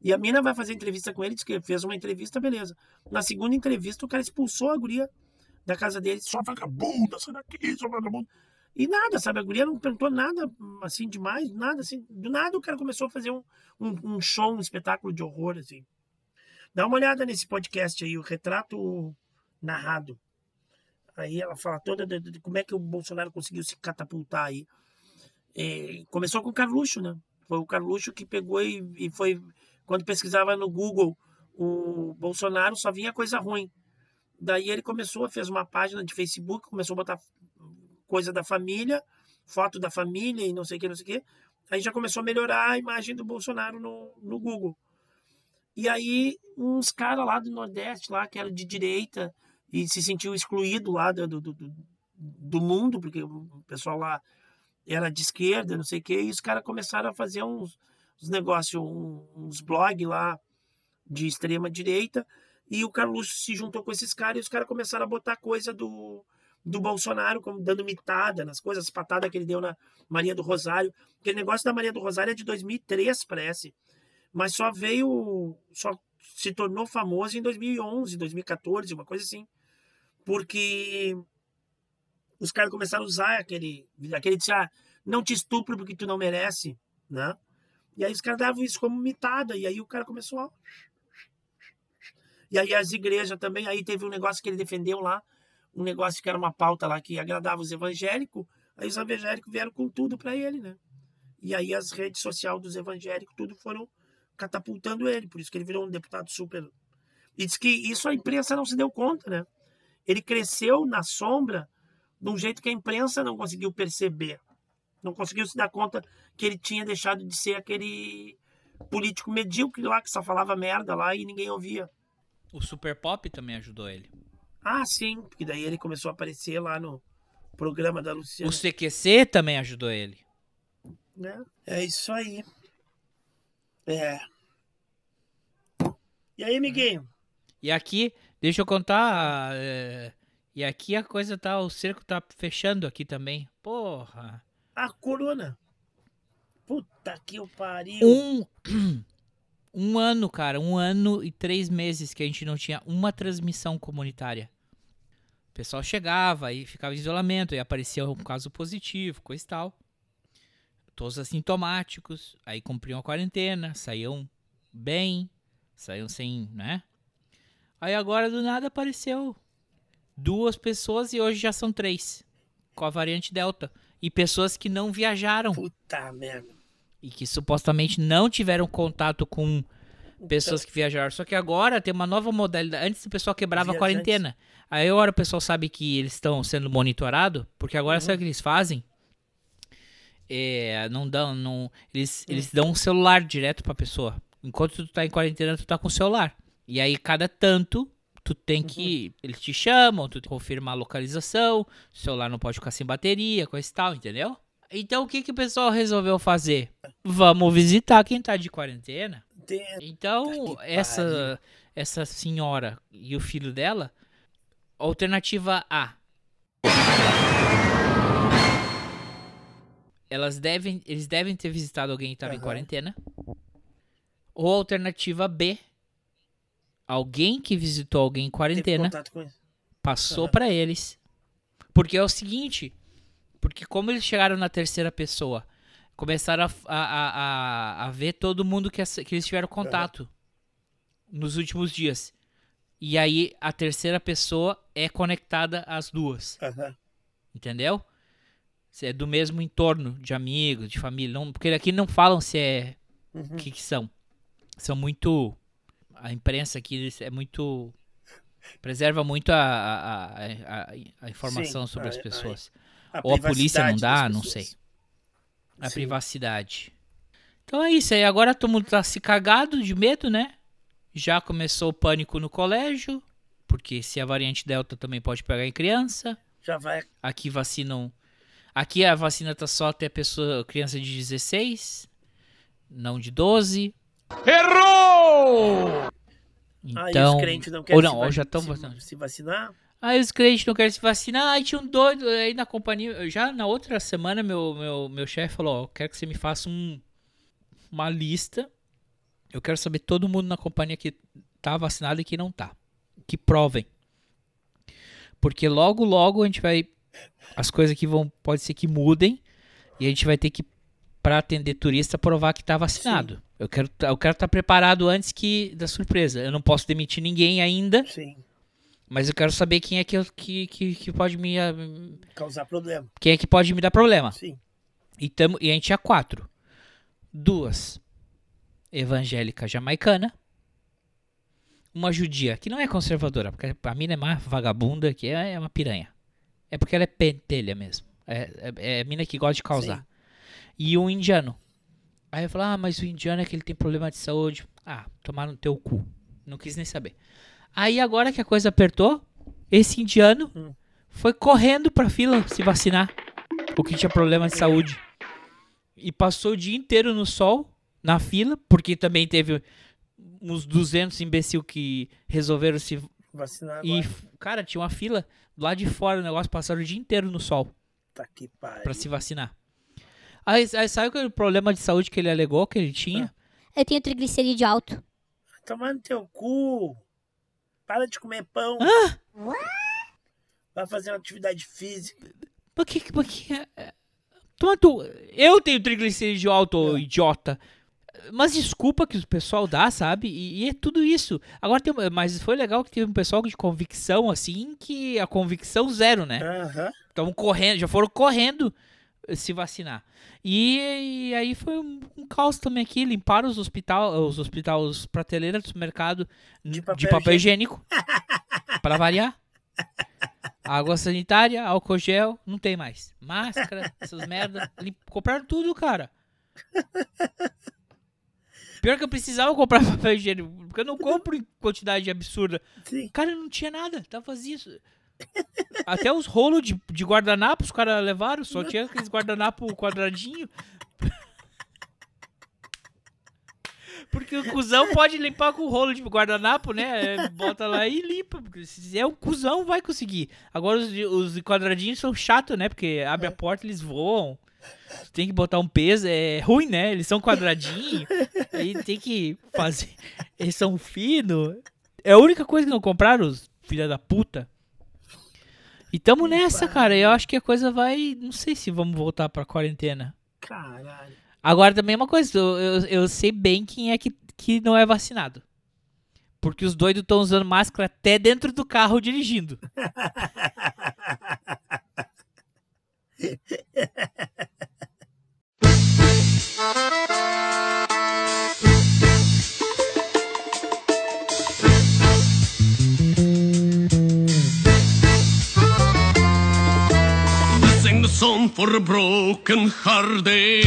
E a mina vai fazer entrevista com ele, diz que fez uma entrevista, beleza. Na segunda entrevista, o cara expulsou a guria da casa dele. Só vagabunda, sai daqui, só vagabunda. E nada, sabe? A guria não perguntou nada, assim, demais, nada, assim. Do nada o cara começou a fazer um, um, um show, um espetáculo de horror, assim. Dá uma olhada nesse podcast aí, o Retrato Narrado. Aí ela fala toda de, de como é que o Bolsonaro conseguiu se catapultar aí. É, começou com o Carluxo, né? Foi o Carluxo que pegou e, e foi... Quando pesquisava no Google o Bolsonaro, só vinha coisa ruim. Daí ele começou, fez uma página de Facebook, começou a botar coisa da família, foto da família e não sei o que, não sei o que. Aí já começou a melhorar a imagem do Bolsonaro no, no Google. E aí uns caras lá do Nordeste, lá que eram de direita e se sentiu excluído lá do, do, do, do mundo, porque o pessoal lá era de esquerda, não sei o que, e os caras começaram a fazer uns, uns negócios, um, uns blogs lá de extrema direita, e o Carluxo se juntou com esses caras e os caras começaram a botar coisa do, do Bolsonaro, como dando mitada nas coisas, as patadas que ele deu na Maria do Rosário. Aquele negócio da Maria do Rosário é de dois mil e três, parece, mas só veio, só se tornou famoso em dois mil e onze, dois mil e quatorze, uma coisa assim, porque os caras começaram a usar aquele, aquele de ah, não te estupro porque tu não merece, né? E aí os caras davam isso como mitada, e aí o cara começou a... E aí as igrejas também, aí teve um negócio que ele defendeu lá, um negócio que era uma pauta lá que agradava os evangélicos, aí os evangélicos vieram com tudo para ele, né? E aí as redes sociais dos evangélicos, tudo foram catapultando ele, por isso que ele virou um deputado super... E diz que isso a imprensa não se deu conta, né? Ele cresceu na sombra de um jeito que a imprensa não conseguiu perceber. Não conseguiu se dar conta que ele tinha deixado de ser aquele político medíocre lá, que só falava merda lá e ninguém ouvia. O Super Pop também ajudou ele. Ah, sim, porque daí ele começou a aparecer lá no programa da Luciana. O C Q C também ajudou ele. É, é isso aí. É. E aí, amiguinho? E aqui, deixa eu contar... É... E aqui a coisa tá... O cerco tá fechando aqui também. Porra... A corona. Puta que o pariu. Um, um ano, cara. Um ano e três meses que a gente não tinha uma transmissão comunitária. O pessoal chegava e ficava em isolamento. E aparecia um caso positivo, coisa e tal. Todos assintomáticos. Aí cumpriam a quarentena. Saíam bem. Saíam sem, né? Aí agora do nada apareceu duas pessoas e hoje já são três. Com a variante Delta. E pessoas que não viajaram. Puta merda. E que supostamente não tiveram contato com pessoas que viajaram. Só que agora tem uma nova modalidade. Antes o pessoal quebrava a quarentena. Aí agora o pessoal sabe que eles estão sendo monitorados. Porque agora uhum. sabe o que eles fazem? É, não dão, não, eles, uhum. eles dão um celular direto pra pessoa. Enquanto tu tá em quarentena, tu tá com o celular. E aí cada tanto... Tu tem que... Uhum. Eles te chamam, tu tem que confirmar a localização, o celular não pode ficar sem bateria, coisa e tal, entendeu? Então o que, que o pessoal resolveu fazer? Vamos visitar quem tá de quarentena. Então, essa, essa senhora e o filho dela, alternativa A. Elas devem, eles devem ter visitado alguém que estava uhum. em quarentena. Ou alternativa B. Alguém que visitou alguém em quarentena passou uhum. para eles. Porque é o seguinte, porque como eles chegaram na terceira pessoa, começaram a, a, a, a ver todo mundo que, que eles tiveram contato uhum. nos últimos dias. E aí a terceira pessoa é conectada às duas. Uhum. Entendeu? Se é do mesmo entorno de amigos, de família. Não, porque aqui não falam se é... O uhum. que, que são. São muito... A imprensa aqui é muito... Preserva muito a, a, a, a informação Sim, sobre a, as pessoas. A, a Ou a polícia não dá, não sei. A Sim. privacidade. Então é isso aí. Agora todo mundo tá se cagado de medo, né? Já começou o pânico no colégio. Porque se a variante Delta também pode pegar em criança. Já vai. Aqui vacinam... Aqui a vacina tá só até a pessoa, criança de dezesseis. Não de doze. Errou! Então, aí os crentes não querem ou não, se, ou já estão se, vacinando. se vacinar. Aí os crentes não querem se vacinar. Aí tinha um doido aí na companhia. Já na outra semana, meu, meu, meu chefe falou: ó, quero que você me faça um, uma lista Eu quero saber todo mundo na companhia que tá vacinado e que não tá. Que provem. Porque logo, logo a gente vai... As coisas aqui vão... Pode ser que mudem. E a gente vai ter que, pra atender turista, provar que tá vacinado. Eu quero eu quero estar preparado antes que da surpresa. Eu não posso demitir ninguém ainda. Sim. Mas eu quero saber quem é que, eu, que, que, que pode me... Causar problema. Quem é que pode me dar problema. Sim. E, tamo, e a gente tinha quatro. Duas. Evangélica jamaicana. Uma judia, que não é conservadora, porque a mina é mais vagabunda, que é, é uma piranha. É porque ela é pentelha mesmo. É, é, é mina que gosta de causar. Sim. E um indiano. Aí eu falo, ah, mas o indiano é que ele tem problema de saúde. Ah, tomar no teu cu. Não quis nem saber. Aí agora que a coisa apertou, esse indiano hum. foi correndo pra fila se vacinar. Porque tinha problema de saúde. E passou o dia inteiro no sol, na fila, porque também teve uns duzentos imbecil que resolveram se vacinar agora. E, cara, tinha uma fila lá de fora, o negócio passaram o dia inteiro no sol. Tá que pariu. Pra se vacinar. Aí, aí sabe o problema de saúde que ele alegou que ele tinha? Eu tenho triglicerídeo alto. Tomar no teu cu. Para de comer pão. Ah! Vai fazer uma atividade física. Por que... Por que Toma tu... Eu tenho triglicerídeo alto, é. idiota. Mas desculpa que o pessoal dá, sabe? E, e é tudo isso. Agora tem... Mas foi legal que teve um pessoal de convicção, assim, que a convicção zero, né? Aham. Estavam correndo, já foram correndo se vacinar. E, e aí foi um, um caos também aqui. Limparam os hospitais, os hospitais, os prateleiras do supermercado de papel, de papel higiênico. Para variar. Água sanitária, álcool gel, não tem mais. Máscara, essas merda. Compraram tudo, cara. Pior que eu precisava comprar papel higiênico, porque eu não compro em quantidade absurda. Sim. Cara, não tinha nada, tava vazio. Até os rolos de, de guardanapo os caras levaram, só tinha aqueles guardanapo quadradinho. Porque o cuzão pode limpar com o rolo de guardanapo, né? Bota lá e limpa. Porque se é um cuzão, vai conseguir. Agora os, os quadradinhos são chatos, né? Porque abre a porta, eles voam. Tem que botar um peso, é ruim, né? Eles são quadradinhos. Aí tem que fazer. Eles são finos. É a única coisa que não compraram, os filha da puta. E tamo nessa, cara. Eu acho que a coisa vai. Não sei se vamos voltar pra quarentena. Caralho. Agora também é uma coisa, eu, eu, eu sei bem quem é que, que não é vacinado. Porque os doidos estão usando máscara até dentro do carro dirigindo. Sing the song for the broken hearted.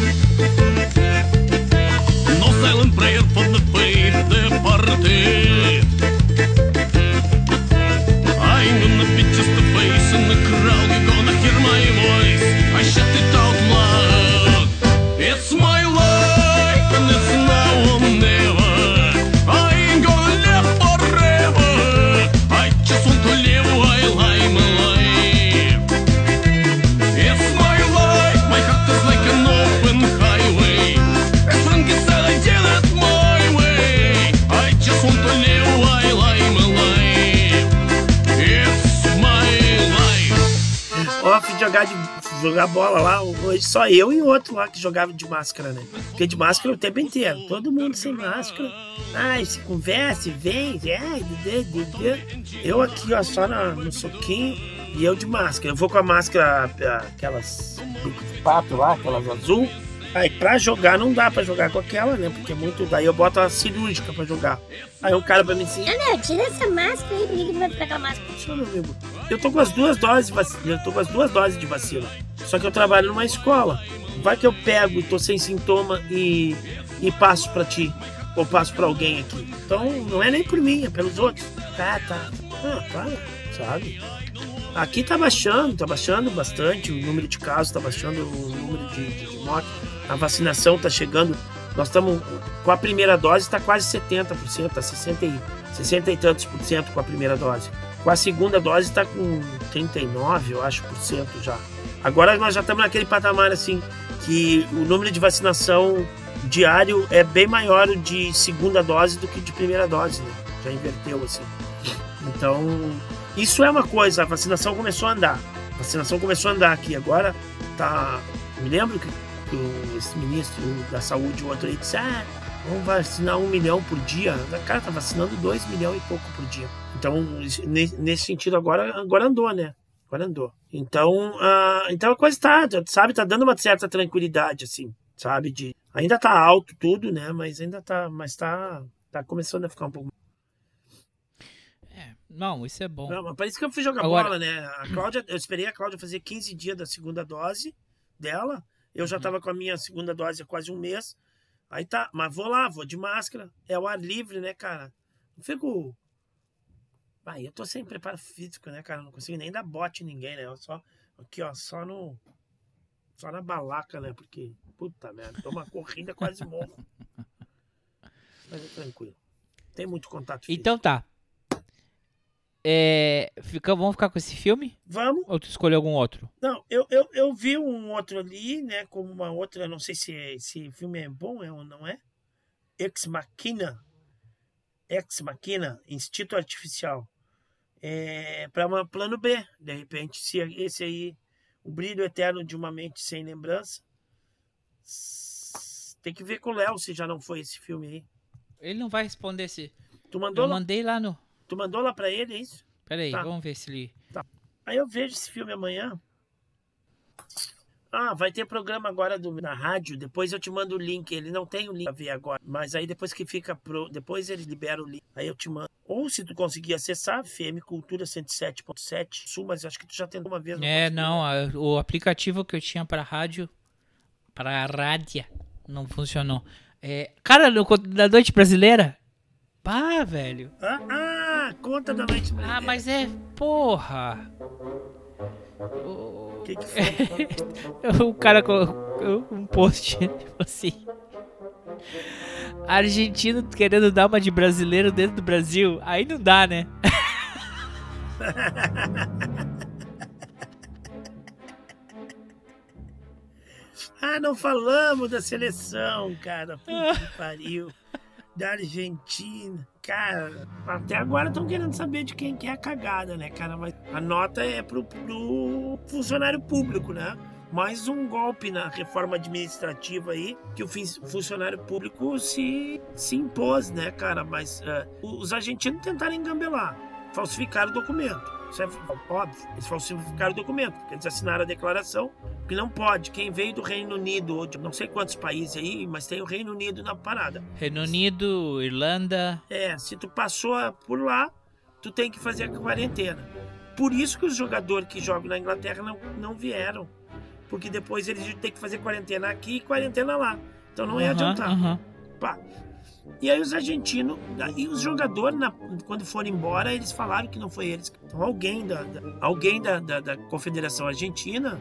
No silent prayer for the faith departed. I'm gonna be just a face in the crowd. You're gonna hear my voice. I shout it out loud. It's my life and it's now or never. I ain't gonna live forever. I just want to live while I'm alive. It's my life, my heart is like an open highway. As long as I did it my way, I just want to live while I'm alive. It's my life. Ó, fui jogar, de, jogar bola lá, hoje só eu e outro lá que jogava de máscara, né? Porque de máscara o tempo inteiro, todo mundo sem máscara. Ai, se conversa, vem, ai, de, de, de. Eu aqui, ó, só na, no soquinho e eu de máscara. Eu vou com a máscara, aquelas de papo lá, aquelas azul. Aí pra jogar não dá pra jogar com aquela, né? Porque é muito. Daí eu boto a cirúrgica pra jogar. Aí o cara pra mim assim, ah não, tira essa máscara aí, por que ele vai ficar com a máscara? Deixa meu amigo. Eu tô com as duas doses de vacina. Eu tô com as duas doses de vacina. Só que eu trabalho numa escola. Vai que eu pego e tô sem sintoma e, e passo pra ti. Ou passo pra alguém aqui. Então não é nem por mim, é pelos outros. Tá, tá. Ah, para, sabe? Aqui tá baixando, tá baixando bastante. O número de casos tá baixando, o número de, de, de mortes. A vacinação tá chegando. Nós estamos com a primeira dose, está quase setenta por cento, tá sessenta e, sessenta e tantos por cento com a primeira dose. Com a segunda dose está com trinta e nove, eu acho, por cento já. Agora nós já estamos naquele patamar assim, que o número de vacinação diário é bem maior o de segunda dose do que de primeira dose, né? Já inverteu, assim. Então, isso é uma coisa, a vacinação começou a andar. A vacinação começou a andar aqui. Agora tá. Me lembro que, que o, esse ministro da saúde, o outro aí, disse: ah, vamos vacinar um milhão por dia. O cara tá vacinando dois milhões e pouco por dia. Então, nesse sentido, agora, agora andou, né? Agora andou. Então, uh, então a coisa tá, sabe, tá dando uma certa tranquilidade, assim, sabe? De, ainda tá alto tudo, né? Mas ainda tá, mas tá, tá começando a ficar um pouco. Não, isso é bom. Não, mas por isso que eu fui jogar Agora... bola, né? A Cláudia, eu esperei a Cláudia fazer quinze dias da segunda dose dela. Eu já tava com a minha segunda dose há quase um mês. Aí tá, mas vou lá, vou de máscara. É o ar livre, né, cara? Não fico. Aí eu tô sem preparo físico, né, cara? Não consigo nem dar bote em ninguém, né? Eu só. Aqui, ó, só no. Só na balaca, né? Porque. Puta merda, tô uma corrida quase morro. Mas é tranquilo. Tem muito contato físico. Então tá. É, fica, vamos ficar com esse filme? Vamos. Ou tu escolheu algum outro? Não, eu, eu, eu vi um outro ali, né? Como uma outra, não sei se esse filme é bom é ou não é. Ex Machina. Ex Machina, Instinto Artificial. É, para um plano B, de repente, se esse aí, O Brilho Eterno de uma Mente Sem Lembrança. Tem que ver com o Léo se já não foi esse filme aí. Ele não vai responder se. Tu mandou Eu lá? mandei lá no. Tu mandou lá pra ele, é isso? Pera aí, Tá. vamos ver se ele. Tá. Aí eu vejo esse filme amanhã. Ah, vai ter programa agora do, na rádio. Depois eu te mando o link. Ele não tem o link pra ver agora. Mas aí depois que fica pro. Depois ele libera o link. Aí eu te mando. Ou se tu conseguir acessar, F M Cultura cento e sete ponto sete Sul, mas acho que tu já tentou uma vez. É, não, a- o aplicativo que eu tinha pra rádio. Pra rádio. Não funcionou. É, cara, no da noite brasileira. Pá, velho. Ah, ah, conta da noite brasileira. Ah, mas é. Porra. O que, que foi? O cara colocou um post tipo assim. Argentino querendo dar uma de brasileiro dentro do Brasil. Aí não dá, né? Ah, não falamos da seleção, cara. Puta que pariu. Da Argentina. Cara, até agora estão querendo saber de quem que é a cagada, né, cara? Mas a nota é pro, pro funcionário público, né? Mais um golpe na reforma administrativa aí, que o fin- funcionário público se, se impôs, né, cara? Mas uh, os argentinos tentaram engambelar, falsificaram o documento. Isso é óbvio, eles falsificaram o documento, porque eles assinaram a declaração, que não pode. Quem veio do Reino Unido, ou de não sei quantos países aí, mas tem o Reino Unido na parada. Reino Unido, Irlanda. É, se tu passou por lá, tu tem que fazer a quarentena. Por isso que os jogadores que jogam na Inglaterra não, não vieram. Porque depois eles têm que fazer quarentena aqui e quarentena lá. Então não ia Aham, adiantar. aham. Pá. E aí os argentinos, e os jogadores, na- quando foram embora, eles falaram que não foi eles. Então alguém da, da- alguém da, da, da Confederação Argentina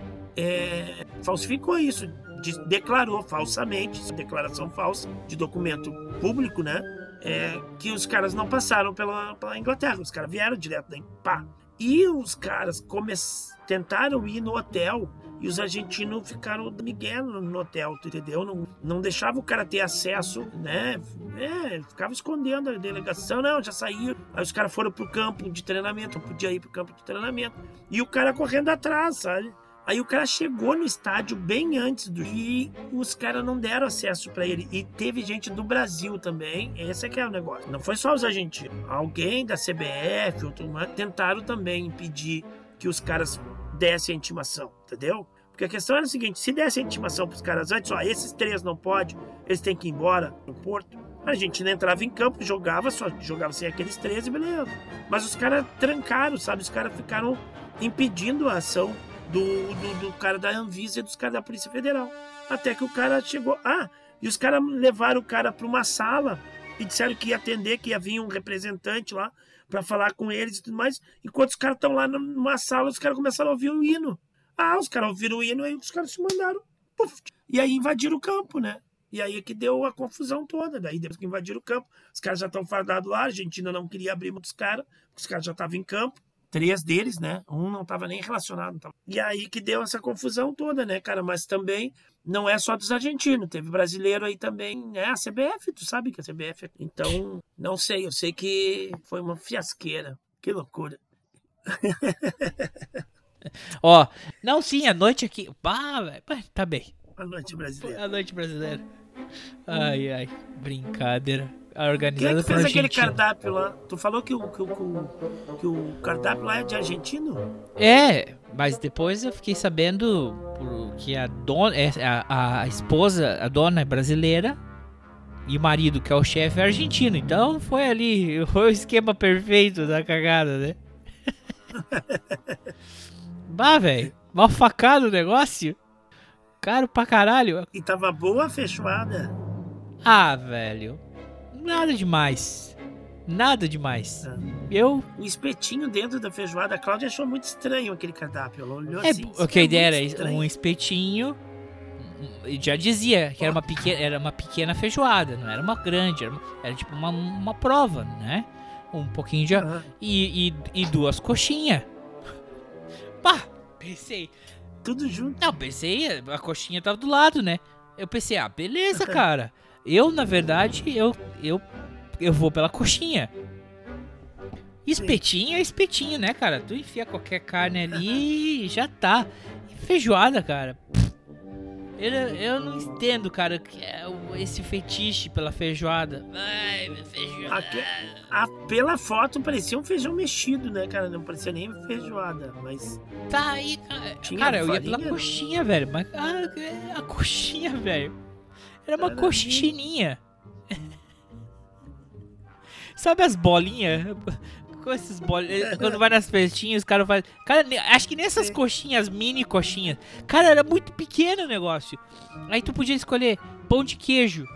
é, falsificou isso, de- declarou falsamente, isso é declaração falsa de documento público, né? É, que os caras não passaram pela, pela Inglaterra, os caras vieram direto da pá. E os caras come- tentaram ir no hotel e os argentinos ficaram migué no, no hotel, tu entendeu? Não, não deixava o cara ter acesso, né? É, ficava escondendo a delegação, não, já saiu. Aí os caras foram pro campo de treinamento, não podia ir pro campo de treinamento. E o cara correndo atrás, sabe? Aí o cara chegou no estádio bem antes do... E os caras não deram acesso pra ele. E teve gente do Brasil também. Esse é que é o negócio. Não foi só os argentinos. Alguém da C B F, outro, tentaram também impedir que os caras dessem a intimação, entendeu? Porque a questão era o seguinte, se desse a intimação pros caras antes, ó, esses três não podem, eles têm que ir embora no Porto, a Argentina entrava em campo, jogava, só jogava sem aqueles três e beleza. Mas os caras trancaram, sabe? Os caras ficaram impedindo a ação do, do, do cara da Anvisa e dos caras da Polícia Federal. Até que o cara chegou... Ah, e os caras levaram o cara para uma sala e disseram que ia atender, que ia vir um representante lá para falar com eles e tudo mais. Enquanto os caras estão lá numa sala, os caras começaram a ouvir o hino. Ah, os caras ouviram o hino, aí os caras se mandaram. Puf, e aí invadiram o campo, né? E aí é que deu a confusão toda. Daí depois que invadiram o campo, os caras já estão fardados lá, a Argentina não queria abrir muitos caras, os caras já estavam em campo. Três deles, né? Um não tava nem relacionado. Não tava... E aí que deu essa confusão toda, né, cara? Mas também não é só dos argentinos. Teve brasileiro aí também, né? A C B F, tu sabe que a C B F... Então, não sei. Eu sei que foi uma fiasqueira. Que loucura. Ó, não, sim, a noite aqui... Bah, velho, tá bem. A noite brasileira. A noite brasileira. Ai, ai, brincadeira. A Quem é organizada que por fez aquele argentino. cardápio lá? Tu falou que o, que, o, que, o, que o cardápio lá é de argentino? É, mas depois eu fiquei sabendo por- que a dona, é, a, a esposa, a dona é brasileira e o marido, que é o chefe, é argentino. Então foi ali, foi o esquema perfeito da cagada, né? Bah, velho, mal facado o negócio. Caro pra caralho. E tava boa a feijoada. Ah, velho, nada demais. Nada demais. Eu... O espetinho dentro da feijoada, a Cláudia achou muito estranho aquele cardápio. Ela olhou É, assim. o que a "Isso ideia é era muito estranho." um espetinho. Já dizia que era uma pequena, era uma pequena feijoada, não era uma grande, era, uma- era tipo uma, uma prova, né? Um pouquinho de. E, e, e duas coxinhas. Pá, pensei. Tudo junto. Não, pensei, a coxinha tava do lado, né? Eu pensei, ah, beleza, cara. Eu, na verdade, eu, eu, eu vou pela coxinha. Espetinho é espetinho, né, cara? Tu enfia qualquer carne ali e já tá. E feijoada, cara. pff, Eu, eu não entendo, cara, que é o- esse fetiche pela feijoada. Ai, minha feijoada. Aque- a- pela foto parecia um feijão mexido, né, cara? Não parecia nem feijoada, mas. Tá aí, cara. Tinha Cara, eu ia pela farinha? coxinha, velho. Mas ah, a coxinha, velho. Era uma coxininha. Sabe as bolinhas? Com esses bolinhas. Quando vai nas festinhas, os caras fazem. Cara, ne- acho que nessas coxinhas, mini coxinhas. Cara, era muito pequeno o negócio. Aí tu podia escolher pão de queijo.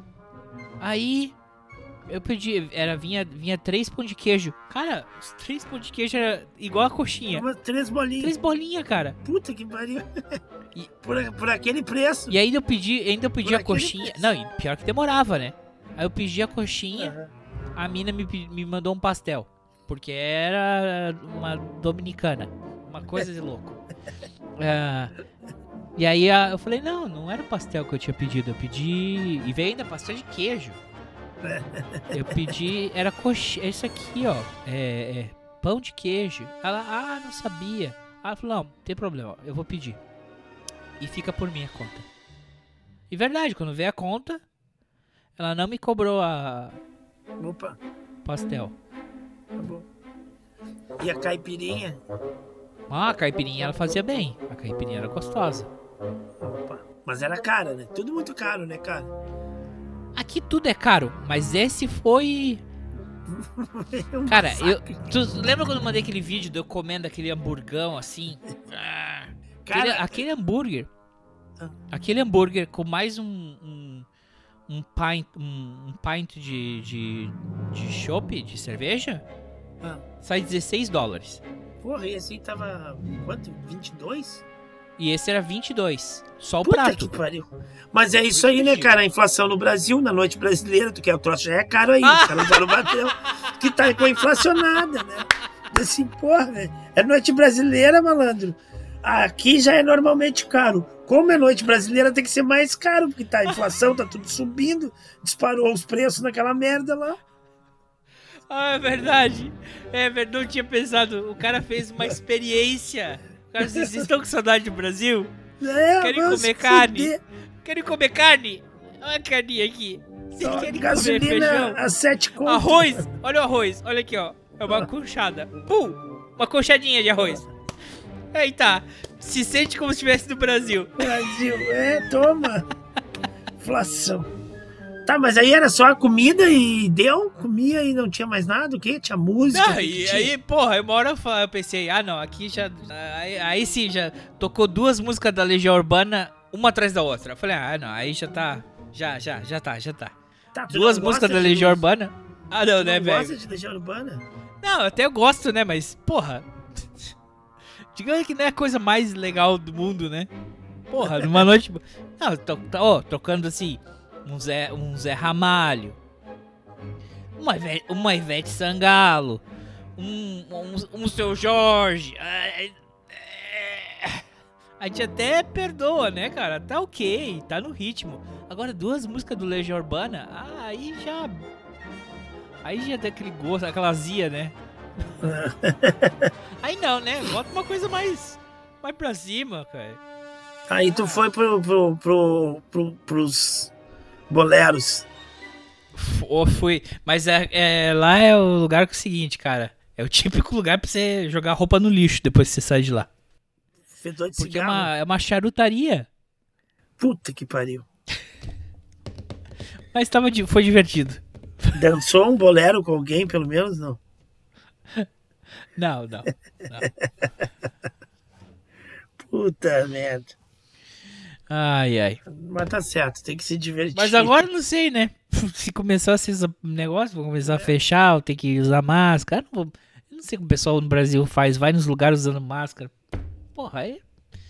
Aí. Eu pedi. Era, vinha, vinha três pão de queijo. Cara, os três pão de queijo era igual a coxinha. Uma- três bolinhas. Três bolinhas, cara. Puta que pariu. por, por aquele preço. E ainda eu pedi, ainda eu pedi Por a aquele coxinha. Não, e pior que demorava, né? Aí eu pedi a coxinha, a mina me, pe- me mandou um pastel. Porque era uma dominicana. Uma coisa de louco. Ah, e aí a- eu falei, não, não era o pastel que eu tinha pedido. Eu pedi. E veio ainda pastel de queijo. Eu pedi. Era coxinha. Isso aqui, ó. É, é pão de queijo. Ela, ah, não sabia. Ela falou, não, não tem problema, eu vou pedir. E fica por minha conta. E verdade, quando veio a conta, ela não me cobrou a Opa, pastel. tá bom. E a caipirinha? Ah, a caipirinha ela fazia bem. A caipirinha era gostosa. Opa. Mas era cara, né? Tudo muito caro, né, cara? Aqui tudo é caro, mas esse foi. Um Cara, eu. Tu lembra quando eu mandei aquele vídeo de eu comendo aquele hamburgão assim? Ah, aquele, Cara- aquele hambúrguer. Aquele hambúrguer com mais um. Um, um pint, um, um pint de. de. de chopp, de cerveja? Ah. Sai dezesseis dólares. Porra, e assim tava. Quanto? vinte e dois? E esse era vinte e dois. Só o Puta prato. que pariu. Mas é isso aí, né, cara? A inflação no Brasil, na noite brasileira, tu quer o troço já é caro aí. Os caras já não bateu. Que tá com a inflacionada, né? Assim, porra, velho. É noite brasileira, malandro. Aqui já é normalmente caro. Como é noite brasileira, tem que ser mais caro, porque tá a inflação, tá tudo subindo. Disparou os preços naquela merda lá. Ah, é verdade. É verdade, não tinha pensado. O cara fez uma experiência. O cara disse, vocês estão com saudade do Brasil? É, Querem vamos comer carne? fuder. Querem comer carne? Olha a carninha aqui. Vocês Ó, querem gasolina comer feijão? a sete conto. Arroz. Olha o arroz. Olha aqui, ó. É uma conchada. Pum. Uma conchadinha de arroz. Eita. Se sente como se estivesse no Brasil. Brasil, é, toma. Inflação. Tá, mas aí era só a comida e deu? Comia e não tinha mais nada? O quê? Tinha música? Não, o que e que tinha? aí, porra, uma hora eu fa- eu pensei, ah não, aqui já. Aí, aí sim, já tocou duas músicas da Legião Urbana, uma atrás da outra. Eu falei, ah não, aí já tá. Já, já, já tá, já tá. Tá, tu Duas não músicas gosta da de Legião música? Urbana? Ah não, Tu né, não velho? gosta de Legião Urbana? Não, até eu gosto, né, mas, porra. Digamos que não é a coisa mais legal do mundo, né? Porra, numa noite. Não, to, to, ó, tocando assim, um Zé, um Zé Ramalho, uma Ivete, uma Ivete Sangalo, um, um, um Seu Jorge. É, é, a gente até perdoa, né, cara? Tá ok, tá no ritmo. Agora, duas músicas do Legião Urbana, ah, aí já... Aí já dá aquele gosto, aquela azia, né? Aí não, né? Bota uma coisa mais, mais pra cima, cara. Aí tu foi pro, pro, pro, pro, pros boleros. Ou fui. Mas é, é, lá é o lugar que é o seguinte, cara. É o típico lugar pra você jogar roupa no lixo depois que você sai de lá. Fedor de Porque é cigarro. uma, é uma charutaria. Puta que pariu. Mas tava, di- foi divertido. Dançou um bolero com alguém, pelo menos? Não. Não, não. não. Puta merda. Ai, ai. Mas tá certo, tem que se divertir. Mas agora eu não sei, né? Se começar esses negócios, vão começar a fechar, eu tenho que usar máscara. Eu não, vou- eu não sei como o pessoal no Brasil faz, vai nos lugares usando máscara. Porra, aí.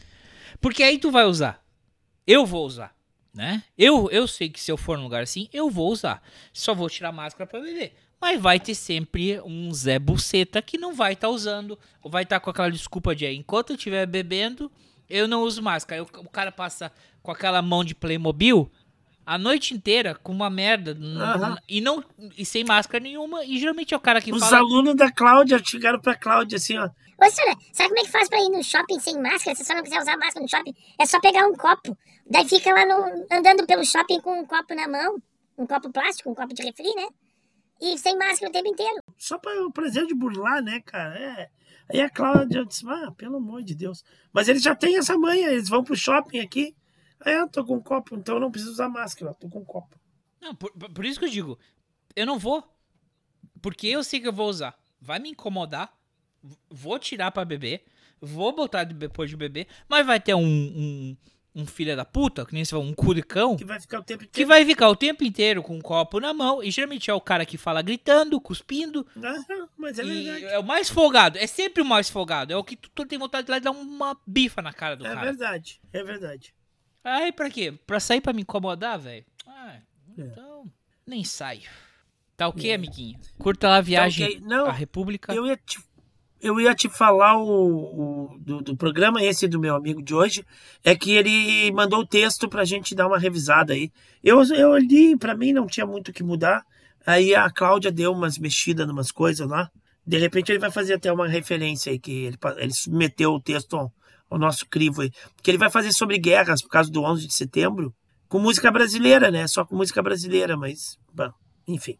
Porque aí tu vai usar. Eu vou usar, né? Eu, eu sei que se eu for num lugar assim, eu vou usar. Só vou tirar máscara pra beber. Mas vai ter sempre um Zé Buceta que não vai estar usando. Ou vai estar com aquela desculpa de, enquanto eu estiver bebendo, eu não uso máscara. Aí o, o cara passa com aquela mão de Playmobil a noite inteira com uma merda. n- Aham. n- E, não, e sem máscara nenhuma. E geralmente é o cara que Os fala... alunos da Cláudia chegaram pra Cláudia assim, ó. Ô, senhora, sabe como é que faz pra ir no shopping sem máscara? Se a senhora não quiser usar máscara no shopping, é só pegar um copo. Daí fica lá no- andando pelo shopping com um copo na mão. Um copo plástico, um copo de refri, né? E sem máscara o tempo inteiro. Só para o prazer de burlar, né, cara? É. Aí a Cláudia disse, ah, pelo amor de Deus. Mas eles já têm essa manha, eles vão pro shopping aqui. Aí eu tô com um copo, então eu não preciso usar máscara, tô com um copo. Não, por, por- por isso que eu digo, eu não vou. Porque eu sei que eu vou usar. Vai me incomodar. v- Vou tirar pra beber. Vou botar de- depois de beber. Mas vai ter um, um, um filho da puta, que nem se fala, um curicão. Que vai ficar o tempo Que inteiro. vai ficar o tempo inteiro com um copo na mão. E geralmente é o cara que fala gritando, cuspindo. Ah, mas é E verdade. é o mais folgado. É sempre o mais folgado. É o que tu, tu tem vontade de ir lá e dar uma bifa na cara do É cara. verdade, é verdade. Aí pra quê? Pra sair pra me incomodar, velho? Ah, então nem saio. Tá ok, É. amiguinho? Curta lá a viagem ok. Não, à República. Eu ia te, eu ia te falar o, o- do, do programa esse do meu amigo de hoje, é que ele mandou o texto pra gente dar uma revisada aí. Eu, eu li, pra mim não tinha muito o que mudar. Aí a Cláudia deu umas mexidas em umas coisas lá. De repente ele vai fazer até uma referência aí, que ele, pa- ele submeteu o texto ao, ao nosso crivo aí. Que ele vai fazer sobre guerras por causa do onze de setembro, com música brasileira, né? Só com música brasileira, mas, bom, enfim.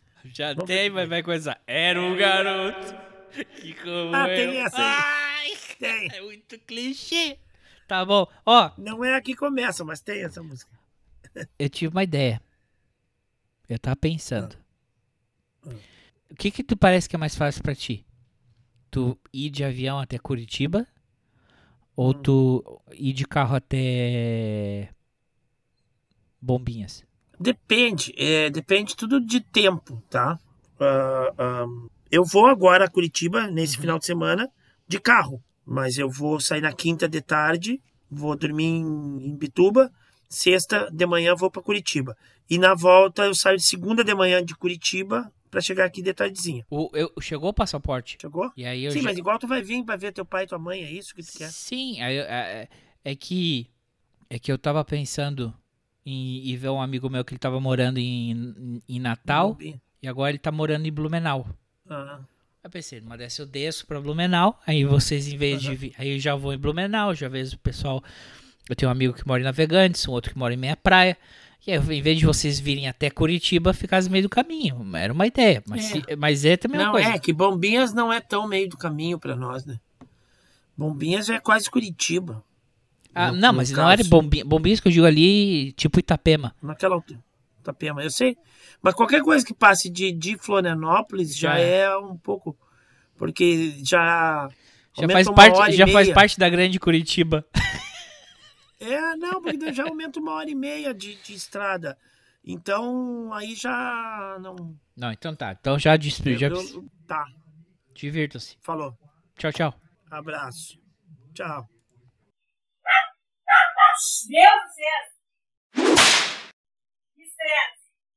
Já tem, mas vai começar. Era um garoto que como Ah, eu... tem essa aí. Ai, Tem. é muito clichê. Tá bom. Ó, Não é a que começa, mas tem essa música. eu tive uma ideia. Eu tava pensando. O que que tu parece que é mais fácil pra ti? Tu ir de avião até Curitiba? Ou tu ir de carro até Bombinhas? Depende, é, depende tudo de tempo, tá? Ah, ah, eu vou agora a Curitiba, nesse final de semana, de carro. Mas eu vou sair na quinta de tarde, vou dormir em, em Bituba, sexta de manhã vou para Curitiba. E na volta eu saio de segunda de manhã de Curitiba para chegar aqui de tardezinha. O, eu, chegou o passaporte? Chegou? E aí eu Sim, já- mas igual tu vai vir para ver teu pai e tua mãe, é isso que tu quer? Sim, aí eu- é, é que é que eu tava pensando em ir ver um amigo meu que ele tava morando em, em Natal Bombinha. e agora ele tá morando em Blumenau. Ah, Aí eu pensei, numa dessa eu desço pra Blumenau, aí vocês em vez de vir, aí eu já vou em Blumenau, já vejo o pessoal, eu tenho um amigo que mora em Navegantes, um outro que mora em Meia Praia, e aí em vez de vocês virem até Curitiba, ficar no meio do caminho, era uma ideia, mas, É. se- mas é também uma não, coisa. é que Bombinhas não é tão meio do caminho para nós, né? Bombinhas já é quase Curitiba. Ah, no- não, no mas não era caso. Bombinhas, Bombinhas que eu digo ali, tipo Itapema. Naquela altura. Itapema, eu sei. Mas qualquer coisa que passe de, de Florianópolis já, Já é um pouco. Porque já. Já aumenta faz uma parte, hora e já faz meia. parte da grande Curitiba. É, não, porque daí já aumenta uma hora e meia de, de estrada. Então, aí já não. Não, então tá. Então já despediu. Já... eu- tá, Divirta-se. falou. Tchau, tchau. Abraço. Tchau.